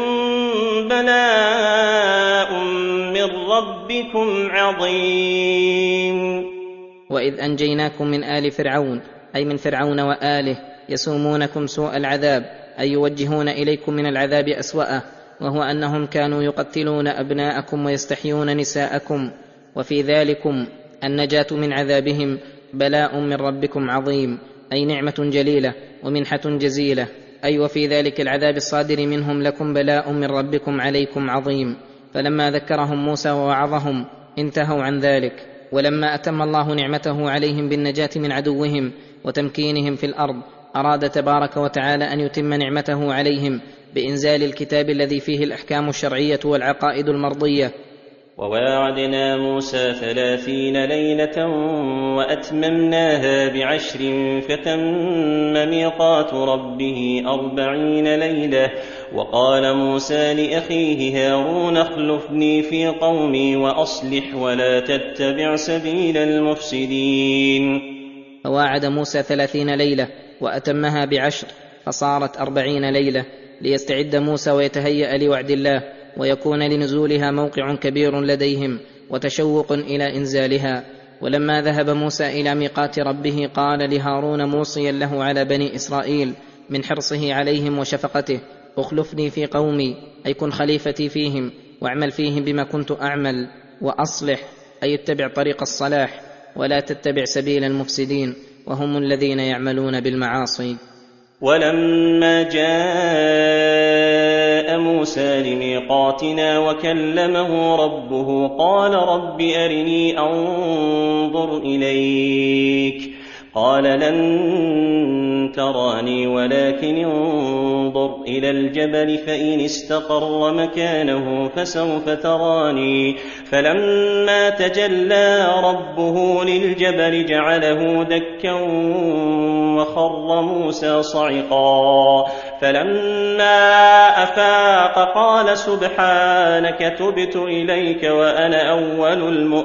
بلاء من ربكم عظيم. وإذ أنجيناكم من آل فرعون أي من فرعون وآله يسومونكم سوء العذاب أي يوجهون إليكم من العذاب أسوأه، وهو أنهم كانوا يقتلون أبناءكم ويستحيون نساءكم، وفي ذلكم النجاة من عذابهم بلاء من ربكم عظيم أي نعمة جليلة ومنحة جزيلة، أي وفي ذلك العذاب الصادر منهم لكم بلاء من ربكم عليكم عظيم. فلما ذكرهم موسى ووعظهم انتهوا عن ذلك، ولما أتم الله نعمته عليهم بالنجاة من عدوهم وتمكينهم في الأرض أراد تبارك وتعالى أن يتم نعمته عليهم بإنزال الكتاب الذي فيه الأحكام الشرعية والعقائد المرضية. وواعدنا موسى 30 ليلة وأتممناها ب10 فتم ميقات ربه 40 ليلة. وقال موسى لأخيه هارون اخلفني في قومي وأصلح ولا تتبع سبيل المفسدين. فواعد موسى 30 ليلة وأتمها ب10 فصارت 40 ليلة، ليستعد موسى ويتهيأ لوعد الله، ويكون لنزولها موقع كبير لديهم وتشوق إلى إنزالها. ولما ذهب موسى إلى ميقات ربه قال لهارون موصيا له على بني إسرائيل من حرصه عليهم وشفقته: اخلفني في قومي أي كن خليفتي فيهم، واعمل فيهم بما كنت أعمل، وأصلح أي اتبع طريق الصلاح، ولا تتبع سبيل المفسدين وهم الذين يعملون بالمعاصي. ولما جاء موسى لميقاتنا وكلمه ربه قال رب أرني أنظر إليك. قال لن تراني ولكن انظر إلى الجبل فإن استقر مكانه فسوف تراني. فلما تجلى ربه للجبل جعله دكا وخر موسى صعقا. فلما أفاق قال سبحانك تبت إليك وأنا أول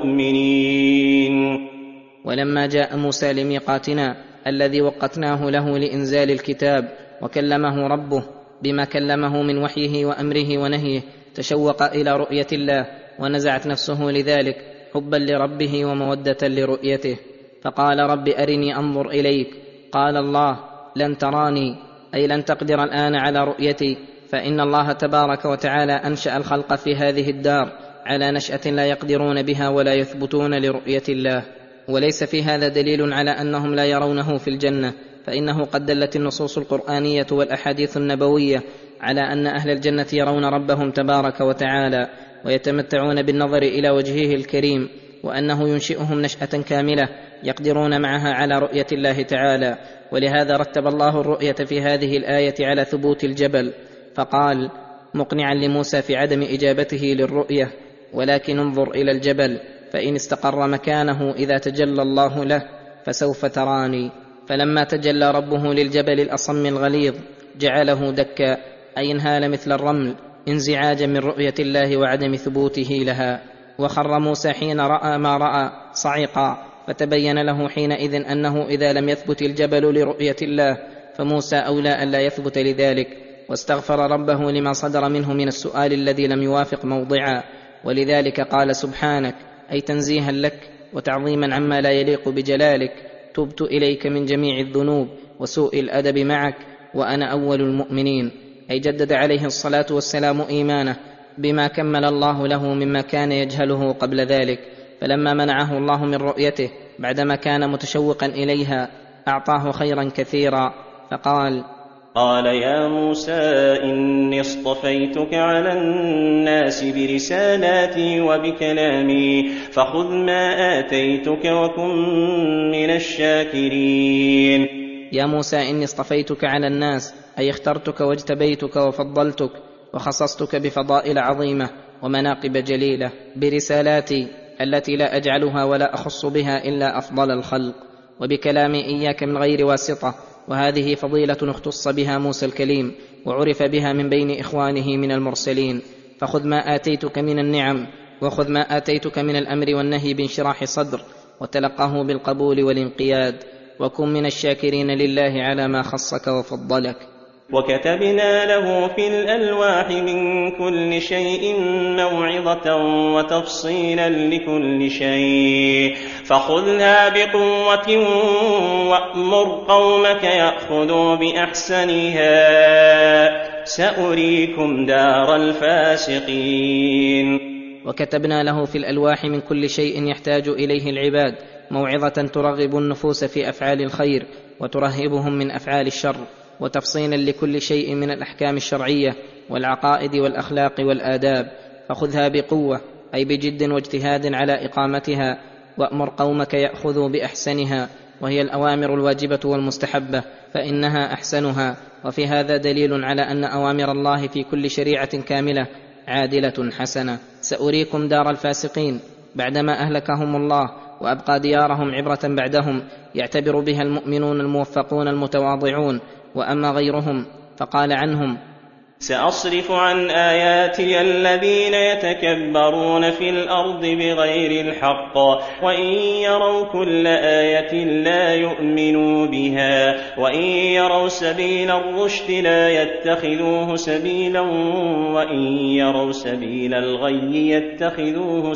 المؤمنين. ولما جاء موسى لميقاتنا الذي وقتناه له لإنزال الكتاب وكلمه ربه بما كلمه من وحيه وأمره ونهيه، تشوق إلى رؤية الله ونزعت نفسه لذلك حبا لربه ومودة لرؤيته، فقال رب أرني أنظر إليك. قال الله لن تراني أي لن تقدر الآن على رؤيتي، فإن الله تبارك وتعالى أنشأ الخلق في هذه الدار على نشأة لا يقدرون بها ولا يثبتون لرؤية الله. وليس في هذا دليل على أنهم لا يرونه في الجنة، فإنه قد دلت النصوص القرآنية والأحاديث النبوية على أن أهل الجنة يرون ربهم تبارك وتعالى ويتمتعون بالنظر إلى وجهه الكريم، وأنه ينشئهم نشأة كاملة يقدرون معها على رؤية الله تعالى. ولهذا رتب الله الرؤية في هذه الآية على ثبوت الجبل، فقال مقنعا لموسى في عدم إجابته للرؤية: ولكن انظر إلى الجبل فإن استقر مكانه إذا تجلى الله له فسوف تراني. فلما تجلى ربه للجبل الأصم الغليظ جعله دكا أي انهال مثل الرمل انزعاجا من رؤية الله وعدم ثبوته لها. وخر موسى حين رأى ما رأى صعقا، فتبين له حينئذ أنه إذا لم يثبت الجبل لرؤية الله فموسى أولى أن لا يثبت لذلك، واستغفر ربه لما صدر منه من السؤال الذي لم يوافق موضعا. ولذلك قال سبحانك أي تنزيها لك وتعظيما عما لا يليق بجلالك: تبت إليك من جميع الذنوب وسوء الأدب معك وأنا أول المؤمنين. أي جدد عليه الصلاة والسلام إيمانه بما كمل الله له مما كان يجهله قبل ذلك. فلما منعه الله من رؤيته بعدما كان متشوقا إليها أعطاه خيرا كثيرا، فقال: قال يا موسى إني اصطفيتك على الناس برسالاتي وبكلامي فخذ ما آتيتك وكن من الشاكرين. يا موسى إني اصطفيتك على الناس، أي اخترتك واجتبيتك وفضلتك وخصصتك بفضائل عظيمة ومناقب جليلة برسالاتي التي لا أجعلها ولا أخص بها إلا أفضل الخلق، وبكلامي إياك من غير واسطة، وهذه فضيلة اختص بها موسى الكليم وعرف بها من بين إخوانه من المرسلين. فخذ ما آتيتك من النعم، وخذ ما آتيتك من الأمر والنهي بانشراح صدر، وتلقاه بالقبول والانقياد، وكن من الشاكرين لله على ما خصك وفضلك. وكتبنا له في الألواح من كل شيء موعظة وتفصيلا لكل شيء فخذها بقوة وأمر قومك يأخذوا بأحسنها سأريكم دار الفاسقين. وكتبنا له في الألواح من كل شيء يحتاج إليه العباد موعظة ترغب النفوس في أفعال الخير وترهبهم من أفعال الشر، وتفصيلا لكل شيء من الأحكام الشرعية والعقائد والأخلاق والآداب. فخذها بقوة أي بجد واجتهاد على إقامتها، وأمر قومك يأخذوا بأحسنها، وهي الأوامر الواجبة والمستحبة، فإنها أحسنها. وفي هذا دليل على أن أوامر الله في كل شريعة كاملة عادلة حسنة. سأريكم دار الفاسقين بعدما أهلكهم الله وأبقى ديارهم عبرة بعدهم يعتبر بها المؤمنون الموفقون المتواضعون. وأما غيرهم فقال عنهم: سأصرف عن آياتي الذين يتكبرون في الأرض بغير الحق وإن يروا كل آية لا يؤمنوا بها وإن يروا سبيل الرشد لا يتخذوه سبيلا وإن يروا سبيل الغي يتخذوه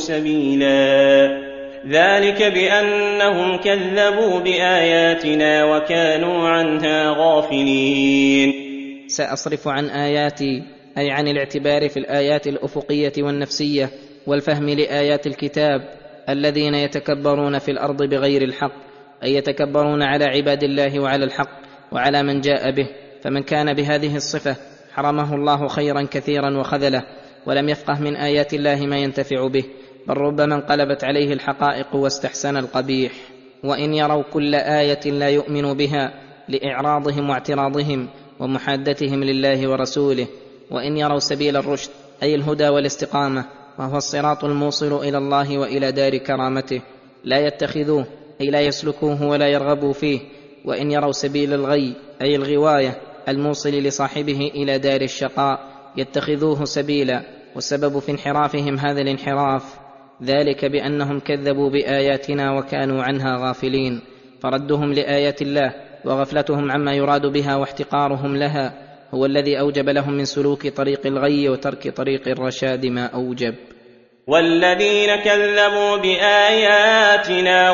سبيلا ذلك بأنهم كذبوا بآياتنا وكانوا عنها غافلين. سأصرف عن آياتي أي عن الاعتبار في الآيات الأفقية والنفسية والفهم لآيات الكتاب الذين يتكبرون في الأرض بغير الحق، أي يتكبرون على عباد الله وعلى الحق وعلى من جاء به. فمن كان بهذه الصفة حرمه الله خيرا كثيرا وخذله، ولم يفقه من آيات الله ما ينتفع به، بل ربما انقلبت عليه الحقائق واستحسن القبيح. وإن يروا كل آية لا يؤمنوا بها لإعراضهم واعتراضهم ومحادتهم لله ورسوله. وإن يروا سبيل الرشد أي الهدى والاستقامة، وهو الصراط الموصل إلى الله وإلى دار كرامته، لا يتخذوه أي لا يسلكوه ولا يرغبوا فيه. وإن يروا سبيل الغي أي الغواية الموصل لصاحبه إلى دار الشقاء يتخذوه سبيلا. والسبب في انحرافهم هذا الانحراف ذلك بأنهم كذبوا بآياتنا وكانوا عنها غافلين، فردهم لآيات الله وغفلتهم عما يراد بها واحتقارهم لها هو الذي أوجب لهم من سلوك طريق الغي وترك طريق الرشاد ما أوجب. والذين كذبوا بآياتنا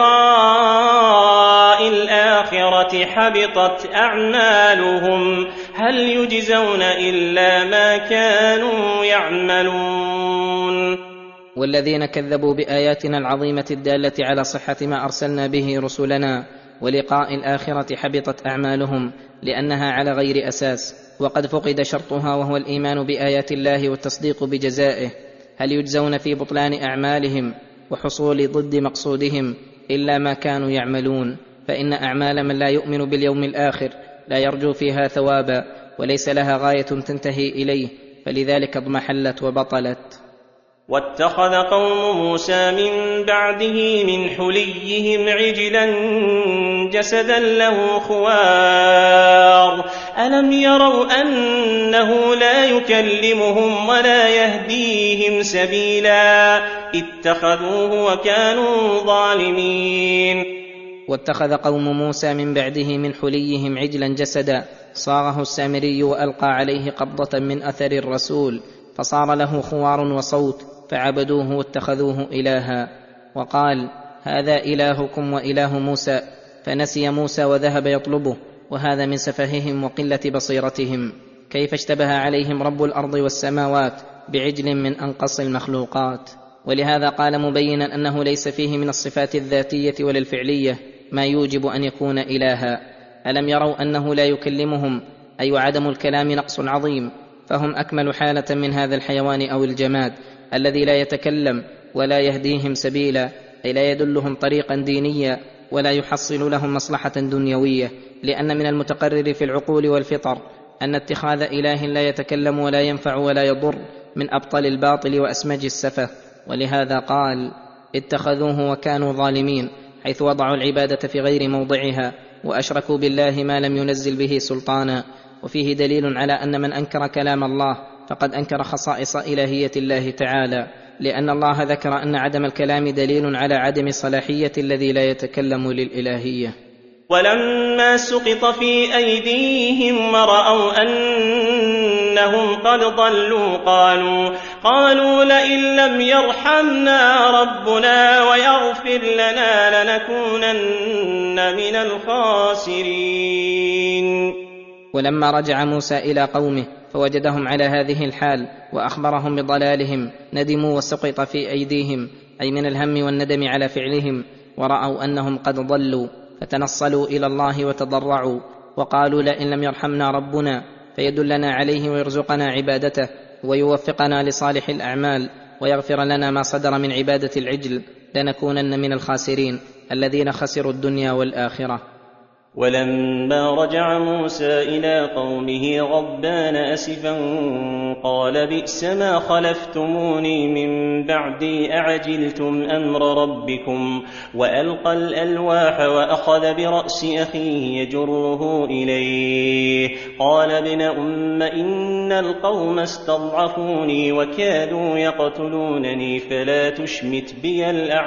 ولقاء الآخرة حبطت أعمالهم هل يجزون إلا ما كانوا يعملون. والذين كذبوا بآياتنا العظيمة الدالة على صحة ما أرسلنا به رسلنا ولقاء الآخرة حبطت أعمالهم لأنها على غير أساس، وقد فقد شرطها وهو الإيمان بآيات الله والتصديق بجزائه. هل يجزون في بطلان أعمالهم وحصول ضد مقصودهم إلا ما كانوا يعملون؟ فإن أعمال من لا يؤمن باليوم الآخر لا يرجو فيها ثوابا وليس لها غاية تنتهي إليه، فلذلك اضمحلت وبطلت. واتخذ قوم موسى من بعده من حليهم عجلا جسدا له خوار ألم يروا أنه لا يكلمهم ولا يهديهم سبيلا اتخذوه وكانوا ظالمين. واتخذ قوم موسى من بعده من حليهم عجلا جسدا صاغه السامري وألقى عليه قبضة من أثر الرسول فصار له خوار وصوت فعبدوه واتخذوه إلها. وقال: هذا إلهكم وإله موسى، فنسي موسى وذهب يطلبه، وهذا من سفههم وقلة بصيرتهم. كيف اشتبه عليهم رب الأرض والسماوات بعجل من أنقص المخلوقات؟ ولهذا قال مبينا أنه ليس فيه من الصفات الذاتية ولا الفعلية ما يوجب أن يكون إلها. ألم يروا أنه لا يكلمهم أي عدم الكلام نقص عظيم، فهم أكمل حالة من هذا الحيوان أو الجماد الذي لا يتكلم ولا يهديهم سبيلا، أي لا يدلهم طريقا دينيا ولا يحصل لهم مصلحة دنيوية، لأن من المتقرر في العقول والفطر أن اتخاذ إله لا يتكلم ولا ينفع ولا يضر من أبطل الباطل وأسمج السفه، ولهذا قال: اتخذوه وكانوا ظالمين، حيث وضعوا العبادة في غير موضعها وأشركوا بالله ما لم ينزل به سلطانا. وفيه دليل على أن من أنكر كلام الله فقد أنكر خصائص إلهية الله تعالى، لأن الله ذكر أن عدم الكلام دليل على عدم صلاحية الذي لا يتكلم للإلهية. ولما سقط في أيديهم ورأوا أنهم قد ضلوا قالوا لئن لم يرحمنا ربنا ويغفر لنا لنكونن من الخاسرين. ولما رجع موسى إلى قومه فوجدهم على هذه الحال وأخبرهم بضلالهم ندموا وسقط في أيديهم، أي من الهم والندم على فعلهم، ورأوا أنهم قد ضلوا فتنصلوا إلى الله وتضرعوا وقالوا لئن لم يرحمنا ربنا فيدلنا عليه ويرزقنا عبادته ويوفقنا لصالح الأعمال ويغفر لنا ما صدر من عبادة العجل لنكونن من الخاسرين الذين خسروا الدنيا والآخرة. ولما رجع موسى إلى قومه غضبان أسفا قال بئس ما خلفتموني من بعدي أعجلتم أمر ربكم، وألقى الألواح وأخذ برأس أخيه يجره إليه قال ابن أم إن القوم استضعفوني وكادوا يقتلونني فلا تشمت بي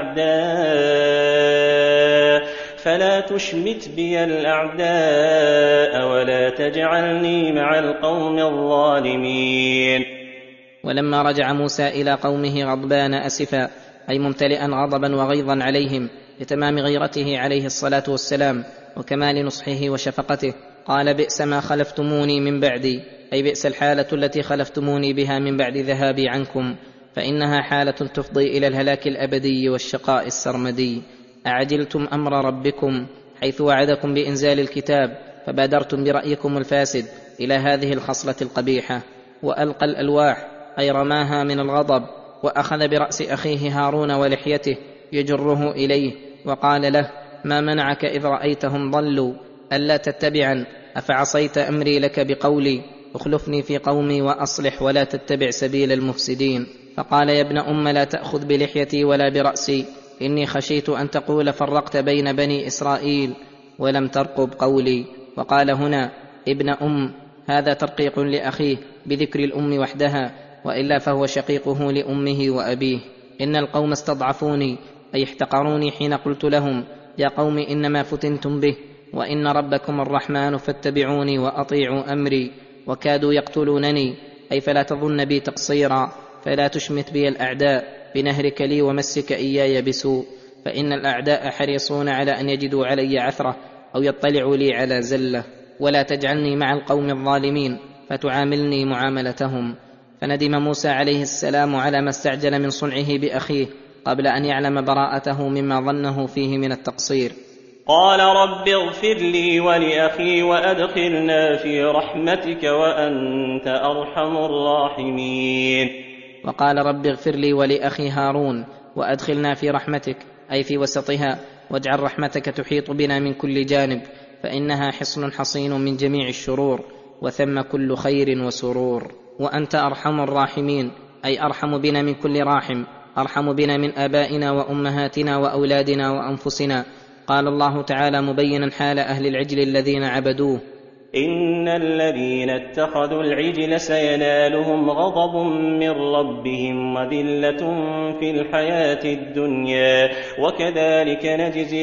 الأعداء ولا تجعلني مع القوم الظالمين. ولما رجع موسى إلى قومه غضبان أسفا، أي ممتلئا غضبا وغيظا عليهم لتمام غيرته عليه الصلاة والسلام وكمال نصحه وشفقته، قال بئس ما خلفتموني من بعدي، أي بئس الحالة التي خلفتموني بها من بعد ذهابي عنكم، فإنها حالة تفضي إلى الهلاك الأبدي والشقاء السرمدي. أعجلتم أمر ربكم، حيث وعدكم بإنزال الكتاب فبادرتم برأيكم الفاسد إلى هذه الخصلة القبيحة. وألقى الألواح، أي رماها من الغضب، وأخذ برأس أخيه هارون ولحيته يجره إليه وقال له ما منعك إذ رأيتهم ضلوا ألا تتبعا، أفعصيت أمري لك بقولي اخلفني في قومي وأصلح ولا تتبع سبيل المفسدين. فقال يا ابن أم لا تأخذ بلحيتي ولا برأسي، إني خشيت أن تقول فرقت بين بني إسرائيل ولم ترقب قولي. وقال هنا ابن أم، هذا ترقيق لأخيه بذكر الأم وحدها، وإلا فهو شقيقه لأمه وأبيه. إن القوم استضعفوني، أي احتقروني حين قلت لهم يا قوم إنما فتنتم به وإن ربكم الرحمن فاتبعوني وأطيعوا أمري، وكادوا يقتلونني، أي فلا تظن بي تقصيرا، فلا تشمت بي الأعداء بنهرك لي ومسك إياي بسوء، فإن الأعداء حريصون على أن يجدوا علي عثرة أو يطلعوا لي على زلة، ولا تجعلني مع القوم الظالمين فتعاملني معاملتهم. فندم موسى عليه السلام على ما استعجل من صنعه بأخيه قبل أن يعلم براءته مما ظنه فيه من التقصير. قال رب اغفر لي ولأخي وأدخلنا في رحمتك وأنت أرحم الراحمين. وقال رب اغفر لي ولأخي هارون وأدخلنا في رحمتك، أي في وسطها، واجعل رحمتك تحيط بنا من كل جانب، فإنها حصن حصين من جميع الشرور، وثم كل خير وسرور. وأنت أرحم الراحمين، أي أرحم بنا من كل راحم، أرحم بنا من آبائنا وأمهاتنا وأولادنا وأنفسنا. قال الله تعالى مبينا حال أهل العجل الذين عبدوه إن الذين اتخذوا العجل سينالهم غضب من ربهم وذلة في الحياة الدنيا وكذلك نجزي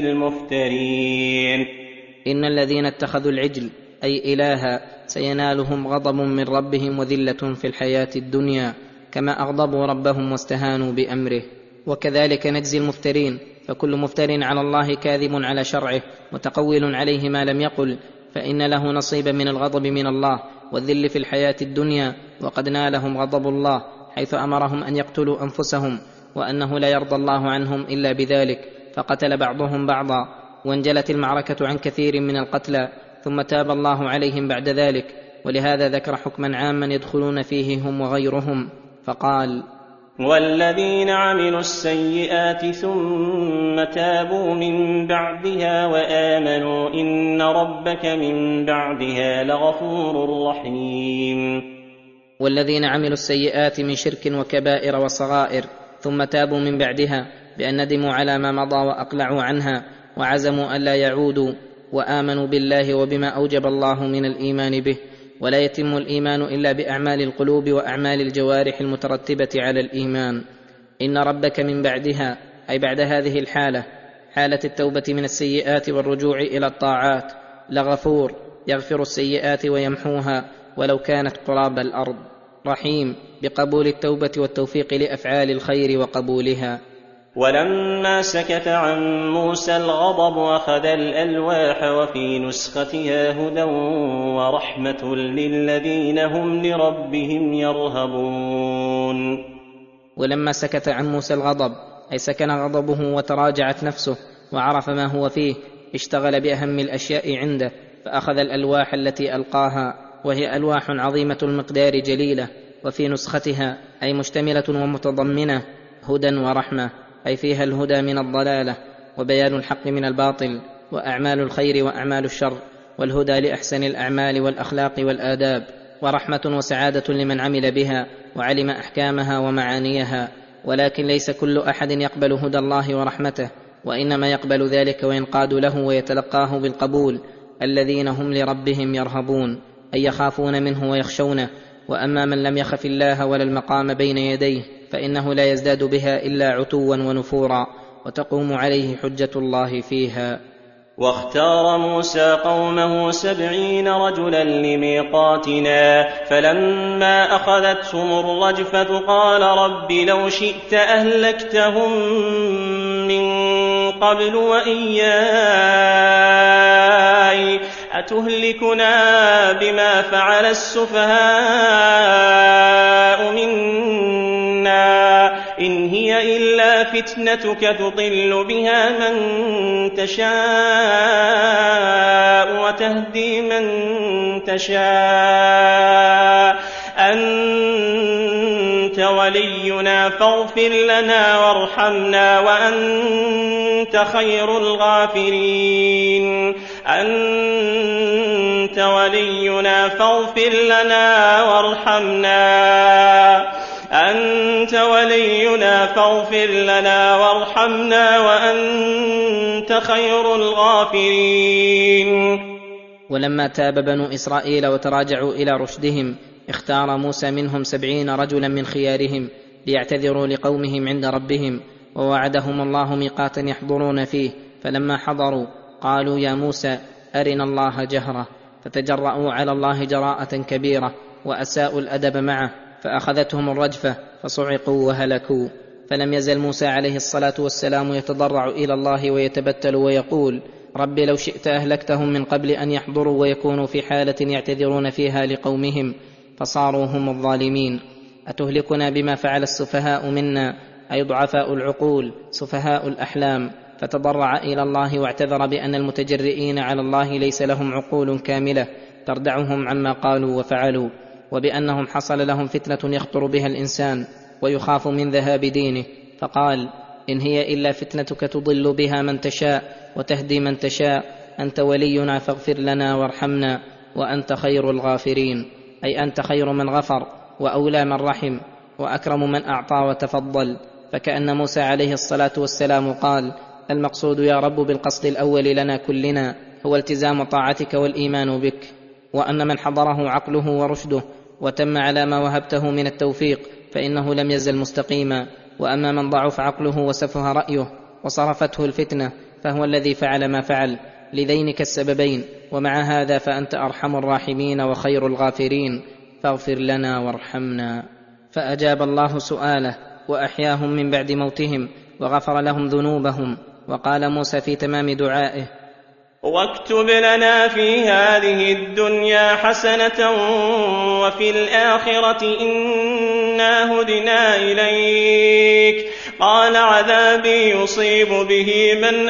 المفترين. إن الذين اتخذوا العجل، أي إلها، سينالهم غضب من ربهم وذلة في الحياة الدنيا، كما أغضبوا ربهم واستهانوا بأمره. وكذلك نجزي المفترين، فكل مفتر على الله كاذب على شرعه متقول عليه ما لم يقل، فإن له نصيب من الغضب من الله والذل في الحياة الدنيا، وقد نالهم غضب الله حيث أمرهم أن يقتلوا أنفسهم، وأنه لا يرضى الله عنهم إلا بذلك، فقتل بعضهم بعضا، وانجلت المعركة عن كثير من القتلى، ثم تاب الله عليهم بعد ذلك. ولهذا ذكر حكما عاما يدخلون فيه هم وغيرهم، فقال والذين عملوا السيئات ثم تابوا من بعدها وآمنوا إن ربك من بعدها لغفور رحيم. والذين عملوا السيئات من شرك وكبائر وصغائر ثم تابوا من بعدها بأن ندموا على ما مضى وأقلعوا عنها وعزموا ألا يعودوا وآمنوا بالله وبما أوجب الله من الإيمان به. ولا يتم الإيمان إلا بأعمال القلوب وأعمال الجوارح المترتبة على الإيمان. إن ربك من بعدها أي بعد هذه الحالة، حالة التوبة من السيئات والرجوع إلى الطاعات، لغفور يغفر السيئات ويمحوها ولو كانت قراب الأرض، رحيم بقبول التوبة والتوفيق لأفعال الخير وقبولها. ولما سكت عن موسى الغضب أخذ الألواح وفي نسختها هدى ورحمة للذين هم لربهم يرهبون. ولما سكت عن موسى الغضب أي سكن غضبه وتراجعت نفسه وعرف ما هو فيه، اشتغل بأهم الأشياء عنده فأخذ الألواح التي ألقاها، وهي ألواح عظيمة المقدار جليلة، وفي نسختها أي مشتملة ومتضمنة هدى ورحمة، أي فيها الهدى من الضلالة وبيان الحق من الباطل وأعمال الخير وأعمال الشر، والهدى لأحسن الأعمال والأخلاق والآداب، ورحمة وسعادة لمن عمل بها وعلم أحكامها ومعانيها. ولكن ليس كل أحد يقبل هدى الله ورحمته، وإنما يقبل ذلك وينقاد له ويتلقاه بالقبول الذين هم لربهم يرهبون، أي يخافون منه ويخشونه. وأما من لم يخف الله ولا المقام بين يديه فإنه لا يزداد بها إلا عتوا ونفورا، وتقوم عليه حجة الله فيها. واختار موسى قومه 70 رجلا لميقاتنا، فلما أخذتهم الرجفة قال رب لو شئت أهلكتهم من قبل وإياي أتهلكنا بما فعل السفهاء منا إن هي إلا فتنتك تضل بها من تشاء وتهدي من تشاء أنت ولينا فاغفر لنا وارحمنا وأنت خير الغافرين. أنت ولينا فاغفر لنا وارحمنا أنت ولينا فاغفر لنا وارحمنا وأنت خير الغافرين. ولما تاب بنو إسرائيل وتراجعوا إلى رشدهم اختار موسى منهم 70 رجلا من خيارهم ليعتذروا لقومهم عند ربهم، ووعدهم الله ميقاتا يحضرون فيه، فلما حضروا قالوا يا موسى أرنا الله جهرة، فتجرؤوا على الله جراءة كبيرة وأساءوا الأدب معه، فأخذتهم الرجفة فصعقوا وهلكوا. فلم يزل موسى عليه الصلاة والسلام يتضرع إلى الله ويتبتل ويقول رب لو شئت أهلكتهم من قبل أن يحضروا ويكونوا في حالة يعتذرون فيها لقومهم فصاروا هم الظالمين. أتهلكنا بما فعل السفهاء منا، أي ضعفاء العقول سفهاء الأحلام. فتضرع إلى الله واعتذر بأن المتجرئين على الله ليس لهم عقول كاملة تردعهم عما قالوا وفعلوا، وبأنهم حصل لهم فتنة يخطر بها الإنسان ويخاف من ذهاب دينه، فقال إن هي إلا فتنتك تضل بها من تشاء وتهدي من تشاء أنت ولينا فاغفر لنا وارحمنا وأنت خير الغافرين، أي أنت خير من غفر وأولى من رحم وأكرم من أعطى وتفضل. فكأن موسى عليه الصلاة والسلام قال المقصود يا رب بالقصد الأول لنا كلنا هو التزام طاعتك والإيمان بك، وأن من حضره عقله ورشده وتم على ما وهبته من التوفيق فإنه لم يزل مستقيما، وأما من ضعف عقله وسفه رأيه وصرفته الفتنة فهو الذي فعل ما فعل لذينك السببين، ومع هذا فأنت أرحم الراحمين وخير الغافرين فاغفر لنا وارحمنا. فأجاب الله سؤاله وأحياهم من بعد موتهم وغفر لهم ذنوبهم. وقال موسى في تمام دعائه واكتب لنا في هذه الدنيا حسنة وفي الآخرة إنا هدنا إليك، قال عذابي يصيب به من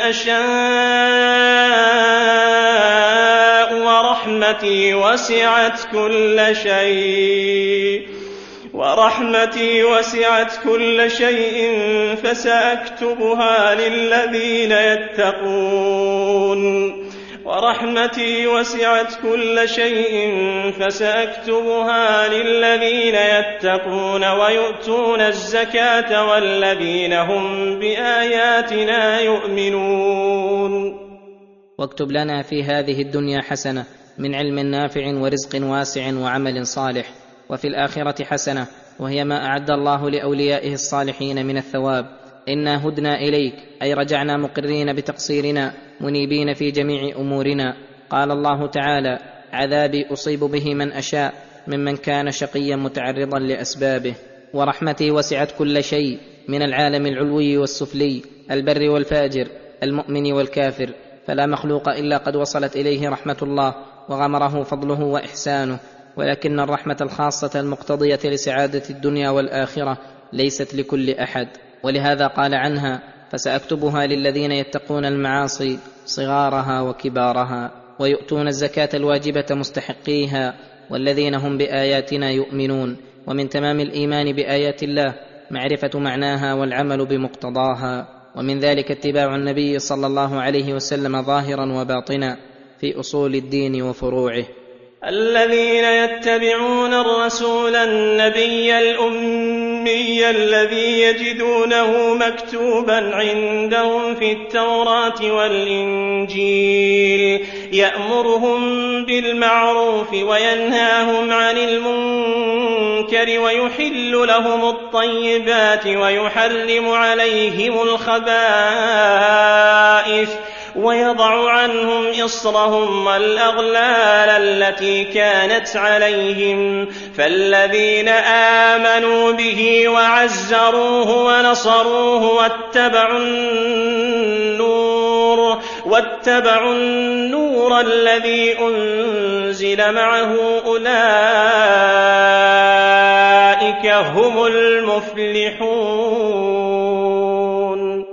أشاء ورحمتي وسعت كل شيء ورحمتي وسعت كل شيء فسأكتبها للذين يتقون ورحمتي وسعت كل شيء فسأكتبها للذين يتقون ويؤتون الزكاة والذين هم بآياتنا يؤمنون. واكتب لنا في هذه الدنيا حسنة من علم نافع ورزق واسع وعمل صالح، وفي الآخرة حسنة وهي ما أعد الله لأوليائه الصالحين من الثواب. إنا هدنا إليك أي رجعنا مقرين بتقصيرنا منيبين في جميع أمورنا. قال الله تعالى: عذابي أصيب به من أشاء ممن كان شقيا متعرضا لأسبابه. ورحمتي وسعت كل شيء من العالم العلوي والسفلي، البر والفاجر، المؤمن والكافر، فلا مخلوق إلا قد وصلت إليه رحمة الله وغمره فضله وإحسانه، ولكن الرحمة الخاصة المقتضية لسعادة الدنيا والآخرة ليست لكل أحد، ولهذا قال عنها: فسأكتبها للذين يتقون المعاصي صغارها وكبارها ويؤتون الزكاة الواجبة مستحقيها والذين هم بآياتنا يؤمنون. ومن تمام الإيمان بآيات الله معرفة معناها والعمل بمقتضاها، ومن ذلك اتباع النبي صلى الله عليه وسلم ظاهرا وباطنا في أصول الدين وفروعه. الذين يتبعون الرسول النبي الأمي الذي يجدونه مكتوبا عندهم في التوراة والإنجيل يأمرهم بالمعروف وينهاهم عن المنكر ويحل لهم الطيبات ويحرم عليهم الخبائث ويضع عنهم إصرهم والأغلال التي كانت عليهم. فالذين آمنوا به وعزروه ونصروه واتبعوا النور الذي أنزل معه أولئك هم المفلحون.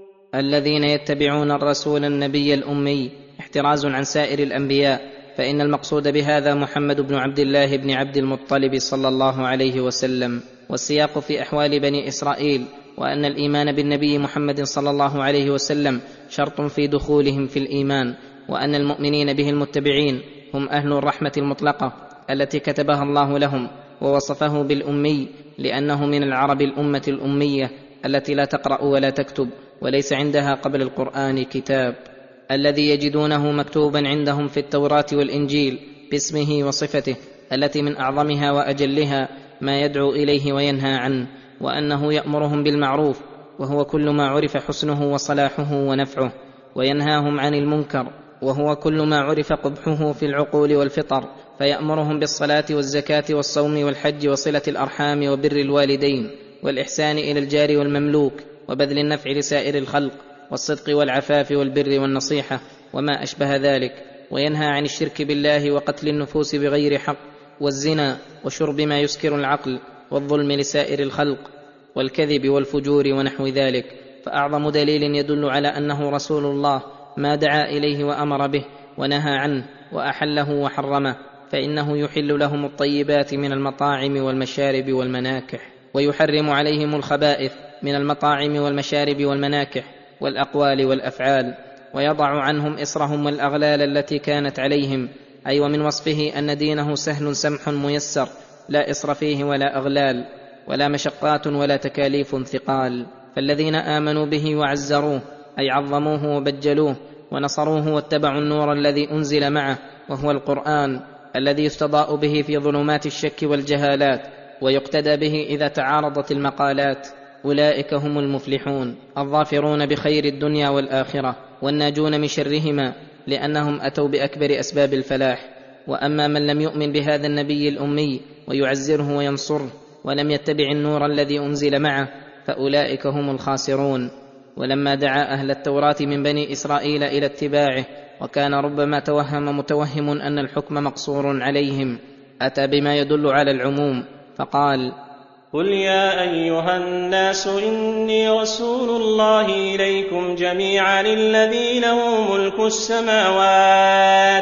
الذين يتبعون الرسول النبي الأمي احتراز عن سائر الأنبياء، فإن المقصود بهذا محمد بن عبد الله بن عبد المطلب صلى الله عليه وسلم. والسياق في أحوال بني إسرائيل، وأن الإيمان بالنبي محمد صلى الله عليه وسلم شرط في دخولهم في الإيمان، وأن المؤمنين به المتبعين هم أهل الرحمة المطلقة التي كتبها الله لهم، ووصفه بالأمي لأنه من العرب الأمة الأمية التي لا تقرأ ولا تكتب وليس عندها قبل القرآن كتاب، الذي يجدونه مكتوبا عندهم في التوراة والإنجيل باسمه وصفته التي من أعظمها وأجلها ما يدعو إليه وينهى عنه، وأنه يأمرهم بالمعروف وهو كل ما عرف حسنه وصلاحه ونفعه، وينهاهم عن المنكر وهو كل ما عرف قبحه في العقول والفطر، فيأمرهم بالصلاة والزكاة والصوم والحج وصلة الأرحام وبر الوالدين والإحسان إلى الجار والمملوك وبذل النفع لسائر الخلق والصدق والعفاف والبر والنصيحة وما أشبه ذلك، وينهى عن الشرك بالله وقتل النفوس بغير حق والزنا وشرب ما يسكر العقل والظلم لسائر الخلق والكذب والفجور ونحو ذلك. فأعظم دليل يدل على أنه رسول الله ما دعا إليه وأمر به ونهى عنه وأحله وحرمه، فإنه يحل لهم الطيبات من المطاعم والمشارب والمناكح، ويحرم عليهم الخبائث من المطاعم والمشارب والمناكح والأقوال والأفعال، ويضع عنهم إصرهم والأغلال التي كانت عليهم، أي ومن وصفه أن دينه سهل سمح ميسر لا إصر فيه ولا أغلال ولا مشقات ولا تكاليف ثقال. فالذين آمنوا به وعزروه أي عظموه وبجلوه ونصروه واتبعوا النور الذي أنزل معه وهو القرآن الذي يستضاء به في ظلمات الشك والجهالات ويقتدى به إذا تعارضت المقالات، أولئك هم المفلحون الظافرون بخير الدنيا والآخرة والناجون من شرهما، لأنهم أتوا بأكبر أسباب الفلاح. وأما من لم يؤمن بهذا النبي الأمي ويعزره وينصره ولم يتبع النور الذي أنزل معه فأولئك هم الخاسرون. ولما دعا أهل التوراة من بني إسرائيل إلى اتباعه، وكان ربما توهم متوهم أن الحكم مقصور عليهم، أتى بما يدل على العموم فقال: قل يا أيها الناس إني رسول الله إليكم جميعا الذي له ملك السماوات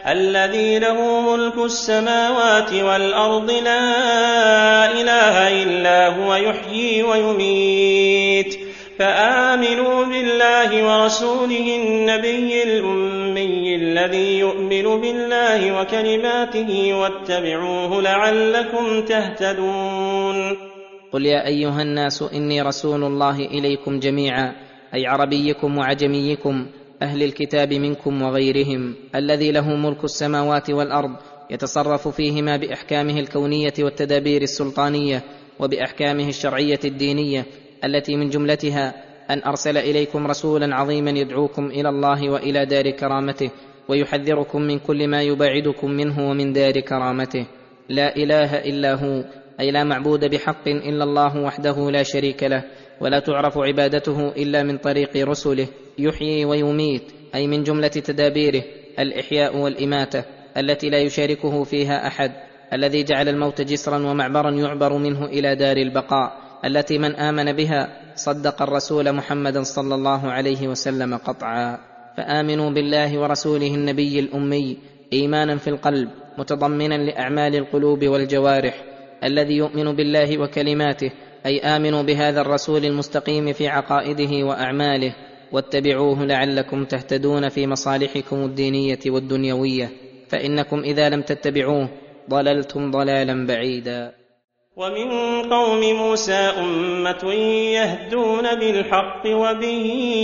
الذي له ملك السماوات والأرض لا إله إلا هو يحيي ويميت فآمنوا بالله ورسوله النبي الأمي الذي يؤمن بالله وكلماته واتبعوه لعلكم تهتدون. قل يا أيها الناس إني رسول الله إليكم جميعا، أي عربيكم وعجميكم، أهل الكتاب منكم وغيرهم، الذي له ملك السماوات والأرض يتصرف فيهما بأحكامه الكونية والتدابير السلطانية وبأحكامه الشرعية الدينية، التي من جملتها أن أرسل إليكم رسولا عظيما يدعوكم إلى الله وإلى دار كرامته ويحذركم من كل ما يبعدكم منه ومن دار كرامته. لا إله إلا هو، أي لا معبود بحق إلا الله وحده لا شريك له، ولا تعرف عبادته إلا من طريق رسله. يحيي ويميت، أي من جملة تدابيره الإحياء والإماتة التي لا يشاركه فيها أحد، الذي جعل الموت جسرا ومعبرا يعبر منه إلى دار البقاء، التي من آمن بها صدق الرسول محمدا صلى الله عليه وسلم قطعا. فآمنوا بالله ورسوله النبي الأمي إيمانا في القلب متضمنا لأعمال القلوب والجوارح، الذي يؤمن بالله وكلماته، أي آمنوا بهذا الرسول المستقيم في عقائده وأعماله، واتبعوه لعلكم تهتدون في مصالحكم الدينية والدنيوية، فإنكم إذا لم تتبعوه ضللتم ضلالا بعيدا. ومن قوم موسى أمة يهدون بالحق وبه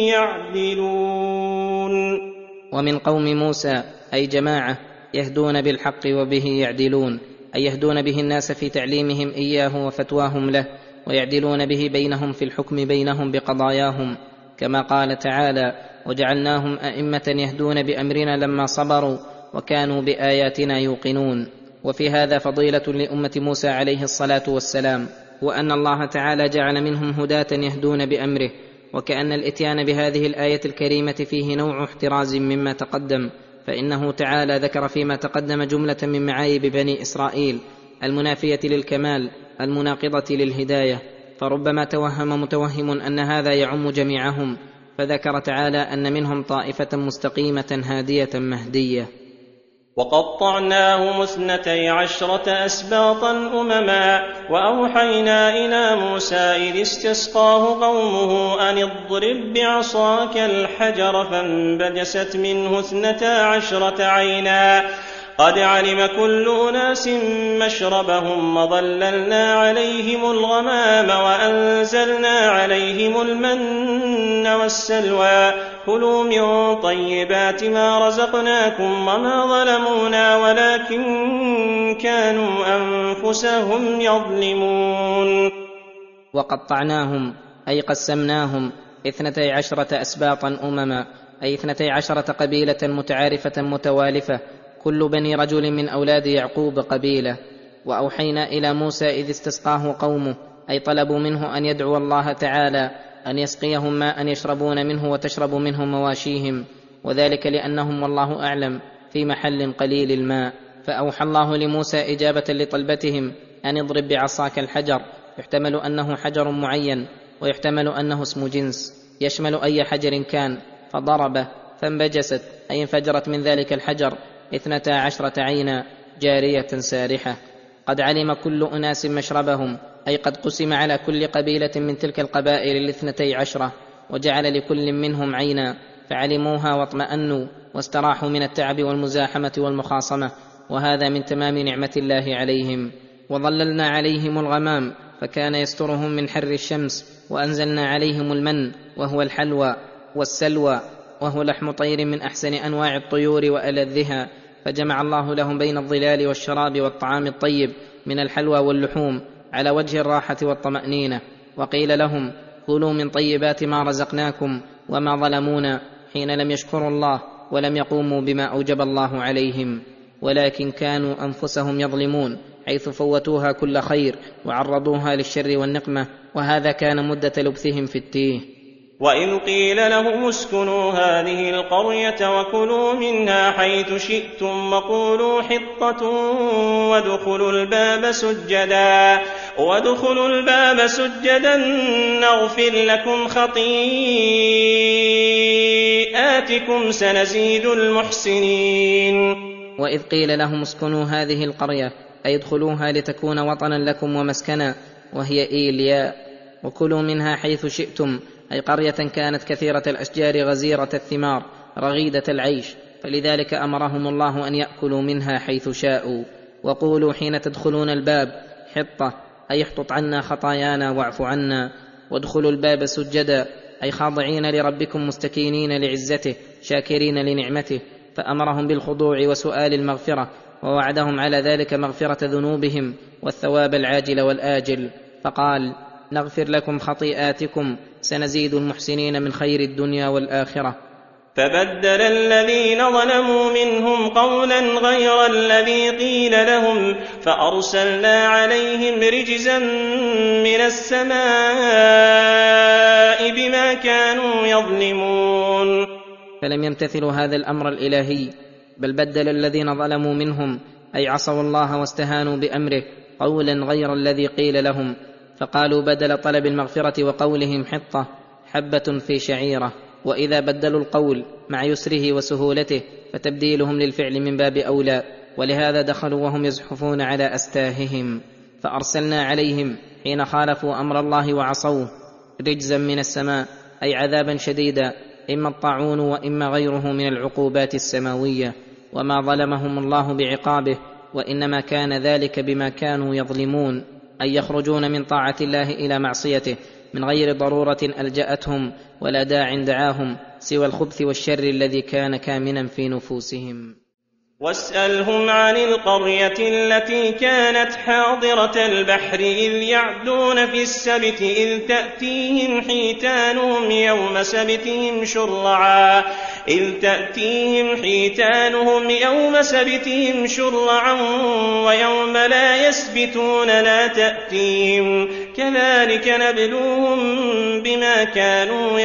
يعدلون. ومن قوم موسى أي جماعة يهدون بالحق وبه يعدلون، أي يهدون به الناس في تعليمهم إياه وفتواهم له، ويعدلون به بينهم في الحكم بينهم بقضاياهم، كما قال تعالى: وجعلناهم أئمة يهدون بأمرنا لما صبروا وكانوا بآياتنا يوقنون. وفي هذا فضيلة لأمة موسى عليه الصلاة والسلام، وأن الله تعالى جعل منهم هداة يهدون بأمره، وكأن الإتيان بهذه الآية الكريمة فيه نوع احتراز مما تقدم، فإنه تعالى ذكر فيما تقدم جملة من معايب بني إسرائيل المنافية للكمال المناقضة للهداية، فربما توهم متوهم أن هذا يعم جميعهم، فذكر تعالى أن منهم طائفة مستقيمة هادية مهدية. وقطعناهم 12 أسباطا أمما وأوحينا إلى موسى إذ استسقاه قومه أن اضرب بعصاك الحجر فانبجست منه 12 عينا قد علم كل أناس مشربهم وظللنا عليهم الغمام وأنزلنا عليهم المن والسلوى كلوا من طيبات ما رزقناكم وما ظلمونا ولكن كانوا أنفسهم يظلمون. وقطعناهم أي قسمناهم 12 أسباطا أمما، أي 12 قبيلة متعارفة متوالفة، كل بني رجل من أولاد يعقوب قبيلة. وأوحينا إلى موسى إذ استسقاه قومه، أي طلبوا منه أن يدعو الله تعالى أن يسقيهم ماء يشربون منه وتشرب منه مواشيهم، وذلك لأنهم والله أعلم في محل قليل الماء. فأوحى الله لموسى إجابة لطلبتهم أن اضرب بعصاك الحجر، يحتمل أنه حجر معين ويحتمل أنه اسم جنس يشمل أي حجر كان، فضربه فانبجست أي انفجرت من ذلك الحجر 12 عينا جارية سارحة. قد علم كل أناس مشربهم، أي قد قسم على كل قبيلة من تلك القبائل 12 وجعل لكل منهم عينا، فعلموها واطمأنوا واستراحوا من التعب والمزاحمة والمخاصمة، وهذا من تمام نعمة الله عليهم. وظللنا عليهم الغمام فكان يسترهم من حر الشمس، وأنزلنا عليهم المن وهو الحلوى، والسلوى وهو لحم طير من أحسن أنواع الطيور وألذها، فجمع الله لهم بين الظلال والشراب والطعام الطيب من الحلوى واللحوم على وجه الراحة والطمأنينة. وقيل لهم كلوا من طيبات ما رزقناكم وما ظلمونا، حين لم يشكروا الله ولم يقوموا بما أوجب الله عليهم، ولكن كانوا أنفسهم يظلمون، حيث فوتوها كل خير وعرضوها للشر والنقمة، وهذا كان مدة لبثهم في التيه. وإذ قيل لهم اسكنوا هذه القرية وكلوا منها حيث شئتم وقولوا حطة وادخلوا الباب سجدا نغفر لكم خطيئاتكم سنزيد المحسنين. وإذ قيل لهم اسكنوا هذه القرية أي ادخلوها لتكون وطنا لكم ومسكنا، وهي إيلياء، وكلوا منها حيث شئتم، أي قرية كانت كثيرة الأشجار غزيرة الثمار رغيدة العيش، فلذلك أمرهم الله أن يأكلوا منها حيث شاءوا. وقولوا حين تدخلون الباب حطة أي احطط عنا خطايانا واعف عنا، وادخلوا الباب سجدا أي خاضعين لربكم مستكينين لعزته شاكرين لنعمته، فأمرهم بالخضوع وسؤال المغفرة، ووعدهم على ذلك مغفرة ذنوبهم والثواب العاجل والآجل، فقال نغفر لكم خطيئاتكم سنزيد المحسنين من خير الدنيا والآخرة. فبدل الذين ظلموا منهم قولا غير الذي قيل لهم فأرسلنا عليهم رجزا من السماء بما كانوا يظلمون. فلم يمتثلوا هذا الأمر الإلهي، بل بدل الذين ظلموا منهم أي عصوا الله واستهانوا بأمره قولا غير الذي قيل لهم، فقالوا بدل طلب المغفرة وقولهم حطة حبة في شعيرة. وإذا بدلوا القول مع يسره وسهولته فتبديلهم للفعل من باب أولى، ولهذا دخلوا وهم يزحفون على أستاههم. فأرسلنا عليهم حين خالفوا أمر الله وعصوه رجزا من السماء أي عذابا شديدا، إما الطاعون وإما غيره من العقوبات السماوية، وما ظلمهم الله بعقابه، وإنما كان ذلك بما كانوا يظلمون، أي يخرجون من طاعة الله إلى معصيته من غير ضرورة ألجأتهم ولا داع دعاهم سوى الخبث والشر الذي كان كامنا في نفوسهم. واسألهم عن القرية التي كانت حاضرة البحر إذ يعدون في السبت إذ تأتيهم حيتانهم يوم سبتهم شرعا ويوم لا يسبتون لا تأتيهم كذلك نبلوهم بما كانوا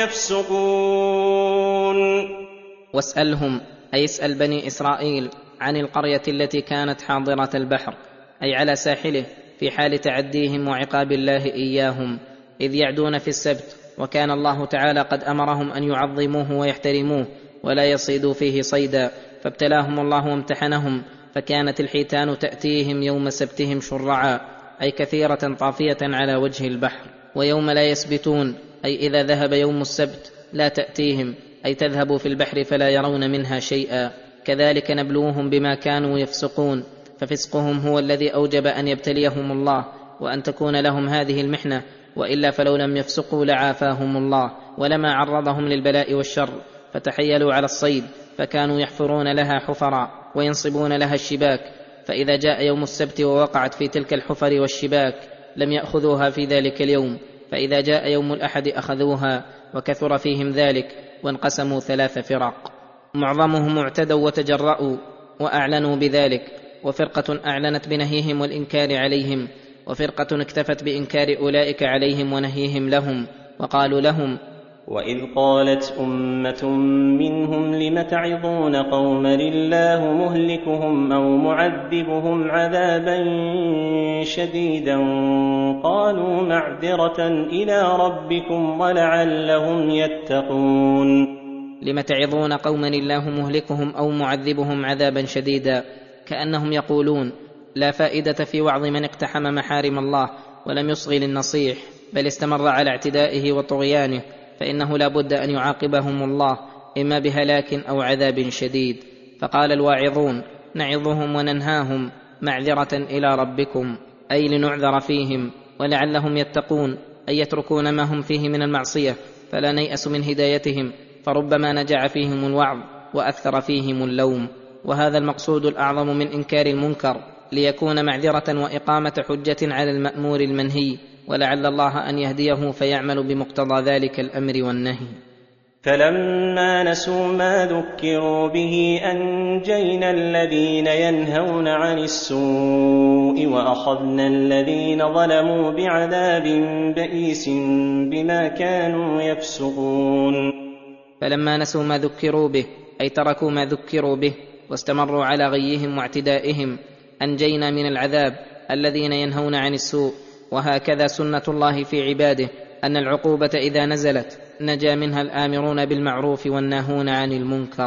يفسقون. واسألهم أي اسأل بني إسرائيل عن القرية التي كانت حاضرة البحر أي على ساحله في حال تعديهم وعقاب الله إياهم، إذ يعدون في السبت، وكان الله تعالى قد أمرهم أن يعظموه ويحترموه ولا يصيدوا فيه صيدا، فابتلاهم الله وامتحنهم، فكانت الحيتان تأتيهم يوم سبتهم شرعا أي كثيرة طافية على وجه البحر، ويوم لا يسبتون أي إذا ذهب يوم السبت لا تأتيهم أي تذهب في البحر فلا يرون منها شيئا. كذلك نبلوهم بما كانوا يفسقون، ففسقهم هو الذي أوجب أن يبتليهم الله وأن تكون لهم هذه المحنة، وإلا فلو لم يفسقوا لعافاهم الله ولما عرضهم للبلاء والشر. فتحيلوا على الصيد فكانوا يحفرون لها حفرا وينصبون لها الشباك، فإذا جاء يوم السبت ووقعت في تلك الحفر والشباك لم يأخذوها في ذلك اليوم، فإذا جاء يوم الأحد أخذوها، وكثر فيهم ذلك وانقسموا 3 فرق، معظمهم اعتدوا وتجرؤوا وأعلنوا بذلك، وفرقة أعلنت بنهيهم والإنكار عليهم، وفرقة اكتفت بإنكار أولئك عليهم ونهيهم لهم، وقالوا لهم وإذ قالت أمة منهم لم تعظون قوما الله مهلكهم أو معذبهم عذابا شديدا قالوا معذرة إلى ربكم ولعلهم يتقون. لم تعظون قوما الله مهلكهم أو معذبهم عذابا شديدا، كأنهم يقولون لا فائدة في وعظ من اقتحم محارم الله ولم يصغي للنصيح بل استمر على اعتدائه وطغيانه، فإنه لا بد أن يعاقبهم الله إما بهلاك أو عذاب شديد. فقال الواعظون نعظهم وننهاهم معذرة إلى ربكم أي لنعذر فيهم ولعلهم يتقون، أي يتركون ما هم فيه من المعصية، فلا نيأس من هدايتهم، فربما نجع فيهم الوعظ وأثر فيهم اللوم. وهذا المقصود الأعظم من إنكار المنكر، ليكون معذرة وإقامة حجة على المأمور المنهي، ولعل الله أن يهديه فيعمل بمقتضى ذلك الأمر والنهي. فلما نسوا ما ذكروا به أنجينا الذين ينهون عن السوء وأخذنا الذين ظلموا بعذاب بئيس بما كانوا يفسقون. فلما نسوا ما ذكروا به أي تركوا ما ذكروا به واستمروا على غيهم واعتدائهم أنجينا من العذاب الذين ينهون عن السوء. وهكذا سنة الله في عباده أن العقوبة إذا نزلت نجا منها الآمرون بالمعروف والناهون عن المنكر.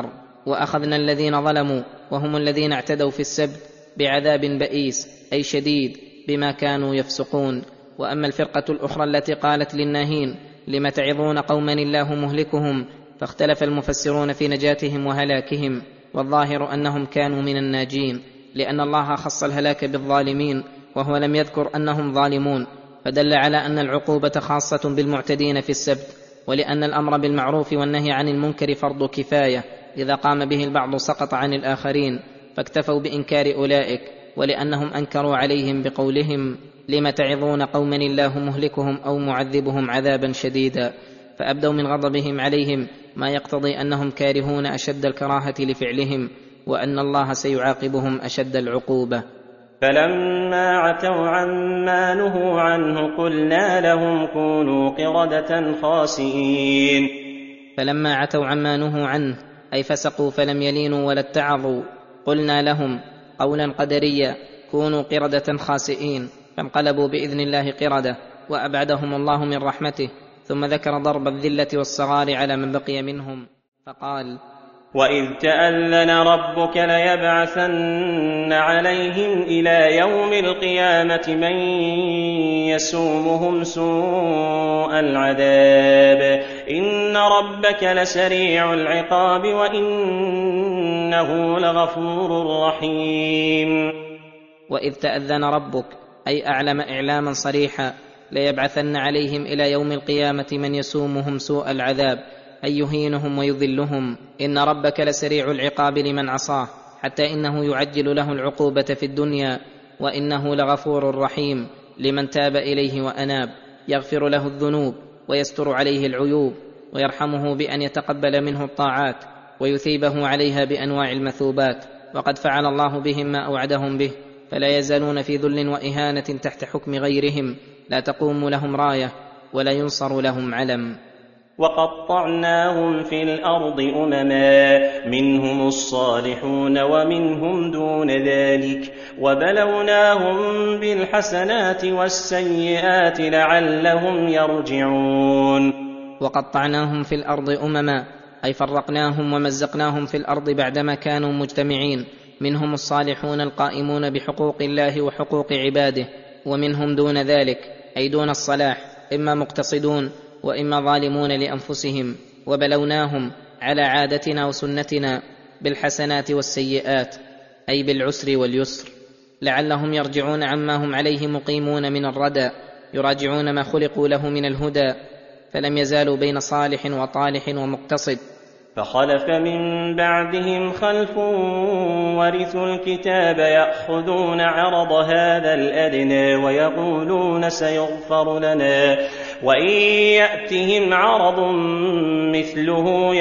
واخذنا الذين ظلموا وهم الذين اعتدوا في السبت بعذاب بئيس اي شديد بما كانوا يفسقون. واما الفرقه الاخرى التي قالت للناهين لم تعظون قوما الله مهلكهم، فاختلف المفسرون في نجاتهم وهلاكهم، والظاهر انهم كانوا من الناجين، لان الله خص الهلاك بالظالمين وهو لم يذكر انهم ظالمون، فدل على ان العقوبه خاصه بالمعتدين في السبت، ولان الامر بالمعروف والنهي عن المنكر فرض كفايه، اذا قام به البعض سقط عن الاخرين، فاكتفوا بانكار اولئك، ولانهم انكروا عليهم بقولهم لم تعظون قوما الله مهلكهم او معذبهم عذابا شديدا، فابدوا من غضبهم عليهم ما يقتضي انهم كارهون اشد الكراهه لفعلهم، وان الله سيعاقبهم اشد العقوبه. فلما عتوا عما نهوا عنه قلنا لهم كونوا قردة خاسئين. فلما عتوا عما نهوا عنه أي فسقوا فلم يلينوا ولا اتعظوا، قلنا لهم قولا قدريا كونوا قردة خاسئين، فانقلبوا بإذن الله قردة، وأبعدهم الله من رحمته. ثم ذكر ضرب الذلة والصغار على من بقي منهم فقال: وإذ تأذن ربك ليبعثن عليهم إلى يوم القيامة من يسومهم سوء العذاب إن ربك لسريع العقاب وإنه لغفور رحيم. وإذ تأذن ربك أي أعلم إعلاما صريحا ليبعثن عليهم إلى يوم القيامة من يسومهم سوء العذاب أي يهينهم ويذلهم. إن ربك لسريع العقاب لمن عصاه، حتى إنه يعجل له العقوبة في الدنيا، وإنه لغفور رحيم لمن تاب إليه وأناب، يغفر له الذنوب ويستر عليه العيوب، ويرحمه بأن يتقبل منه الطاعات ويثيبه عليها بأنواع المثوبات. وقد فعل الله بهم ما أوعدهم به، فلا يزالون في ذل وإهانة تحت حكم غيرهم، لا تقوم لهم راية ولا ينصر لهم علم. وقطعناهم في الأرض أمما منهم الصالحون ومنهم دون ذلك وبلوناهم بالحسنات والسيئات لعلهم يرجعون. وقطعناهم في الأرض أمما أي فرقناهم ومزقناهم في الأرض بعدما كانوا مجتمعين، منهم الصالحون القائمون بحقوق الله وحقوق عباده، ومنهم دون ذلك أي دون الصلاح، إما مقتصدون وإما ظالمون لأنفسهم. وبلوناهم على عادتنا وسنتنا بالحسنات والسيئات أي بالعسر واليسر، لعلهم يرجعون عما هم عليه مقيمون من الردى، يراجعون ما خلقوا له من الهدى، فلم يزالوا بين صالح وطالح ومقتصد. فخلف من بعدهم خلف ورثوا الكتاب يأخذون عرض هذا الأدنى ويقولون سيغفر لنا، وإن يأتهم عرض مثله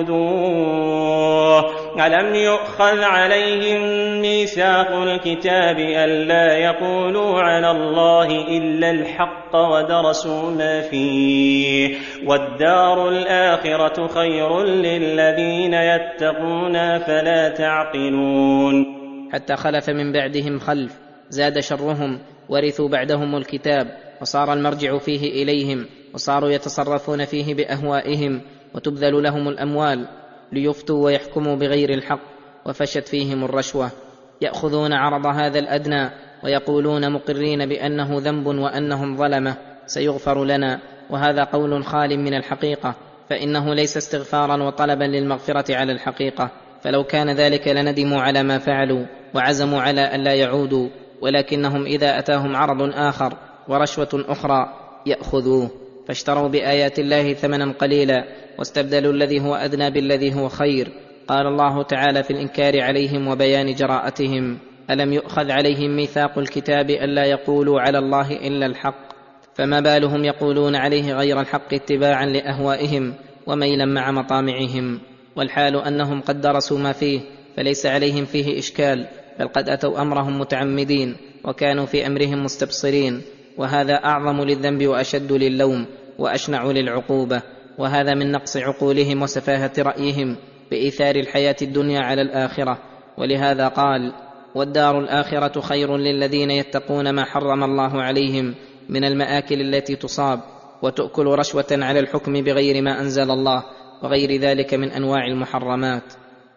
يأخذوه. ألم يؤخذ عليهم ميثاق الكتاب ألا يقولوا على الله إلا الحق ودرسوا ما فيه، والدار الآخرة خير للذين يتقون فلا تعقلون. حتى خلف من بعدهم خلف زاد شرهم، ورثوا بعدهم الكتاب وصار المرجع فيه إليهم، وصاروا يتصرفون فيه بأهوائهم، وتبذل لهم الأموال ليفتوا ويحكموا بغير الحق، وفشت فيهم الرشوة. يأخذون عرض هذا الأدنى ويقولون مقرين بأنه ذنب وأنهم ظلمة سيغفر لنا، وهذا قول خال من الحقيقة، فإنه ليس استغفارا وطلبا للمغفرة على الحقيقة، فلو كان ذلك لندموا على ما فعلوا وعزموا على أن لا يعودوا، ولكنهم إذا أتاهم عرض آخر ورشوة أخرى يأخذوه، فاشتروا بآيات الله ثمنا قليلا واستبدلوا الذي هو أدنى بالذي هو خير. قال الله تعالى في الإنكار عليهم وبيان جراءتهم: ألم يؤخذ عليهم ميثاق الكتاب ألا يقولوا على الله إلا الحق، فما بالهم يقولون عليه غير الحق اتباعا لأهوائهم وميلا مع مطامعهم، والحال أنهم قد درسوا ما فيه فليس عليهم فيه إشكال، بل قد أتوا أمرهم متعمدين وكانوا في أمرهم مستبصرين، وهذا أعظم للذنب وأشد للوم وأشنع للعقوبة، وهذا من نقص عقولهم وسفاهة رأيهم بإيثار الحياة الدنيا على الآخرة. ولهذا قال: والدار الآخرة خير للذين يتقون ما حرم الله عليهم من المآكل التي تصاب وتؤكل رشوة على الحكم بغير ما أنزل الله، وغير ذلك من أنواع المحرمات.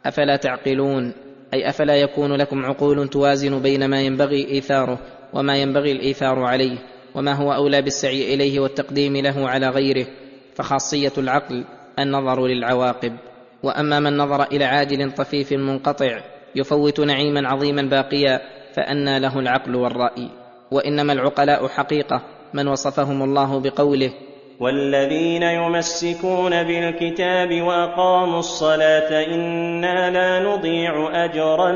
أفلا تعقلون، أي أفلا يكون لكم عقول توازن بين ما ينبغي إيثاره وما ينبغي الإيثار عليه، وما هو أولى بالسعي إليه والتقديم له على غيره. فخاصية العقل النظر للعواقب. وأما من نظر إلى عاجل طفيف منقطع يفوت نعيما عظيما باقيا فأنى له العقل والرأي. وإنما العقلاء حقيقة من وصفهم الله بقوله: والذين يمسكون بالكتاب وأقاموا الصلاة إنا لا نضيع أجر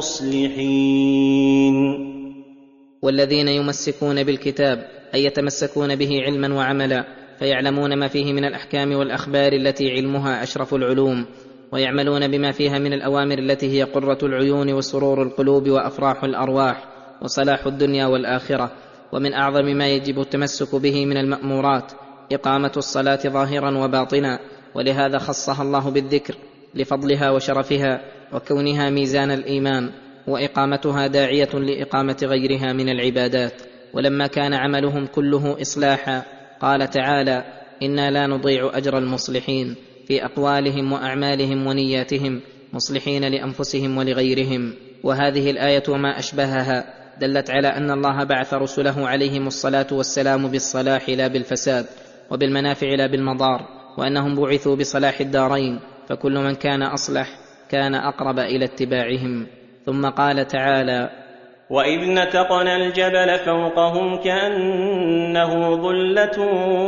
المصلحين. والذين يمسكون بالكتاب أي يتمسكون به علما وعملا، فيعلمون ما فيه من الأحكام والأخبار التي علمها أشرف العلوم، ويعملون بما فيها من الأوامر التي هي قرة العيون وسرور القلوب وأفراح الأرواح وصلاح الدنيا والآخرة. ومن أعظم ما يجب التمسك به من المأمورات إقامة الصلاة ظاهرا وباطنا، ولهذا خصها الله بالذكر لفضلها وشرفها وكونها ميزان الإيمان، وإقامتها داعية لإقامة غيرها من العبادات. ولما كان عملهم كله إصلاحا قال تعالى: إنا لا نضيع أجر المصلحين، في أقوالهم وأعمالهم ونياتهم، مصلحين لأنفسهم ولغيرهم. وهذه الآية وما أشبهها دلت على أن الله بعث رسله عليهم الصلاة والسلام بالصلاح لا بالفساد، وبالمنافع لا بالمضار، وأنهم بعثوا بصلاح الدارين، فكل من كان أصلح كان أقرب إلى اتباعهم. ثم قال تعالى: وإذ نتقنا الجبل فوقهم كأنه ظلة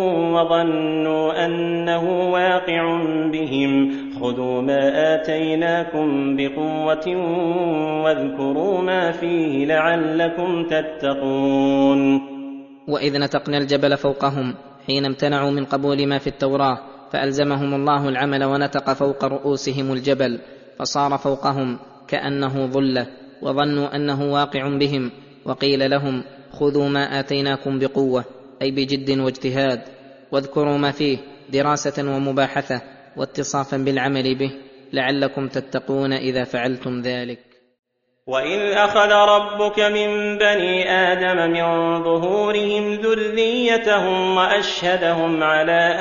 وظنوا أنه واقع بهم خذوا ما آتيناكم بقوة واذكروا ما فيه لعلكم تتقون. وإذ نتقنا الجبل فوقهم حين امتنعوا من قبول ما في التوراة، فألزمهم الله العمل ونتق فوق رؤوسهم الجبل فصار فوقهم كأنه ظلة، وظنوا أنه واقع بهم، وقيل لهم: خذوا ما آتيناكم بقوة، أي بجد واجتهاد، واذكروا ما فيه دراسة ومباحثة واتصافا بالعمل به لعلكم تتقون إذا فعلتم ذلك. وإذ أخذ ربك من بني آدم من ظهورهم ذريتهم وأشهدهم على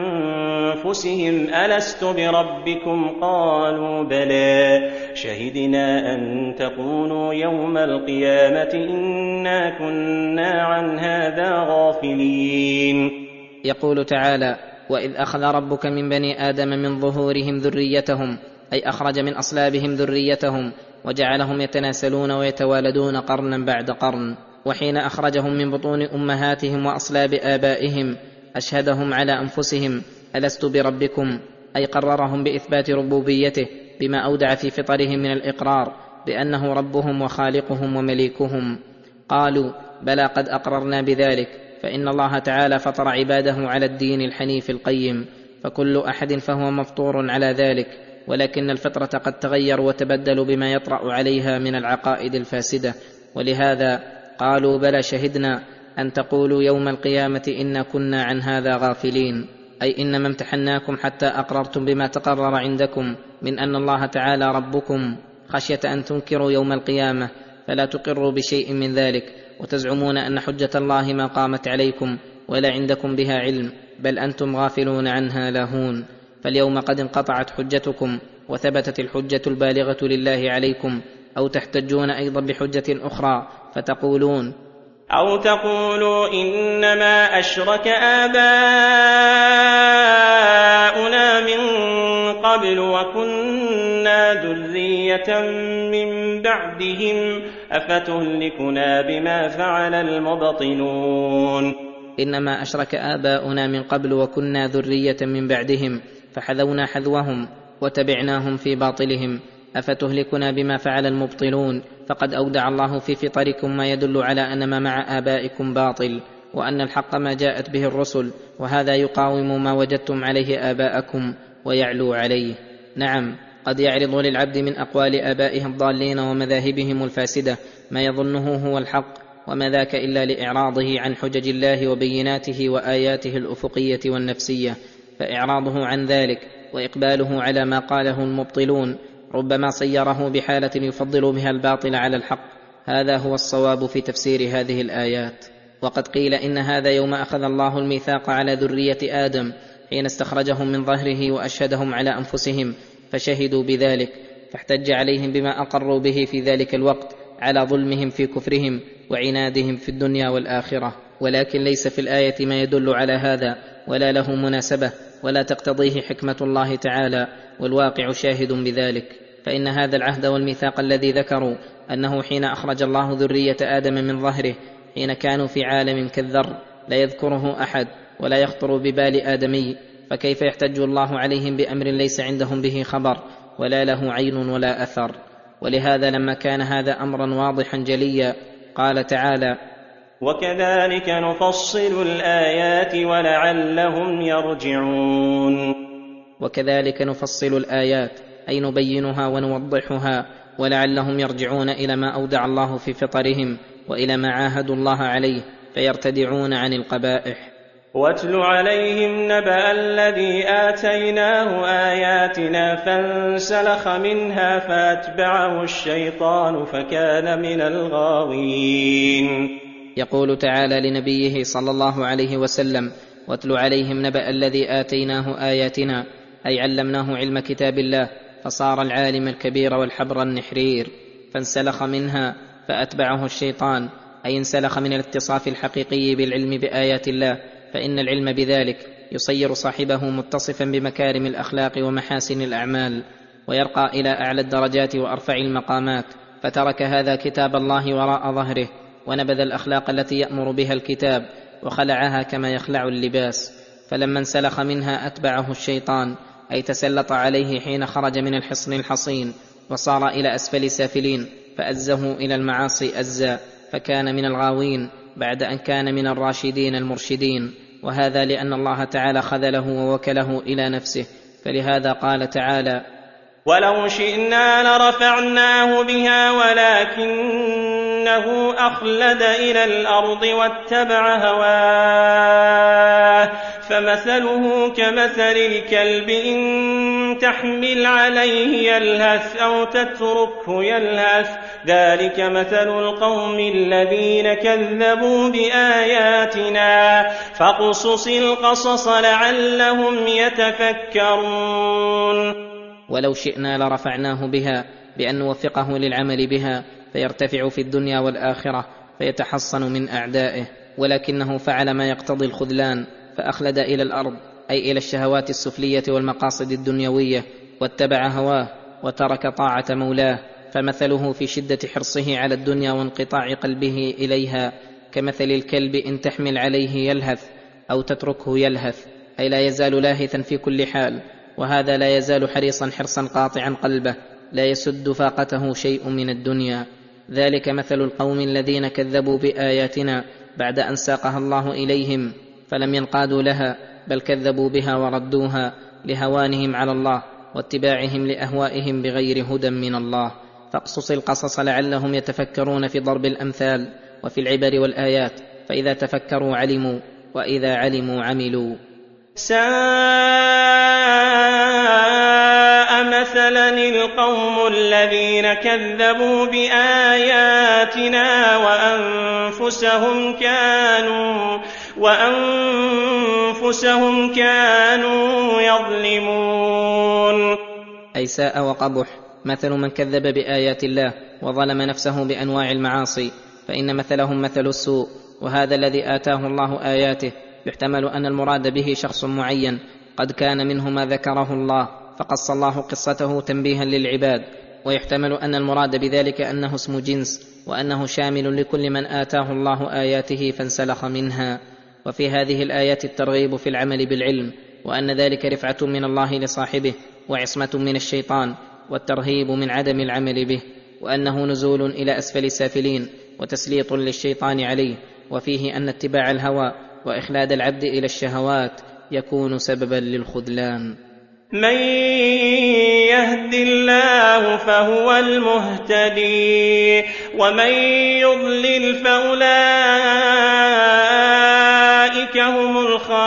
أنفسهم ألست بربكم قالوا بلى شهدنا أن تقولوا يوم القيامة إنا كنا عن هذا غافلين. يقول تعالى: وإذ أخذ ربك من بني آدم من ظهورهم ذريتهم، أي أخرج من أصلابهم ذريتهم وجعلهم يتناسلون ويتوالدون قرنا بعد قرن. وحين أخرجهم من بطون أمهاتهم وأصلاب آبائهم أشهدهم على أنفسهم ألست بربكم، أي قررهم بإثبات ربوبيته بما أودع في فطرهم من الإقرار بأنه ربهم وخالقهم ومليكهم. قالوا: بلى قد أقررنا بذلك، فإن الله تعالى فطر عباده على الدين الحنيف القيم، فكل أحد فهو مفطور على ذلك، ولكن الفطرة قد تغير وتبدل بما يطرأ عليها من العقائد الفاسدة. ولهذا قالوا: بلى شهدنا أن تقولوا يوم القيامة إنا كنا عن هذا غافلين، أي إنما امتحناكم حتى أقررتم بما تقرر عندكم من أن الله تعالى ربكم، خشية أن تنكروا يوم القيامة فلا تقروا بشيء من ذلك، وتزعمون أن حجة الله ما قامت عليكم ولا عندكم بها علم، بل أنتم غافلون عنها لاهون. فاليوم قد انقطعت حجتكم وثبتت الحجة البالغة لله عليكم، أو تحتجون أيضا بحجة أخرى فتقولون: أو تقولوا إنما أشرك آباؤنا من قبل وكنا ذرية من بعدهم أفتهلكنا بما فعل المبطلون. إنما أشرك آباؤنا من قبل وكنا ذرية من بعدهم فحذونا حذوهم وتبعناهم في باطلهم، أفتهلكنا بما فعل المبطلون. فقد أودع الله في فطركم ما يدل على أن ما مع آبائكم باطل، وأن الحق ما جاءت به الرسل، وهذا يقاوم ما وجدتم عليه آباءكم ويعلو عليه. نعم، قد يعرض للعبد من أقوال آبائه الضالين ومذاهبهم الفاسدة ما يظنه هو الحق، وما ذاك إلا لإعراضه عن حجج الله وبيناته وآياته الأفقية والنفسية. فإعراضه عن ذلك وإقباله على ما قاله المبطلون ربما صيره بحالة يفضل بها الباطل على الحق. هذا هو الصواب في تفسير هذه الآيات. وقد قيل إن هذا يوم أخذ الله الميثاق على ذرية آدم حين استخرجهم من ظهره وأشهدهم على أنفسهم فشهدوا بذلك، فاحتج عليهم بما أقروا به في ذلك الوقت على ظلمهم في كفرهم وعنادهم في الدنيا والآخرة. ولكن ليس في الآية ما يدل على هذا ولا له مناسبة ولا تقتضيه حكمة الله تعالى، والواقع شاهد بذلك. فإن هذا العهد والميثاق الذي ذكروا أنه حين أخرج الله ذرية آدم من ظهره حين كانوا في عالم كالذر لا يذكره أحد ولا يخطر ببال آدمي، فكيف يحتج الله عليهم بأمر ليس عندهم به خبر ولا له عين ولا أثر؟ ولهذا لما كان هذا أمرا واضحا جليا قال تعالى: وكذلك نفصل الآيات ولعلهم يرجعون. وكذلك نفصل الآيات أي نبينها ونوضحها ولعلهم يرجعون إلى ما أودع الله في فطرهم وإلى ما عاهدوا الله عليه فيرتدعون عن القبائح. واتل عليهم نبأ الذي آتيناه آياتنا فانسلخ منها فأتبعه الشيطان فكان من الغاوين. يقول تعالى لنبيه صلى الله عليه وسلم: واتل عليهم نبأ الذي آتيناه آياتنا، أي علمناه علم كتاب الله فصار العالم الكبير والحبر النحرير. فانسلخ منها فأتبعه الشيطان، أي انسلخ من الاتصاف الحقيقي بالعلم بآيات الله، فإن العلم بذلك يصير صاحبه متصفا بمكارم الأخلاق ومحاسن الأعمال ويرقى إلى أعلى الدرجات وأرفع المقامات. فترك هذا كتاب الله وراء ظهره ونبذ الأخلاق التي يأمر بها الكتاب وخلعها كما يخلع اللباس. فلما انسلخ منها أتبعه الشيطان، أي تسلط عليه حين خرج من الحصن الحصين وصار إلى أسفل سافلين فأزه إلى المعاصي أزا، فكان من الغاوين بعد أن كان من الراشدين المرشدين. وهذا لأن الله تعالى خذله ووكله إلى نفسه. فلهذا قال تعالى: ولو شئنا لرفعناه بها ولكنه أخلد إلى الأرض واتبع هواه فمثله كمثل الكلب إن تحمل عليه يلهث أو تتركه يلهث ذلك مثل القوم الذين كذبوا بآياتنا فاقصص القصص لعلهم يتفكرون. ولو شئنا لرفعناه بها بأن نوفقه للعمل بها فيرتفع في الدنيا والآخرة فيتحصن من أعدائه، ولكنه فعل ما يقتضي الخذلان فأخلد إلى الأرض، أي إلى الشهوات السفلية والمقاصد الدنيوية، واتبع هواه وترك طاعة مولاه. فمثله في شدة حرصه على الدنيا وانقطاع قلبه إليها كمثل الكلب إن تحمل عليه يلهث أو تتركه يلهث، أي لا يزال لاهثا في كل حال، وهذا لا يزال حريصا حرصا قاطعا قلبه لا يسد فاقته شيء من الدنيا. ذلك مثل القوم الذين كذبوا بآياتنا بعد أن ساقها الله إليهم فلم ينقادوا لها، بل كذبوا بها وردوها لهوانهم على الله واتباعهم لأهوائهم بغير هدى من الله. فاقصص القصص لعلهم يتفكرون في ضرب الأمثال وفي العبر والآيات، فإذا تفكروا علموا وإذا علموا عملوا. ساء مثلا القوم الذين كذبوا بآياتنا وأنفسهم كانوا يظلمون. أي ساء وقبح مثل من كذب بآيات الله وظلم نفسه بأنواع المعاصي، فإن مثلهم مثل السوء. وهذا الذي آتاه الله آياته يحتمل أن المراد به شخص معين قد كان منه ما ذكره الله فقص الله قصته تنبيها للعباد، ويحتمل أن المراد بذلك أنه اسم جنس وأنه شامل لكل من آتاه الله آياته فانسلخ منها. وفي هذه الآيات الترغيب في العمل بالعلم، وأن ذلك رفعة من الله لصاحبه وعصمة من الشيطان، والترهيب من عدم العمل به، وأنه نزول إلى أسفل السافلين وتسليط للشيطان عليه. وفيه أن اتباع الهوى وإخلاد العبد إلى الشهوات يكون سببا للخذلان. من يهد الله فهو المهتدي ومن يضلل فأولئك هم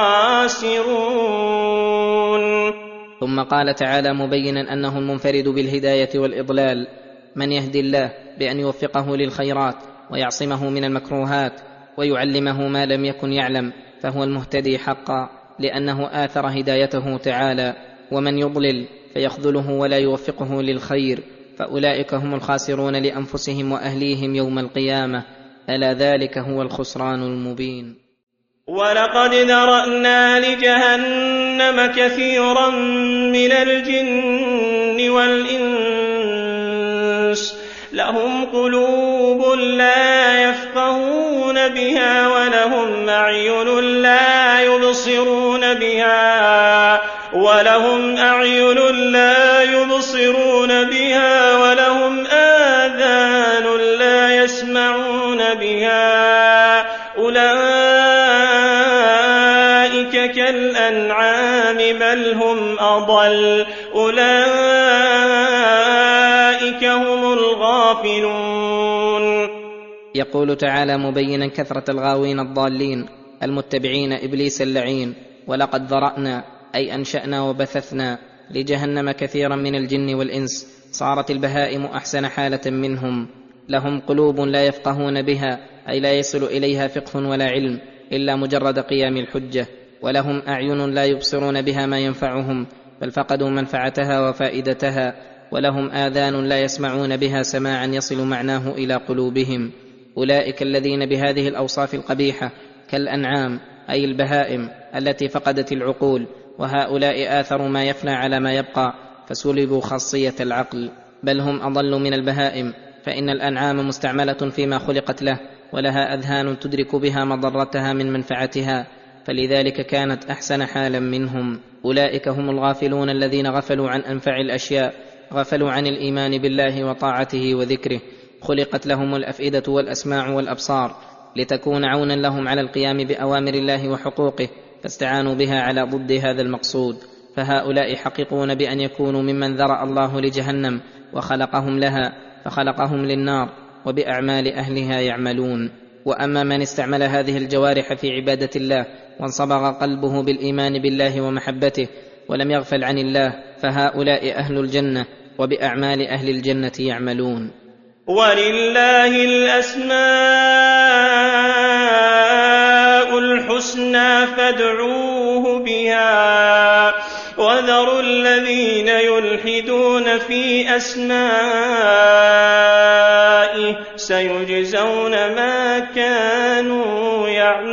الخاسرون. ثم قال تعالى مبينا أنه المنفرد بالهداية والإضلال: من يهدي الله بأن يوفقه للخيرات ويعصمه من المكروهات ويعلمه ما لم يكن يعلم فهو المهتدي حقا، لأنه آثر هدايته تعالى. ومن يضلل فيخذله ولا يوفقه للخير، فأولئك هم الخاسرون لأنفسهم وأهليهم يوم القيامة، ألا ذلك هو الخسران المبين. ولقد ذرأنا لجهنم كثيرا من الجن والإنس لهم قلوب لا يفقهون بها ولهم أعين لا يبصرون بها ولهم آذان لا يسمعون بها أولئك كالأنعام بل هم أضل أولئك هم الغافلون. يقول تعالى مبينا كثرة الغاوين الضالين المتبعين إبليس اللعين: ولقد ذرأنا أي أنشأنا وبثثنا لجهنم كثيرا من الجن والإنس، صارت البهائم أحسن حالة منهم. لهم قلوب لا يفقهون بها أي لا يصل إليها فقه ولا علم إلا مجرد قيام الحجة، ولهم أعين لا يبصرون بها ما ينفعهم بل فقدوا منفعتها وفائدتها، ولهم آذان لا يسمعون بها سماعا يصل معناه إلى قلوبهم. أولئك الذين بهذه الأوصاف القبيحة كالأنعام أي البهائم التي فقدت العقول، وهؤلاء آثروا ما يفنى على ما يبقى فسلبوا خاصية العقل، بل هم أضل من البهائم، فإن الأنعام مستعملة فيما خلقت له ولها أذهان تدرك بها مضرتها من منفعتها، فلذلك كانت أحسن حالا منهم. أولئك هم الغافلون الذين غفلوا عن أنفع الأشياء، غفلوا عن الإيمان بالله وطاعته وذكره. خلقت لهم الأفئدة والأسماع والأبصار لتكون عونا لهم على القيام بأوامر الله وحقوقه، فاستعانوا بها على ضد هذا المقصود، فهؤلاء حقيقون بأن يكونوا ممن ذرأ الله لجهنم وخلقهم لها، فخلقهم للنار وبأعمال أهلها يعملون. وأما من استعمل هذه الجوارح في عبادة الله وانصبغ قلبه بالإيمان بالله ومحبته ولم يغفل عن الله، فهؤلاء أهل الجنة وبأعمال أهل الجنة يعملون. ولله الأسماء الحسنى فادعوه بها وذروا الذين يلحدون في أسمائه سيجزون ما كانوا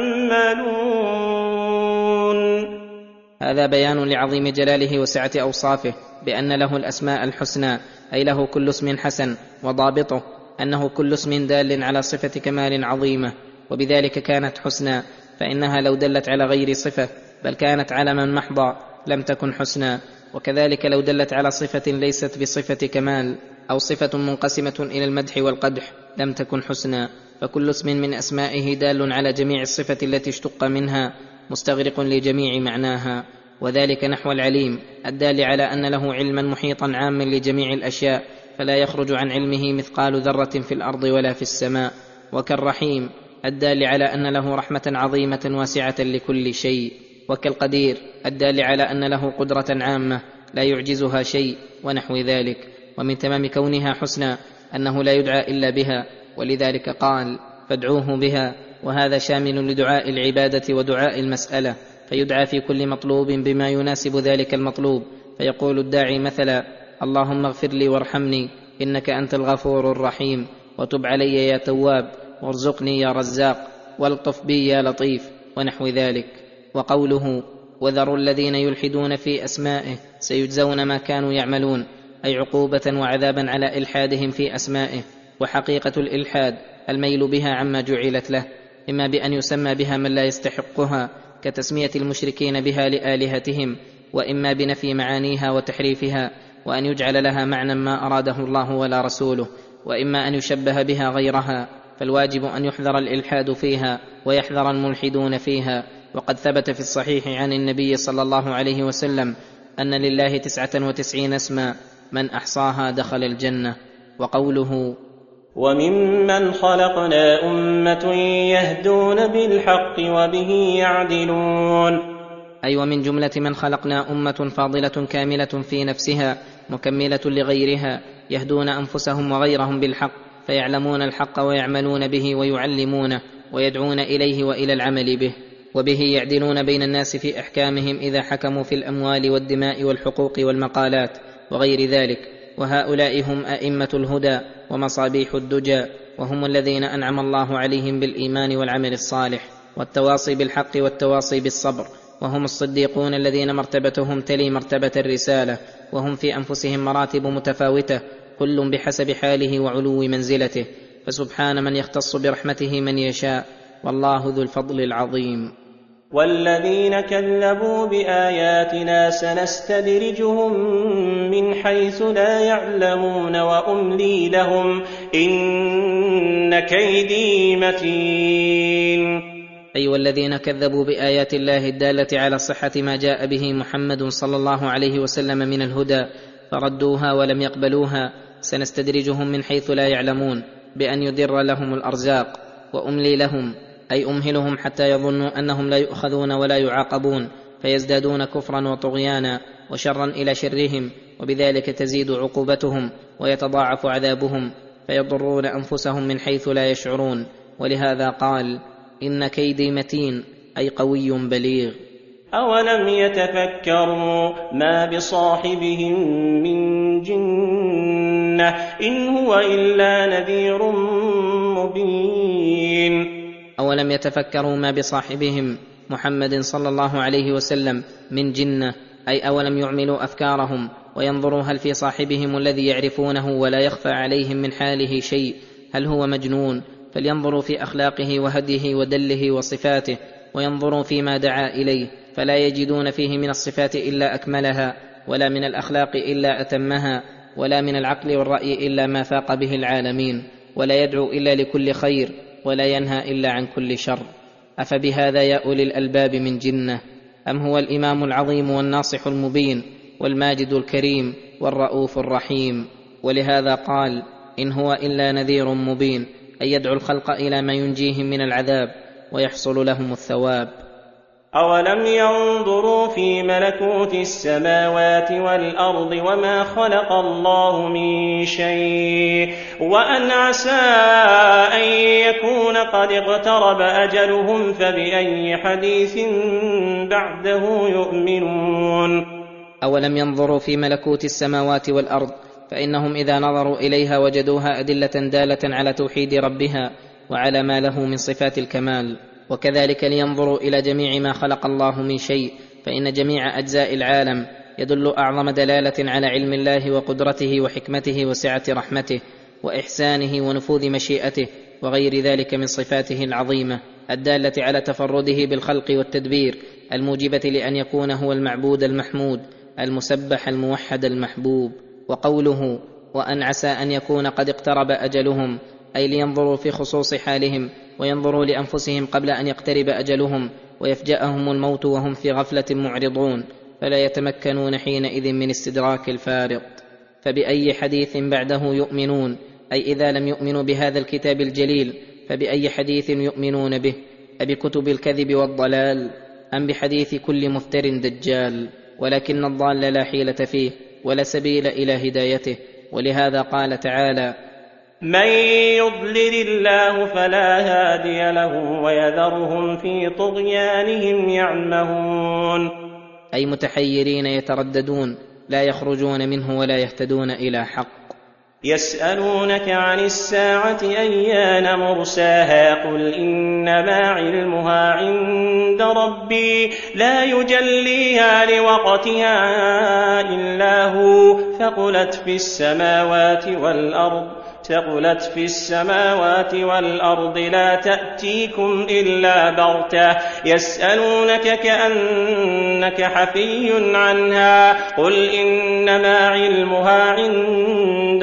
يعملون. هذا بيان لعظيم جلاله وسعة أوصافه بأن له الأسماء الحسنى، أي له كل اسم حسن، وضابطه أنه كل اسم دال على صفة كمال عظيمة، وبذلك كانت حسنى، فإنها لو دلت على غير صفة بل كانت علما محضا لم تكن حسنى. وكذلك لو دلت على صفة ليست بصفة كمال أو صفة منقسمة إلى المدح والقدح لم تكن حسنى. فكل اسم من أسمائه دال على جميع الصفة التي اشتق منها مستغرق لجميع معناها، وذلك نحو العليم الدال على أن له علما محيطا عاما لجميع الأشياء فلا يخرج عن علمه مثقال ذرة في الأرض ولا في السماء، وكالرحيم الدال على أن له رحمة عظيمة واسعة لكل شيء، وكالقدير الدال على أن له قدرة عامة لا يعجزها شيء، ونحو ذلك. ومن تمام كونها حسنى أنه لا يدعى إلا بها، ولذلك قال فادعوه بها، وهذا شامل لدعاء العبادة ودعاء المسألة، فيدعى في كل مطلوب بما يناسب ذلك المطلوب، فيقول الداعي مثلا اللهم اغفر لي وارحمني إنك أنت الغفور الرحيم، وتب علي يا تواب، وارزقني يا رزاق، والطف بي يا لطيف، ونحو ذلك. وقوله وذروا الذين يلحدون في أسمائه سيجزون ما كانوا يعملون، أي عقوبة وعذابا على إلحادهم في أسمائه. وحقيقة الإلحاد الميل بها عما جعلت له، إما بأن يسمى بها من لا يستحقها كتسمية المشركين بها لآلهتهم، وإما بنفي معانيها وتحريفها، وأن يجعل لها معنى ما أراده الله ولا رسوله، وإما أن يشبه بها غيرها، فالواجب أن يحذر الإلحاد فيها ويحذر الملحدون فيها. وقد ثبت في الصحيح عن النبي صلى الله عليه وسلم أن لله 99 اسما من أحصاها دخل الجنة. وقوله وممن خلقنا أمة يهدون بالحق وبه يعدلون، أي ومن جملة من خلقنا أمة فاضلة كاملة في نفسها مكملة لغيرها، يهدون أنفسهم وغيرهم بالحق، فيعلمون الحق ويعملون به ويعلمونه ويدعون إليه وإلى العمل به، وبه يعدلون بين الناس في أحكامهم إذا حكموا في الأموال والدماء والحقوق والمقالات، وغير ذلك، وهؤلاء هم أئمة الهدى ومصابيح الدجى، وهم الذين أنعم الله عليهم بالإيمان والعمل الصالح والتواصي بالحق والتواصي بالصبر، وهم الصديقون الذين مرتبتهم تلي مرتبة الرسالة، وهم في أنفسهم مراتب متفاوتة كل بحسب حاله وعلو منزلته، فسبحان من يختص برحمته من يشاء، والله ذو الفضل العظيم. والذين كذبوا بآياتنا سنستدرجهم من حيث لا يعلمون وأملي لهم إن كيدي متين. أي والذين كذبوا بآيات الله الدالة على صحة ما جاء به محمد صلى الله عليه وسلم من الهدى فردوها ولم يقبلوها، سنستدرجهم من حيث لا يعلمون بأن يدر لهم الأرزاق، وأملي لهم أي أمهلهم حتى يظنوا أنهم لا يؤخذون ولا يعاقبون، فيزدادون كفرا وطغيانا وشرا إلى شرهم، وبذلك تزيد عقوبتهم ويتضاعف عذابهم، فيضرون أنفسهم من حيث لا يشعرون. ولهذا قال إن كيدي متين، أي قوي بليغ. أولم يتفكروا ما بصاحبهم من جنة إن هو إلا نذير مبين. أولم يتفكروا ما بصاحبهم محمد صلى الله عليه وسلم من جنة، أي أولم يعملوا أفكارهم وينظروا هل في صاحبهم الذي يعرفونه ولا يخفى عليهم من حاله شيء، هل هو مجنون، فلينظروا في أخلاقه وهديه ودله وصفاته، وينظروا فيما دعا إليه فلا يجدون فيه من الصفات إلا أكملها، ولا من الأخلاق إلا أتمها، ولا من العقل والرأي إلا ما فاق به العالمين، ولا يدعو إلا لكل خير، ولا ينهى إلا عن كل شر. أفبهذا يا أولي الألباب من جنة؟ أم هو الإمام العظيم والناصح المبين والماجد الكريم والرؤوف الرحيم؟ ولهذا قال إن هو إلا نذير مبين، أي يدعو الخلق إلى ما ينجيهم من العذاب ويحصل لهم الثواب. أولم ينظروا في ملكوت السماوات والأرض وما خلق الله من شيء وأن عسى أن يكون قد اقترب أجلهم فبأي حديث بعده يؤمنون. أولم ينظروا في ملكوت السماوات والأرض، فإنهم إذا نظروا إليها وجدوها أدلة دالة على توحيد ربها وعلى ما له من صفات الكمال، وكذلك لينظروا إلى جميع ما خلق الله من شيء، فإن جميع أجزاء العالم يدل أعظم دلالة على علم الله وقدرته وحكمته وسعة رحمته وإحسانه ونفوذ مشيئته وغير ذلك من صفاته العظيمة الدالة على تفرده بالخلق والتدبير، الموجبة لأن يكون هو المعبود المحمود المسبح الموحد المحبوب. وقوله وأن عسى أن يكون قد اقترب أجلهم، أي لينظروا في خصوص حالهم وينظروا لأنفسهم قبل أن يقترب أجلهم ويفجأهم الموت وهم في غفلة معرضون، فلا يتمكنون حينئذ من استدراك الفارق. فبأي حديث بعده يؤمنون، أي إذا لم يؤمنوا بهذا الكتاب الجليل فبأي حديث يؤمنون به؟ أبكتب الكذب والضلال أم بحديث كل مفتر دجال؟ ولكن الضال لا حيلة فيه ولا سبيل إلى هدايته. ولهذا قال تعالى من يضلل الله فلا هادي له ويذرهم في طغيانهم يعمهون، أي متحيرين يترددون لا يخرجون منه ولا يهتدون إلى حق. يسألونك عن الساعة أيان مرساها قل إنما علمها عند ربي لا يجليها لوقتها إلا هو ثقلت في السماوات والأرض لا تأتيكم إلا بغتة يسألونك كأنك حفي عنها قل إنما علمها عند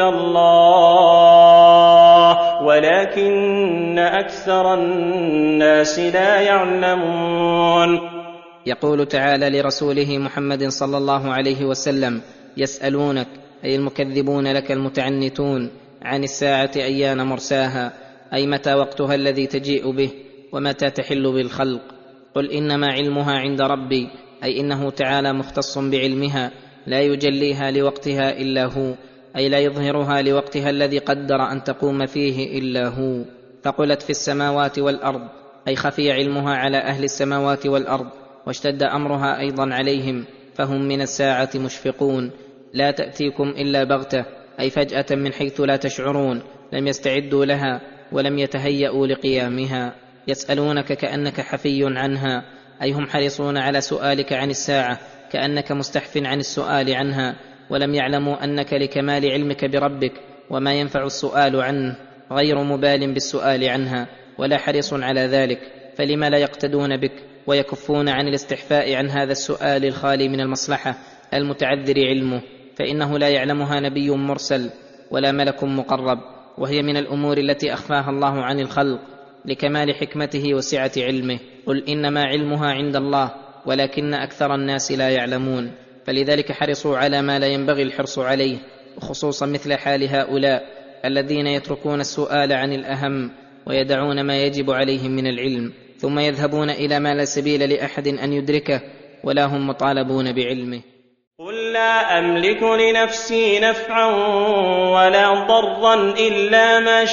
الله ولكن أكثر الناس لا يعلمون. يقول تعالى لرسوله محمد صلى الله عليه وسلم يسألونك، أي المكذبون لك المتعنتون، عن الساعة أيان مرساها، أي متى وقتها الذي تجيء به ومتى تحل بالخلق. قل إنما علمها عند ربي، أي إنه تعالى مختص بعلمها لا يجليها لوقتها إلا هو، أي لا يظهرها لوقتها الذي قدر أن تقوم فيه إلا هو. ثقلت في السماوات والأرض، أي خفي علمها على أهل السماوات والأرض واشتد أمرها أيضا عليهم، فهم من الساعة مشفقون لا تأتيكم إلا بغتة، أي فجأة من حيث لا تشعرون، لم يستعدوا لها ولم يتهيأوا لقيامها. يسألونك كأنك حفي عنها، أي هم حريصون على سؤالك عن الساعة كأنك مستحف عن السؤال عنها، ولم يعلموا أنك لكمال علمك بربك وما ينفع السؤال عنه غير مبال بالسؤال عنها ولا حريص على ذلك، فلم لا يقتدون بك ويكفون عن الاستحفاء عن هذا السؤال الخالي من المصلحة المتعذر علمه، فإنه لا يعلمها نبي مرسل ولا ملك مقرب، وهي من الأمور التي أخفاها الله عن الخلق لكمال حكمته وسعة علمه. قل إنما علمها عند الله ولكن أكثر الناس لا يعلمون، فلذلك حرصوا على ما لا ينبغي الحرص عليه، وخصوصا مثل حال هؤلاء الذين يتركون السؤال عن الأهم ويدعون ما يجب عليهم من العلم، ثم يذهبون إلى ما لا سبيل لأحد أن يدركه ولا هم مطالبون بعلمه. قل لا أملك لنفسي نفعا ولا ضرا إلا ما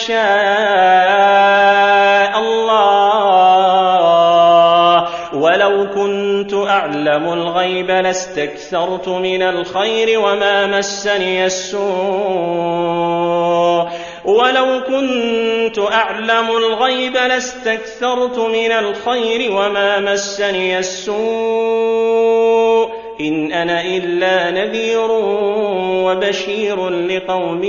شاء الله، ولو كنت أعلم الغيب لاستكثرت من الخير وما مسني السوء، ولو كنت أعلم الغيب لاستكثرت من الخير وما مسني السوء، إن أنا إلا نذير وبشير لقوم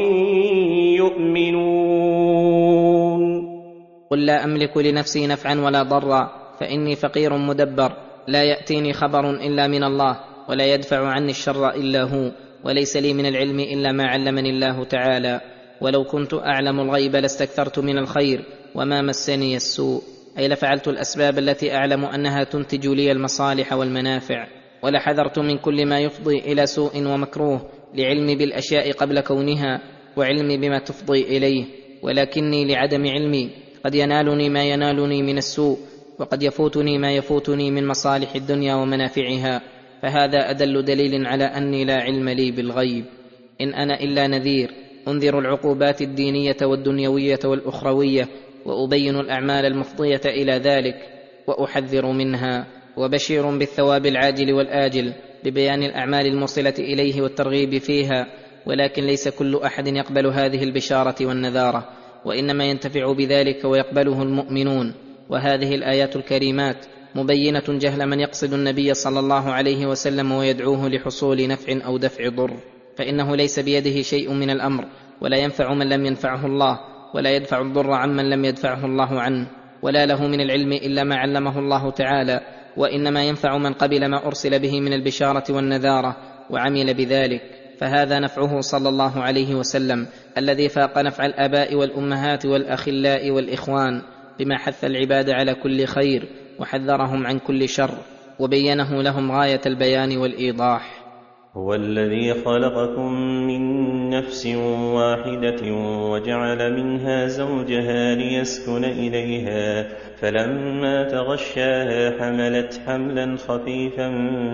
يؤمنون. قل لا أملك لنفسي نفعا ولا ضرا، فإني فقير مدبر، لا يأتيني خبر إلا من الله، ولا يدفع عني الشر إلا هو، وليس لي من العلم إلا ما علمني الله تعالى. ولو كنت أعلم الغيب لاستكثرت من الخير وما مسني السوء، أي لفعلت الأسباب التي أعلم أنها تنتج لي المصالح والمنافع، ولحذرت من كل ما يفضي إلى سوء ومكروه، لعلمي بالأشياء قبل كونها وعلمي بما تفضي إليه. ولكني لعدم علمي قد ينالني ما ينالني من السوء، وقد يفوتني ما يفوتني من مصالح الدنيا ومنافعها، فهذا أدل دليل على أني لا علم لي بالغيب. إن أنا إلا نذير، أنذر العقوبات الدينية والدنيوية والأخروية، وأبين الأعمال المفضية إلى ذلك وأحذر منها، وبشير بالثواب العاجل والآجل ببيان الأعمال الموصلة إليه والترغيب فيها. ولكن ليس كل أحد يقبل هذه البشارة والنذارة، وإنما ينتفع بذلك ويقبله المؤمنون. وهذه الآيات الكريمات مبينة جهل من يقصد النبي صلى الله عليه وسلم ويدعوه لحصول نفع أو دفع ضر، فإنه ليس بيده شيء من الأمر، ولا ينفع من لم ينفعه الله، ولا يدفع الضر عمن لم يدفعه الله عنه، ولا له من العلم إلا ما علمه الله تعالى، وإنما ينفع من قبل ما أرسل به من البشارة والنذارة وعمل بذلك. فهذا نفعه صلى الله عليه وسلم الذي فاق نفع الآباء والأمهات والأخلاء والإخوان، بما حث العباد على كل خير وحذرهم عن كل شر، وبينه لهم غاية البيان والإيضاح. هو الذي خلقكم من نفس واحدة وجعل منها زوجها ليسكن إليها، فلما تغشاها حملت حملا خفيفا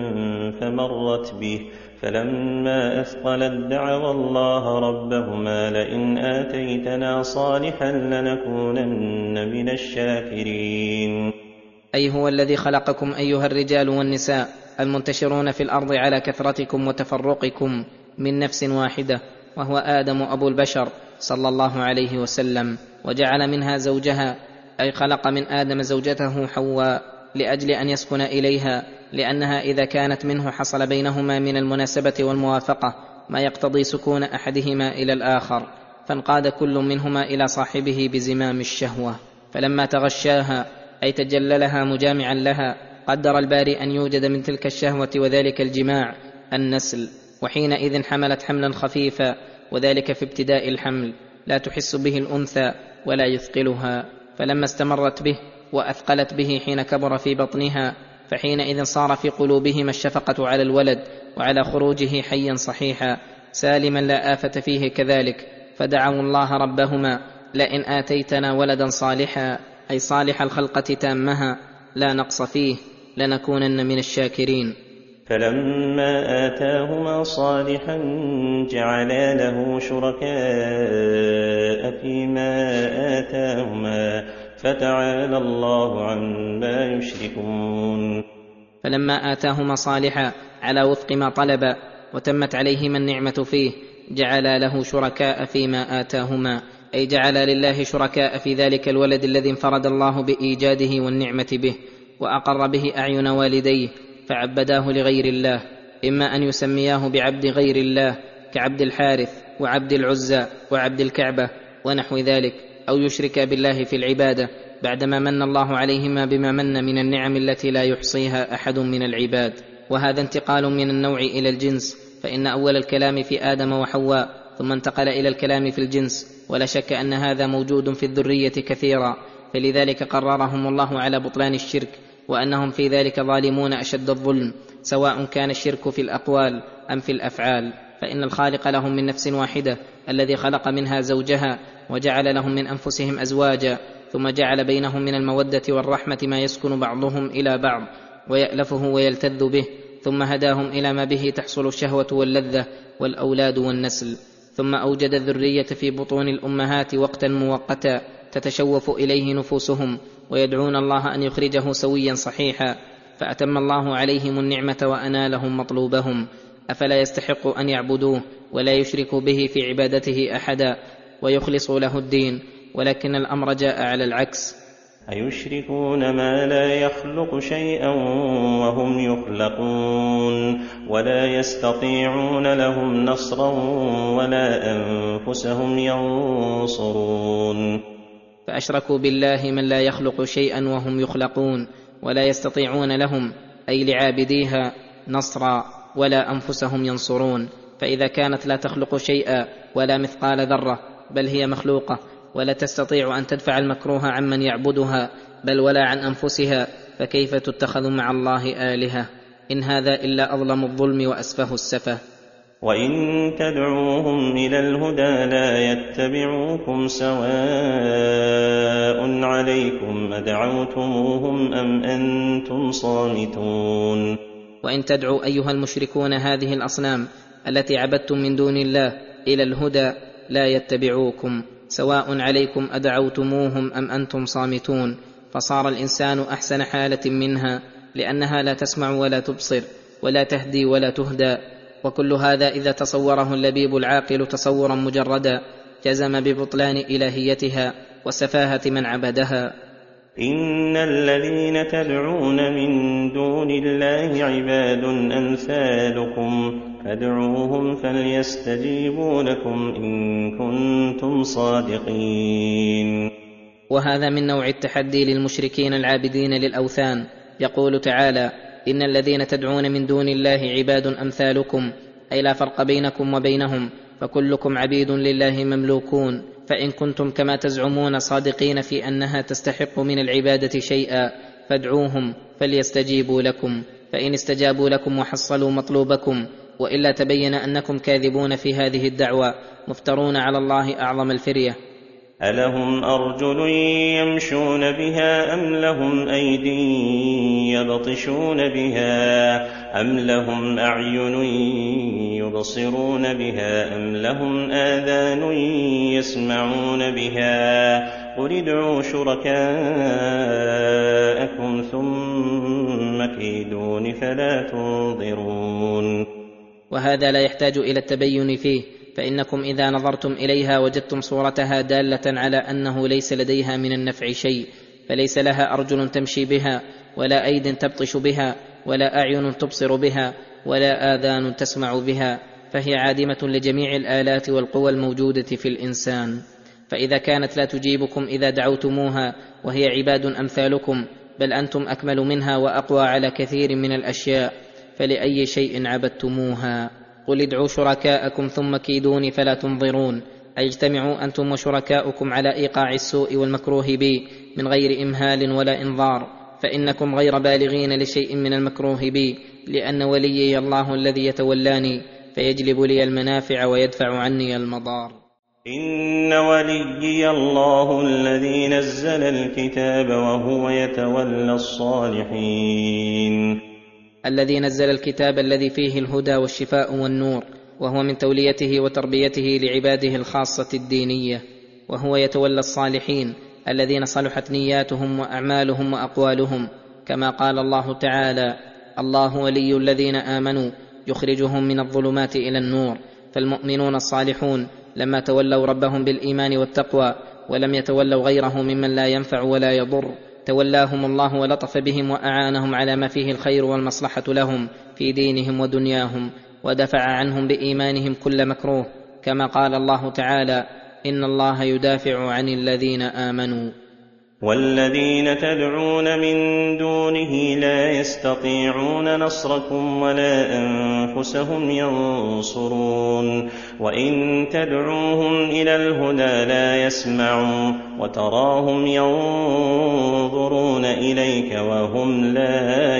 فمرت به، فلما أثقلت دعوا الله ربهما لئن آتيتنا صالحا لنكونن من الشاكرين. أي هو الذي خلقكم أيها الرجال والنساء المنتشرون في الأرض على كثرتكم وتفرقكم من نفس واحدة، وهو آدم أبو البشر صلى الله عليه وسلم، وجعل منها زوجها، أي خلق من آدم زوجته حواء لأجل أن يسكن إليها، لأنها إذا كانت منه حصل بينهما من المناسبة والموافقة ما يقتضي سكون أحدهما إلى الآخر، فانقاد كل منهما إلى صاحبه بزمام الشهوة. فلما تغشاها أي تجللها مجامعا لها، قدر الباري أن يوجد من تلك الشهوة وذلك الجماع النسل، وحينئذ حملت حملا خفيفا، وذلك في ابتداء الحمل لا تحس به الأنثى ولا يثقلها، فلما استمرت به وأثقلت به حين كبر في بطنها، فحينئذ صار في قلوبهما الشفقة على الولد وعلى خروجه حيا صحيحا سالما لا آفة فيه كذلك، فدعوا الله ربهما لئن آتيتنا ولدا صالحا، أي صالح الخلقة تامها لا نقص فيه، لنكونن من الشاكرين. فلما آتاهما صالحا جعلا له شركاء فيما آتاهما، فتعالى الله عما يشركون. فلما آتاهما صالحا على وفق ما طلب وتمت عليهما النعمة فيه جعل له شركاء فيما آتاهما، أي جعل لله شركاء في ذلك الولد الذي انفرد الله بإيجاده والنعمة به، وأقر به أعين والديه فعبداه لغير الله، إما أن يسمياه بعبد غير الله كعبد الحارث وعبد العزى وعبد الكعبة ونحو ذلك، أو يشرك بالله في العبادة بعدما من الله عليهما بما من من النعم التي لا يحصيها أحد من العباد. وهذا انتقال من النوع إلى الجنس، فإن أول الكلام في آدم وحواء ثم انتقل إلى الكلام في الجنس، ولا شك أن هذا موجود في الذرية كثيرا، فلذلك قررهم الله على بطلان الشرك، وأنهم في ذلك ظالمون أشد الظلم، سواء كان الشرك في الأقوال أم في الأفعال. فإن الخالق لهم من نفس واحدة الذي خلق منها زوجها وجعل لهم من أنفسهم أزواجا، ثم جعل بينهم من المودة والرحمة ما يسكن بعضهم إلى بعض ويألفه ويلتذ به، ثم هداهم إلى ما به تحصل الشهوة واللذة والأولاد والنسل. ثم أوجد الذرية في بطون الأمهات وقتا مؤقتا تتشوف إليه نفوسهم ويدعون الله أن يخرجه سويا صحيحا، فأتم الله عليهم النعمة وأنالهم مطلوبهم. أفلا يستحق أن يعبدوه ولا يشركوا به في عبادته أحدا ويخلصوا له الدين؟ ولكن الأمر جاء على العكس. أيشركون ما لا يخلق شيئا وهم يخلقون ولا يستطيعون لهم نصرا ولا أنفسهم ينصرون. فأشركوا بالله من لا يخلق شيئا وهم يخلقون ولا يستطيعون لهم أي لعابديها نصرا ولا أنفسهم ينصرون. فإذا كانت لا تخلق شيئا ولا مثقال ذرة، بل هي مخلوقة ولا تستطيع أن تدفع المكروه عمن يعبدها بل ولا عن أنفسها، فكيف تتخذ مع الله آلهة؟ إن هذا إلا أظلم الظلم وأسفه السفه. وإن تدعوهم إلى الهدى لا يتبعوكم سواء عليكم أدعوتموهم أم أنتم صامتون. وإن تدعوا أيها المشركون هذه الأصنام التي عبدتم من دون الله إلى الهدى لا يتبعوكم، سواء عليكم أدعوتموهم أم أنتم صامتون. فصار الإنسان أحسن حالة منها، لأنها لا تسمع ولا تبصر ولا تهدي ولا تهدى. وكل هذا إذا تصوره اللبيب العاقل تصورا مجردا جزم ببطلان إلهيتها وسفاهة من عبدها. إن الذين تدعون من دون الله عباد أمثالكم فادعوهم فليستجيبوا لكم إن كنتم صادقين. وهذا من نوع التحدي للمشركين العابدين للأوثان. يقول تعالى: إن الذين تدعون من دون الله عباد أمثالكم، أي لا فرق بينكم وبينهم، فكلكم عبيد لله مملوكون. فإن كنتم كما تزعمون صادقين في أنها تستحق من العبادة شيئا فادعوهم فليستجيبوا لكم، فإن استجابوا لكم وحصلوا مطلوبكم، وإلا تبين أنكم كاذبون في هذه الدعوة مفترون على الله أعظم الفرية. ألهم أرجل يمشون بها أم لهم أيد يبطشون بها أم لهم أعين يبصرون بها أم لهم آذان يسمعون بها قل ادعوا شركاءكم ثم كيدون فلا تنظرون. وهذا لا يحتاج إلى التبين فيه، فإنكم إذا نظرتم إليها وجدتم صورتها دالة على أنه ليس لديها من النفع شيء، فليس لها أرجل تمشي بها ولا أيد تبطش بها ولا أعين تبصر بها ولا آذان تسمع بها، فهي عادمة لجميع الآلات والقوى الموجودة في الإنسان. فإذا كانت لا تجيبكم إذا دعوتموها وهي عباد أمثالكم، بل أنتم أكمل منها وأقوى على كثير من الأشياء، فلأي شيء عبدتموها؟ قل ادعوا شركاءكم ثم كيدوني فلا تنظرون، أي اجتمعوا أنتم وشركاؤكم على إيقاع السوء والمكروه بي من غير إمهال ولا إنظار، فإنكم غير بالغين لشيء من المكروه بي، لأن وليي الله الذي يتولاني فيجلب لي المنافع ويدفع عني المضار. إن وليي الله الذي نزل الكتاب وهو يتولى الصالحين. الذي نزل الكتاب الذي فيه الهدى والشفاء والنور، وهو من توليته وتربيته لعباده الخاصة الدينية، وهو يتولى الصالحين الذين صلحت نياتهم وأعمالهم وأقوالهم، كما قال الله تعالى: الله ولي الذين آمنوا يخرجهم من الظلمات إلى النور. فالمؤمنون الصالحون لما تولوا ربهم بالإيمان والتقوى ولم يتولوا غيره ممن لا ينفع ولا يضر، تولاهم الله ولطف بهم وأعانهم على ما فيه الخير والمصلحة لهم في دينهم ودنياهم، ودفع عنهم بإيمانهم كل مكروه، كما قال الله تعالى: إن الله يدافع عن الذين آمنوا. والذين تدعون من دونه لا يستطيعون نصركم ولا أنفسهم ينصرون، وإن تدعوهم إلى الهدى لا يسمعوا، وتراهم ينظرون إليك وهم لا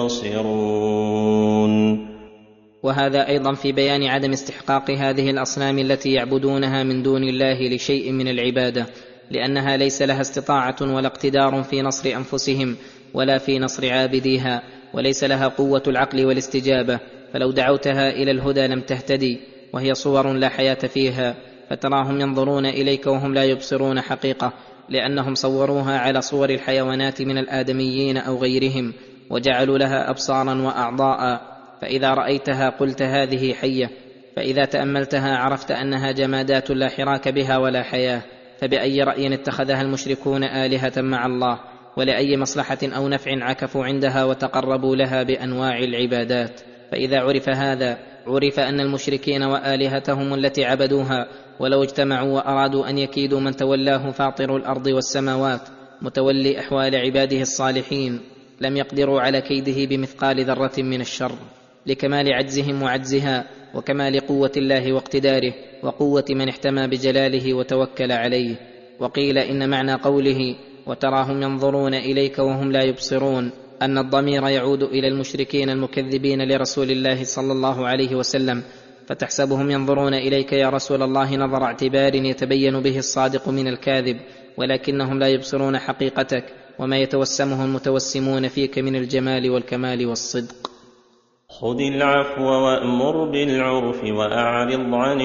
يبصرون. وهذا أيضا في بيان عدم استحقاق هذه الأصنام التي يعبدونها من دون الله لشيء من العبادة، لأنها ليس لها استطاعة ولا اقتدار في نصر أنفسهم ولا في نصر عابديها، وليس لها قوة العقل والاستجابة، فلو دعوتها إلى الهدى لم تهتدي، وهي صور لا حياة فيها، فتراهم ينظرون إليك وهم لا يبصرون حقيقة، لأنهم صوروها على صور الحيوانات من الآدميين أو غيرهم، وجعلوا لها أبصارا وأعضاء، فإذا رأيتها قلت هذه حية، فإذا تأملتها عرفت أنها جمادات لا حراك بها ولا حياة. فبأي رأي اتخذها المشركون آلهة مع الله، ولأي مصلحة أو نفع عكفوا عندها وتقربوا لها بأنواع العبادات. فإذا عرف هذا عرف أن المشركين وآلهتهم التي عبدوها ولو اجتمعوا وأرادوا أن يكيدوا من تولاه فاطر الأرض والسماوات متولي أحوال عباده الصالحين لم يقدروا على كيده بمثقال ذرة من الشر، لكمال عجزهم وعجزها، وكمال قوة الله واقتداره، وقوة من احتمى بجلاله وتوكل عليه. وقيل إن معنى قوله وتراهم ينظرون إليك وهم لا يبصرون أن الضمير يعود إلى المشركين المكذبين لرسول الله صلى الله عليه وسلم، فتحسبهم ينظرون إليك يا رسول الله نظر اعتبار يتبين به الصادق من الكاذب، ولكنهم لا يبصرون حقيقتك وما يتوسمه المتوسمون فيك من الجمال والكمال والصدق. خذ العفو وأمر بالعرف وأعرض عن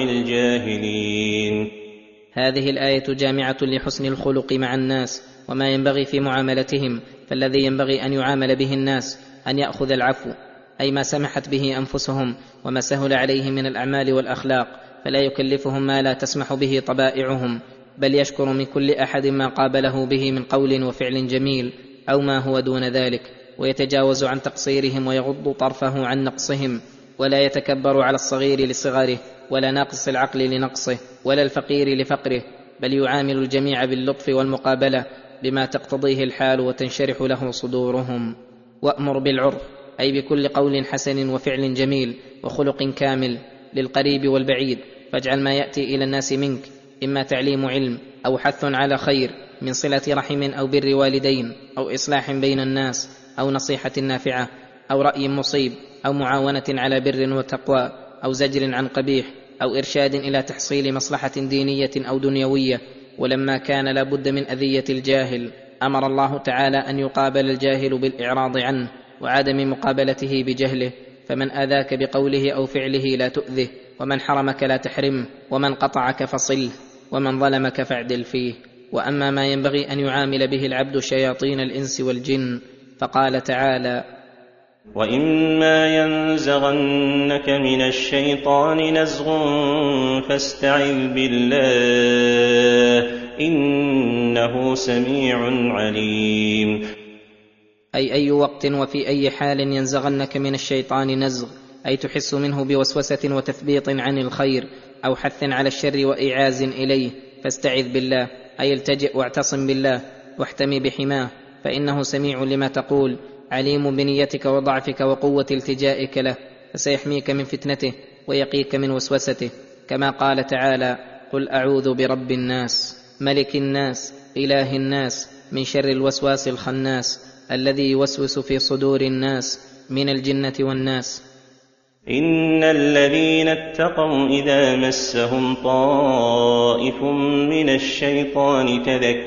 الجاهلين. هذه الآية جامعة لحسن الخلق مع الناس وما ينبغي في معاملتهم، فالذي ينبغي أن يعامل به الناس أن يأخذ العفو، أي ما سمحت به أنفسهم وما سهل عليهم من الأعمال والأخلاق، فلا يكلفهم ما لا تسمح به طبائعهم، بل يشكر من كل أحد ما قابله به من قول وفعل جميل أو ما هو دون ذلك، ويتجاوز عن تقصيرهم ويغض طرفه عن نقصهم، ولا يتكبر على الصغير لصغره، ولا ناقص العقل لنقصه، ولا الفقير لفقره، بل يعامل الجميع باللطف والمقابلة بما تقتضيه الحال وتنشرح له صدورهم. وأمر بالعرف أي بكل قول حسن وفعل جميل وخلق كامل للقريب والبعيد، فاجعل ما يأتي إلى الناس منك إما تعليم علم أو حث على خير من صلة رحم أو بر والدين أو إصلاح بين الناس أو نصيحة نافعة أو رأي مصيب أو معاونة على بر وتقوى أو زجر عن قبيح أو إرشاد إلى تحصيل مصلحة دينية أو دنيوية. ولما كان لا بد من أذية الجاهل أمر الله تعالى أن يقابل الجاهل بالإعراض عنه وعدم مقابلته بجهله، فمن آذاك بقوله أو فعله لا تؤذه، ومن حرمك لا تحرمه، ومن قطعك فصله، ومن ظلمك فاعدل فيه. وأما ما ينبغي أن يعامل به العبد شياطين الإنس والجن، فقال تعالى: وإما ينزغنك من الشيطان نزغ فاستعذ بالله إنه سميع عليم. أي وقت وفي أي حال ينزغنك من الشيطان نزغ، أي تحس منه بوسوسة وتثبيط عن الخير أو حث على الشر وإيعاز إليه، فاستعذ بالله أي التجئ واعتصم بالله واحتمي بحماه، فإنه سميع لما تقول، عليم بنيتك وضعفك وقوة التجائك له، فسيحميك من فتنته ويقيك من وسوسته، كما قال تعالى: قل أعوذ برب الناس ملك الناس إله الناس من شر الوسواس الخناس الذي يوسوس في صدور الناس من الجنة والناس. إن الذين اتقوا إذا مسهم طائف من الشيطان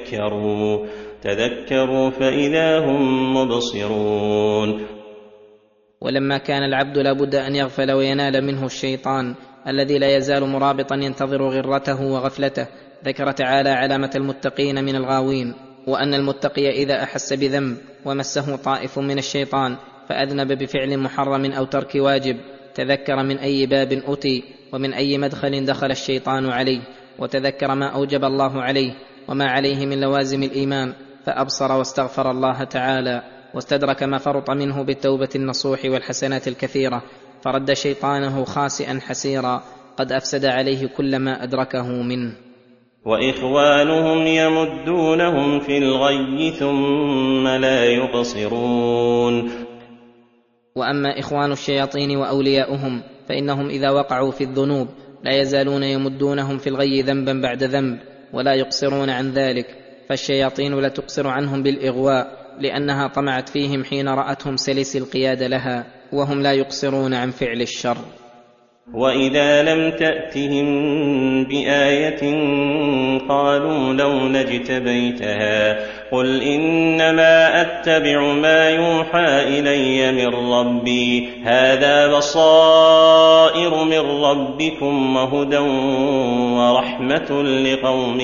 تذكروا فإذا هم مبصرون. ولما كان العبد لا بد أن يغفل وينال منه الشيطان الذي لا يزال مرابطا ينتظر غرته وغفلته، ذكر تعالى علامة المتقين من الغاوين، وأن المتقي إذا أحس بذنب ومسه طائف من الشيطان فأذنب بفعل محرم أو ترك واجب تذكر من أي باب أتي ومن أي مدخل دخل الشيطان عليه، وتذكر ما أوجب الله عليه وما عليه من لوازم الإيمان، فأبصر واستغفر الله تعالى، واستدرك ما فرط منه بالتوبة النصوح والحسنات الكثيرة، فرد شيطانه خاسئا حسيرا قد أفسد عليه كل ما أدركه منه. وإخوانهم يمدونهم في الغي ثم لا يقصرون. وأما إخوان الشياطين وأولياؤهم فإنهم إذا وقعوا في الذنوب لا يزالون يمدونهم في الغي ذنبا بعد ذنب ولا يقصرون عن ذلك، فالشياطين لا تقصر عنهم بالإغواء لأنها طمعت فيهم حين رأتهم سلس القيادة لها، وهم لا يقصرون عن فعل الشر. وإذا لم تأتهم بآية قالوا لولا اجتبيتها قل إنما أتبع ما يوحى إلي من ربي هذا بصائر من ربكم وهدى ورحمة لقوم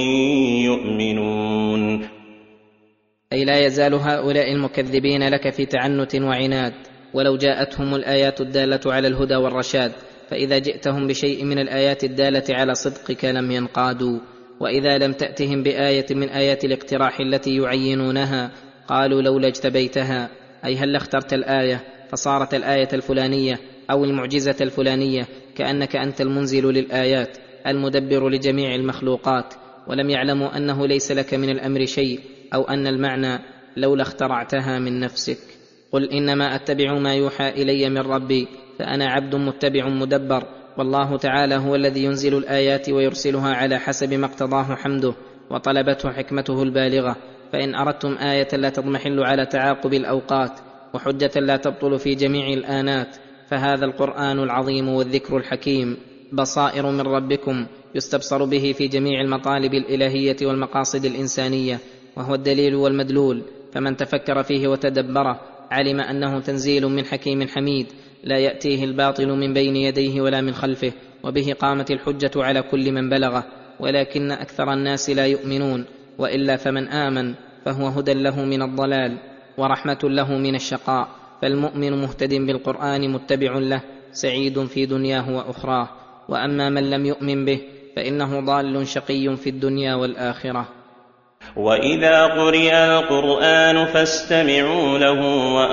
يؤمنون. أي لا يزال هؤلاء المكذبين لك في تعنت وعناد ولو جاءتهم الآيات الدالة على الهدى والرشاد، فإذا جئتهم بشيء من الآيات الدالة على صدقك لم ينقادوا، وإذا لم تأتهم بآية من آيات الاقتراح التي يعينونها قالوا لولا اجتبيتها، أي هل اخترت الآية فصارت الآية الفلانية أو المعجزة الفلانية، كأنك أنت المنزل للآيات المدبر لجميع المخلوقات، ولم يعلموا أنه ليس لك من الأمر شيء، أو أن المعنى لولا اخترعتها من نفسك. قل إنما أتبع ما يوحى إلي من ربي فأنا عبد متبع مدبر، والله تعالى هو الذي ينزل الآيات ويرسلها على حسب ما اقتضاه حمده وطلبته حكمته البالغة. فإن أردتم آية لا تضمحل على تعاقب الأوقات وحجة لا تبطل في جميع الآنات فهذا القرآن العظيم والذكر الحكيم بصائر من ربكم يستبصر به في جميع المطالب الإلهية والمقاصد الإنسانية، وهو الدليل والمدلول، فمن تفكر فيه وتدبره علم أنه تنزيل من حكيم حميد لا يأتيه الباطل من بين يديه ولا من خلفه، وبه قامت الحجة على كل من بلغه، ولكن أكثر الناس لا يؤمنون، وإلا فمن آمن فهو هدى له من الضلال ورحمة له من الشقاء، فالمؤمن مهتد بالقرآن متبع له سعيد في دنياه وأخراه، وأما من لم يؤمن به فإنه ضال شقي في الدنيا والآخرة. وإذا قرئ القرآن فاستمعوا له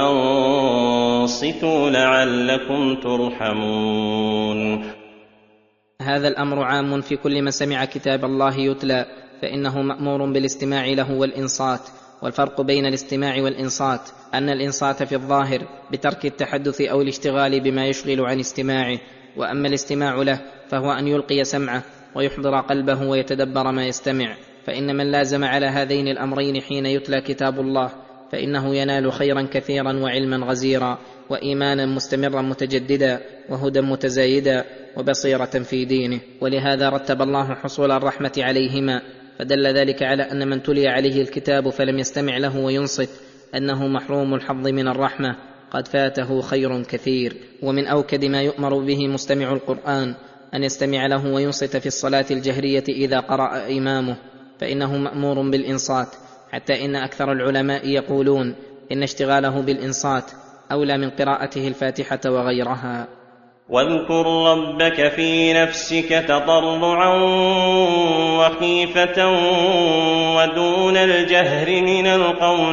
وأنصتوا لعلكم ترحمون. هذا الأمر عام في كل من سمع كتاب الله يتلى، فإنه مأمور بالاستماع له والإنصات. والفرق بين الاستماع والإنصات أن الإنصات في الظاهر بترك التحدث أو الاشتغال بما يشغل عن استماعه، وأما الاستماع له فهو أن يلقي سمعه ويحضر قلبه ويتدبر ما يستمع. فإن من لازم على هذين الأمرين حين يتلى كتاب الله فإنه ينال خيرا كثيرا وعلما غزيرا وإيمانا مستمرا متجددا وهدى متزايدا وبصيرة في دينه. ولهذا رتب الله حصول الرحمة عليهما، فدل ذلك على أن من تلي عليه الكتاب فلم يستمع له وينصت أنه محروم الحظ من الرحمة، قد فاته خير كثير. ومن أوكد ما يؤمر به مستمع القرآن أن يستمع له وينصت في الصلاة الجهرية إذا قرأ إمامه، فإنه مأمور بالإنصات، حتى إن أكثر العلماء يقولون إن اشتغاله بالإنصات أولى من قراءته الفاتحة وغيرها. واذكر ربك في نفسك تضرعا وخيفة ودون الجهر من القول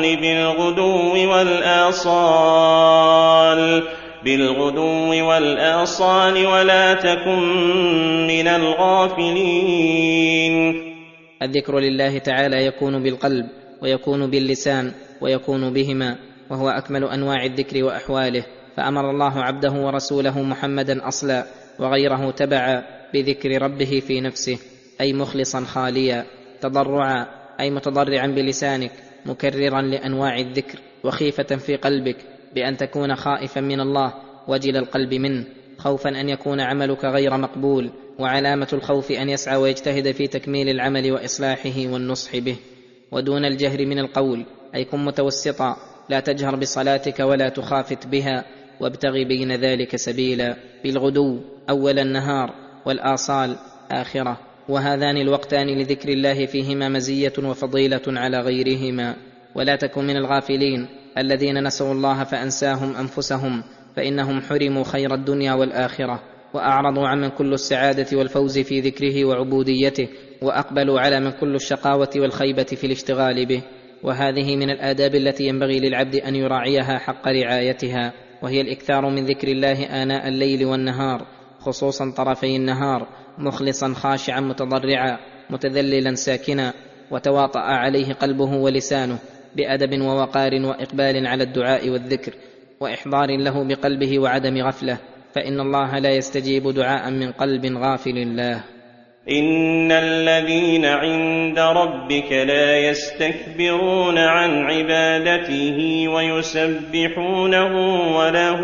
بالغدو والآصال ولا تكن من الغافلين. الذكر لله تعالى يكون بالقلب ويكون باللسان ويكون بهما، وهو أكمل أنواع الذكر وأحواله. فأمر الله عبده ورسوله محمدا أصلا وغيره تبعا بذكر ربه في نفسه، أي مخلصا خاليا، تضرعا أي متضرعا بلسانك مكررا لأنواع الذكر، وخيفة في قلبك بأن تكون خائفا من الله وجل القلب منه، خوفا أن يكون عملك غير مقبول، وعلامة الخوف أن يسعى ويجتهد في تكميل العمل وإصلاحه والنصح به. ودون الجهر من القول أي كن متوسطا، لا تجهر بصلاتك ولا تخافت بها، وابتغ بين ذلك سبيلا، بالغدو أول النهار والآصال آخرة، وهذان الوقتان لذكر الله فيهما مزية وفضيلة على غيرهما. ولا تكن من الغافلين الذين نسوا الله فأنساهم أنفسهم فإنهم حرموا خير الدنيا والآخرة، وأعرضوا عمن كل السعادة والفوز في ذكره وعبوديته، وأقبلوا على من كل الشقاوة والخيبة في الاشتغال به. وهذه من الآداب التي ينبغي للعبد أن يراعيها حق رعايتها، وهي الإكثار من ذكر الله آناء الليل والنهار، خصوصا طرفي النهار، مخلصا خاشعا متضرعا متذللا ساكنا، وتواطأ عليه قلبه ولسانه بأدب ووقار وإقبال على الدعاء والذكر، وإحضار له بقلبه وعدم غفلة، فإن الله لا يستجيب دعاء من قلب غافل الله. إن الذين عند ربك لا يستكبرون عن عبادته ويسبحونه وله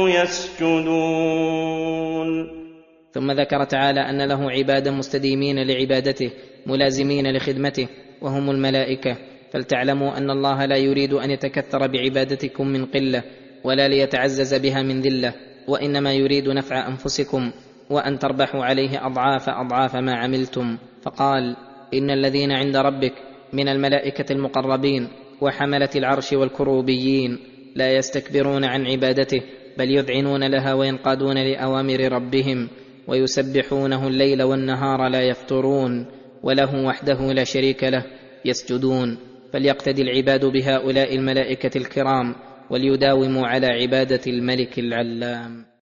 يسجدون. ثم ذكر تعالى أن له عبادا مستديمين لعبادته ملازمين لخدمته، وهم الملائكة. فلتعلموا أن الله لا يريد أن يتكثر بعبادتكم من قلة، ولا ليتعزز بها من ذلة، وإنما يريد نفع أنفسكم، وأن تربحوا عليه أضعاف ما عملتم. فقال: إن الذين عند ربك من الملائكة المقربين وحملة العرش والكروبيين لا يستكبرون عن عبادته، بل يذعنون لها وينقادون لأوامر ربهم، ويسبحونه الليل والنهار لا يفترون، وله وحده لا شريك له يسجدون. فليقتدي العباد بهؤلاء الملائكة الكرام، وليداوموا على عبادة الملك العلام.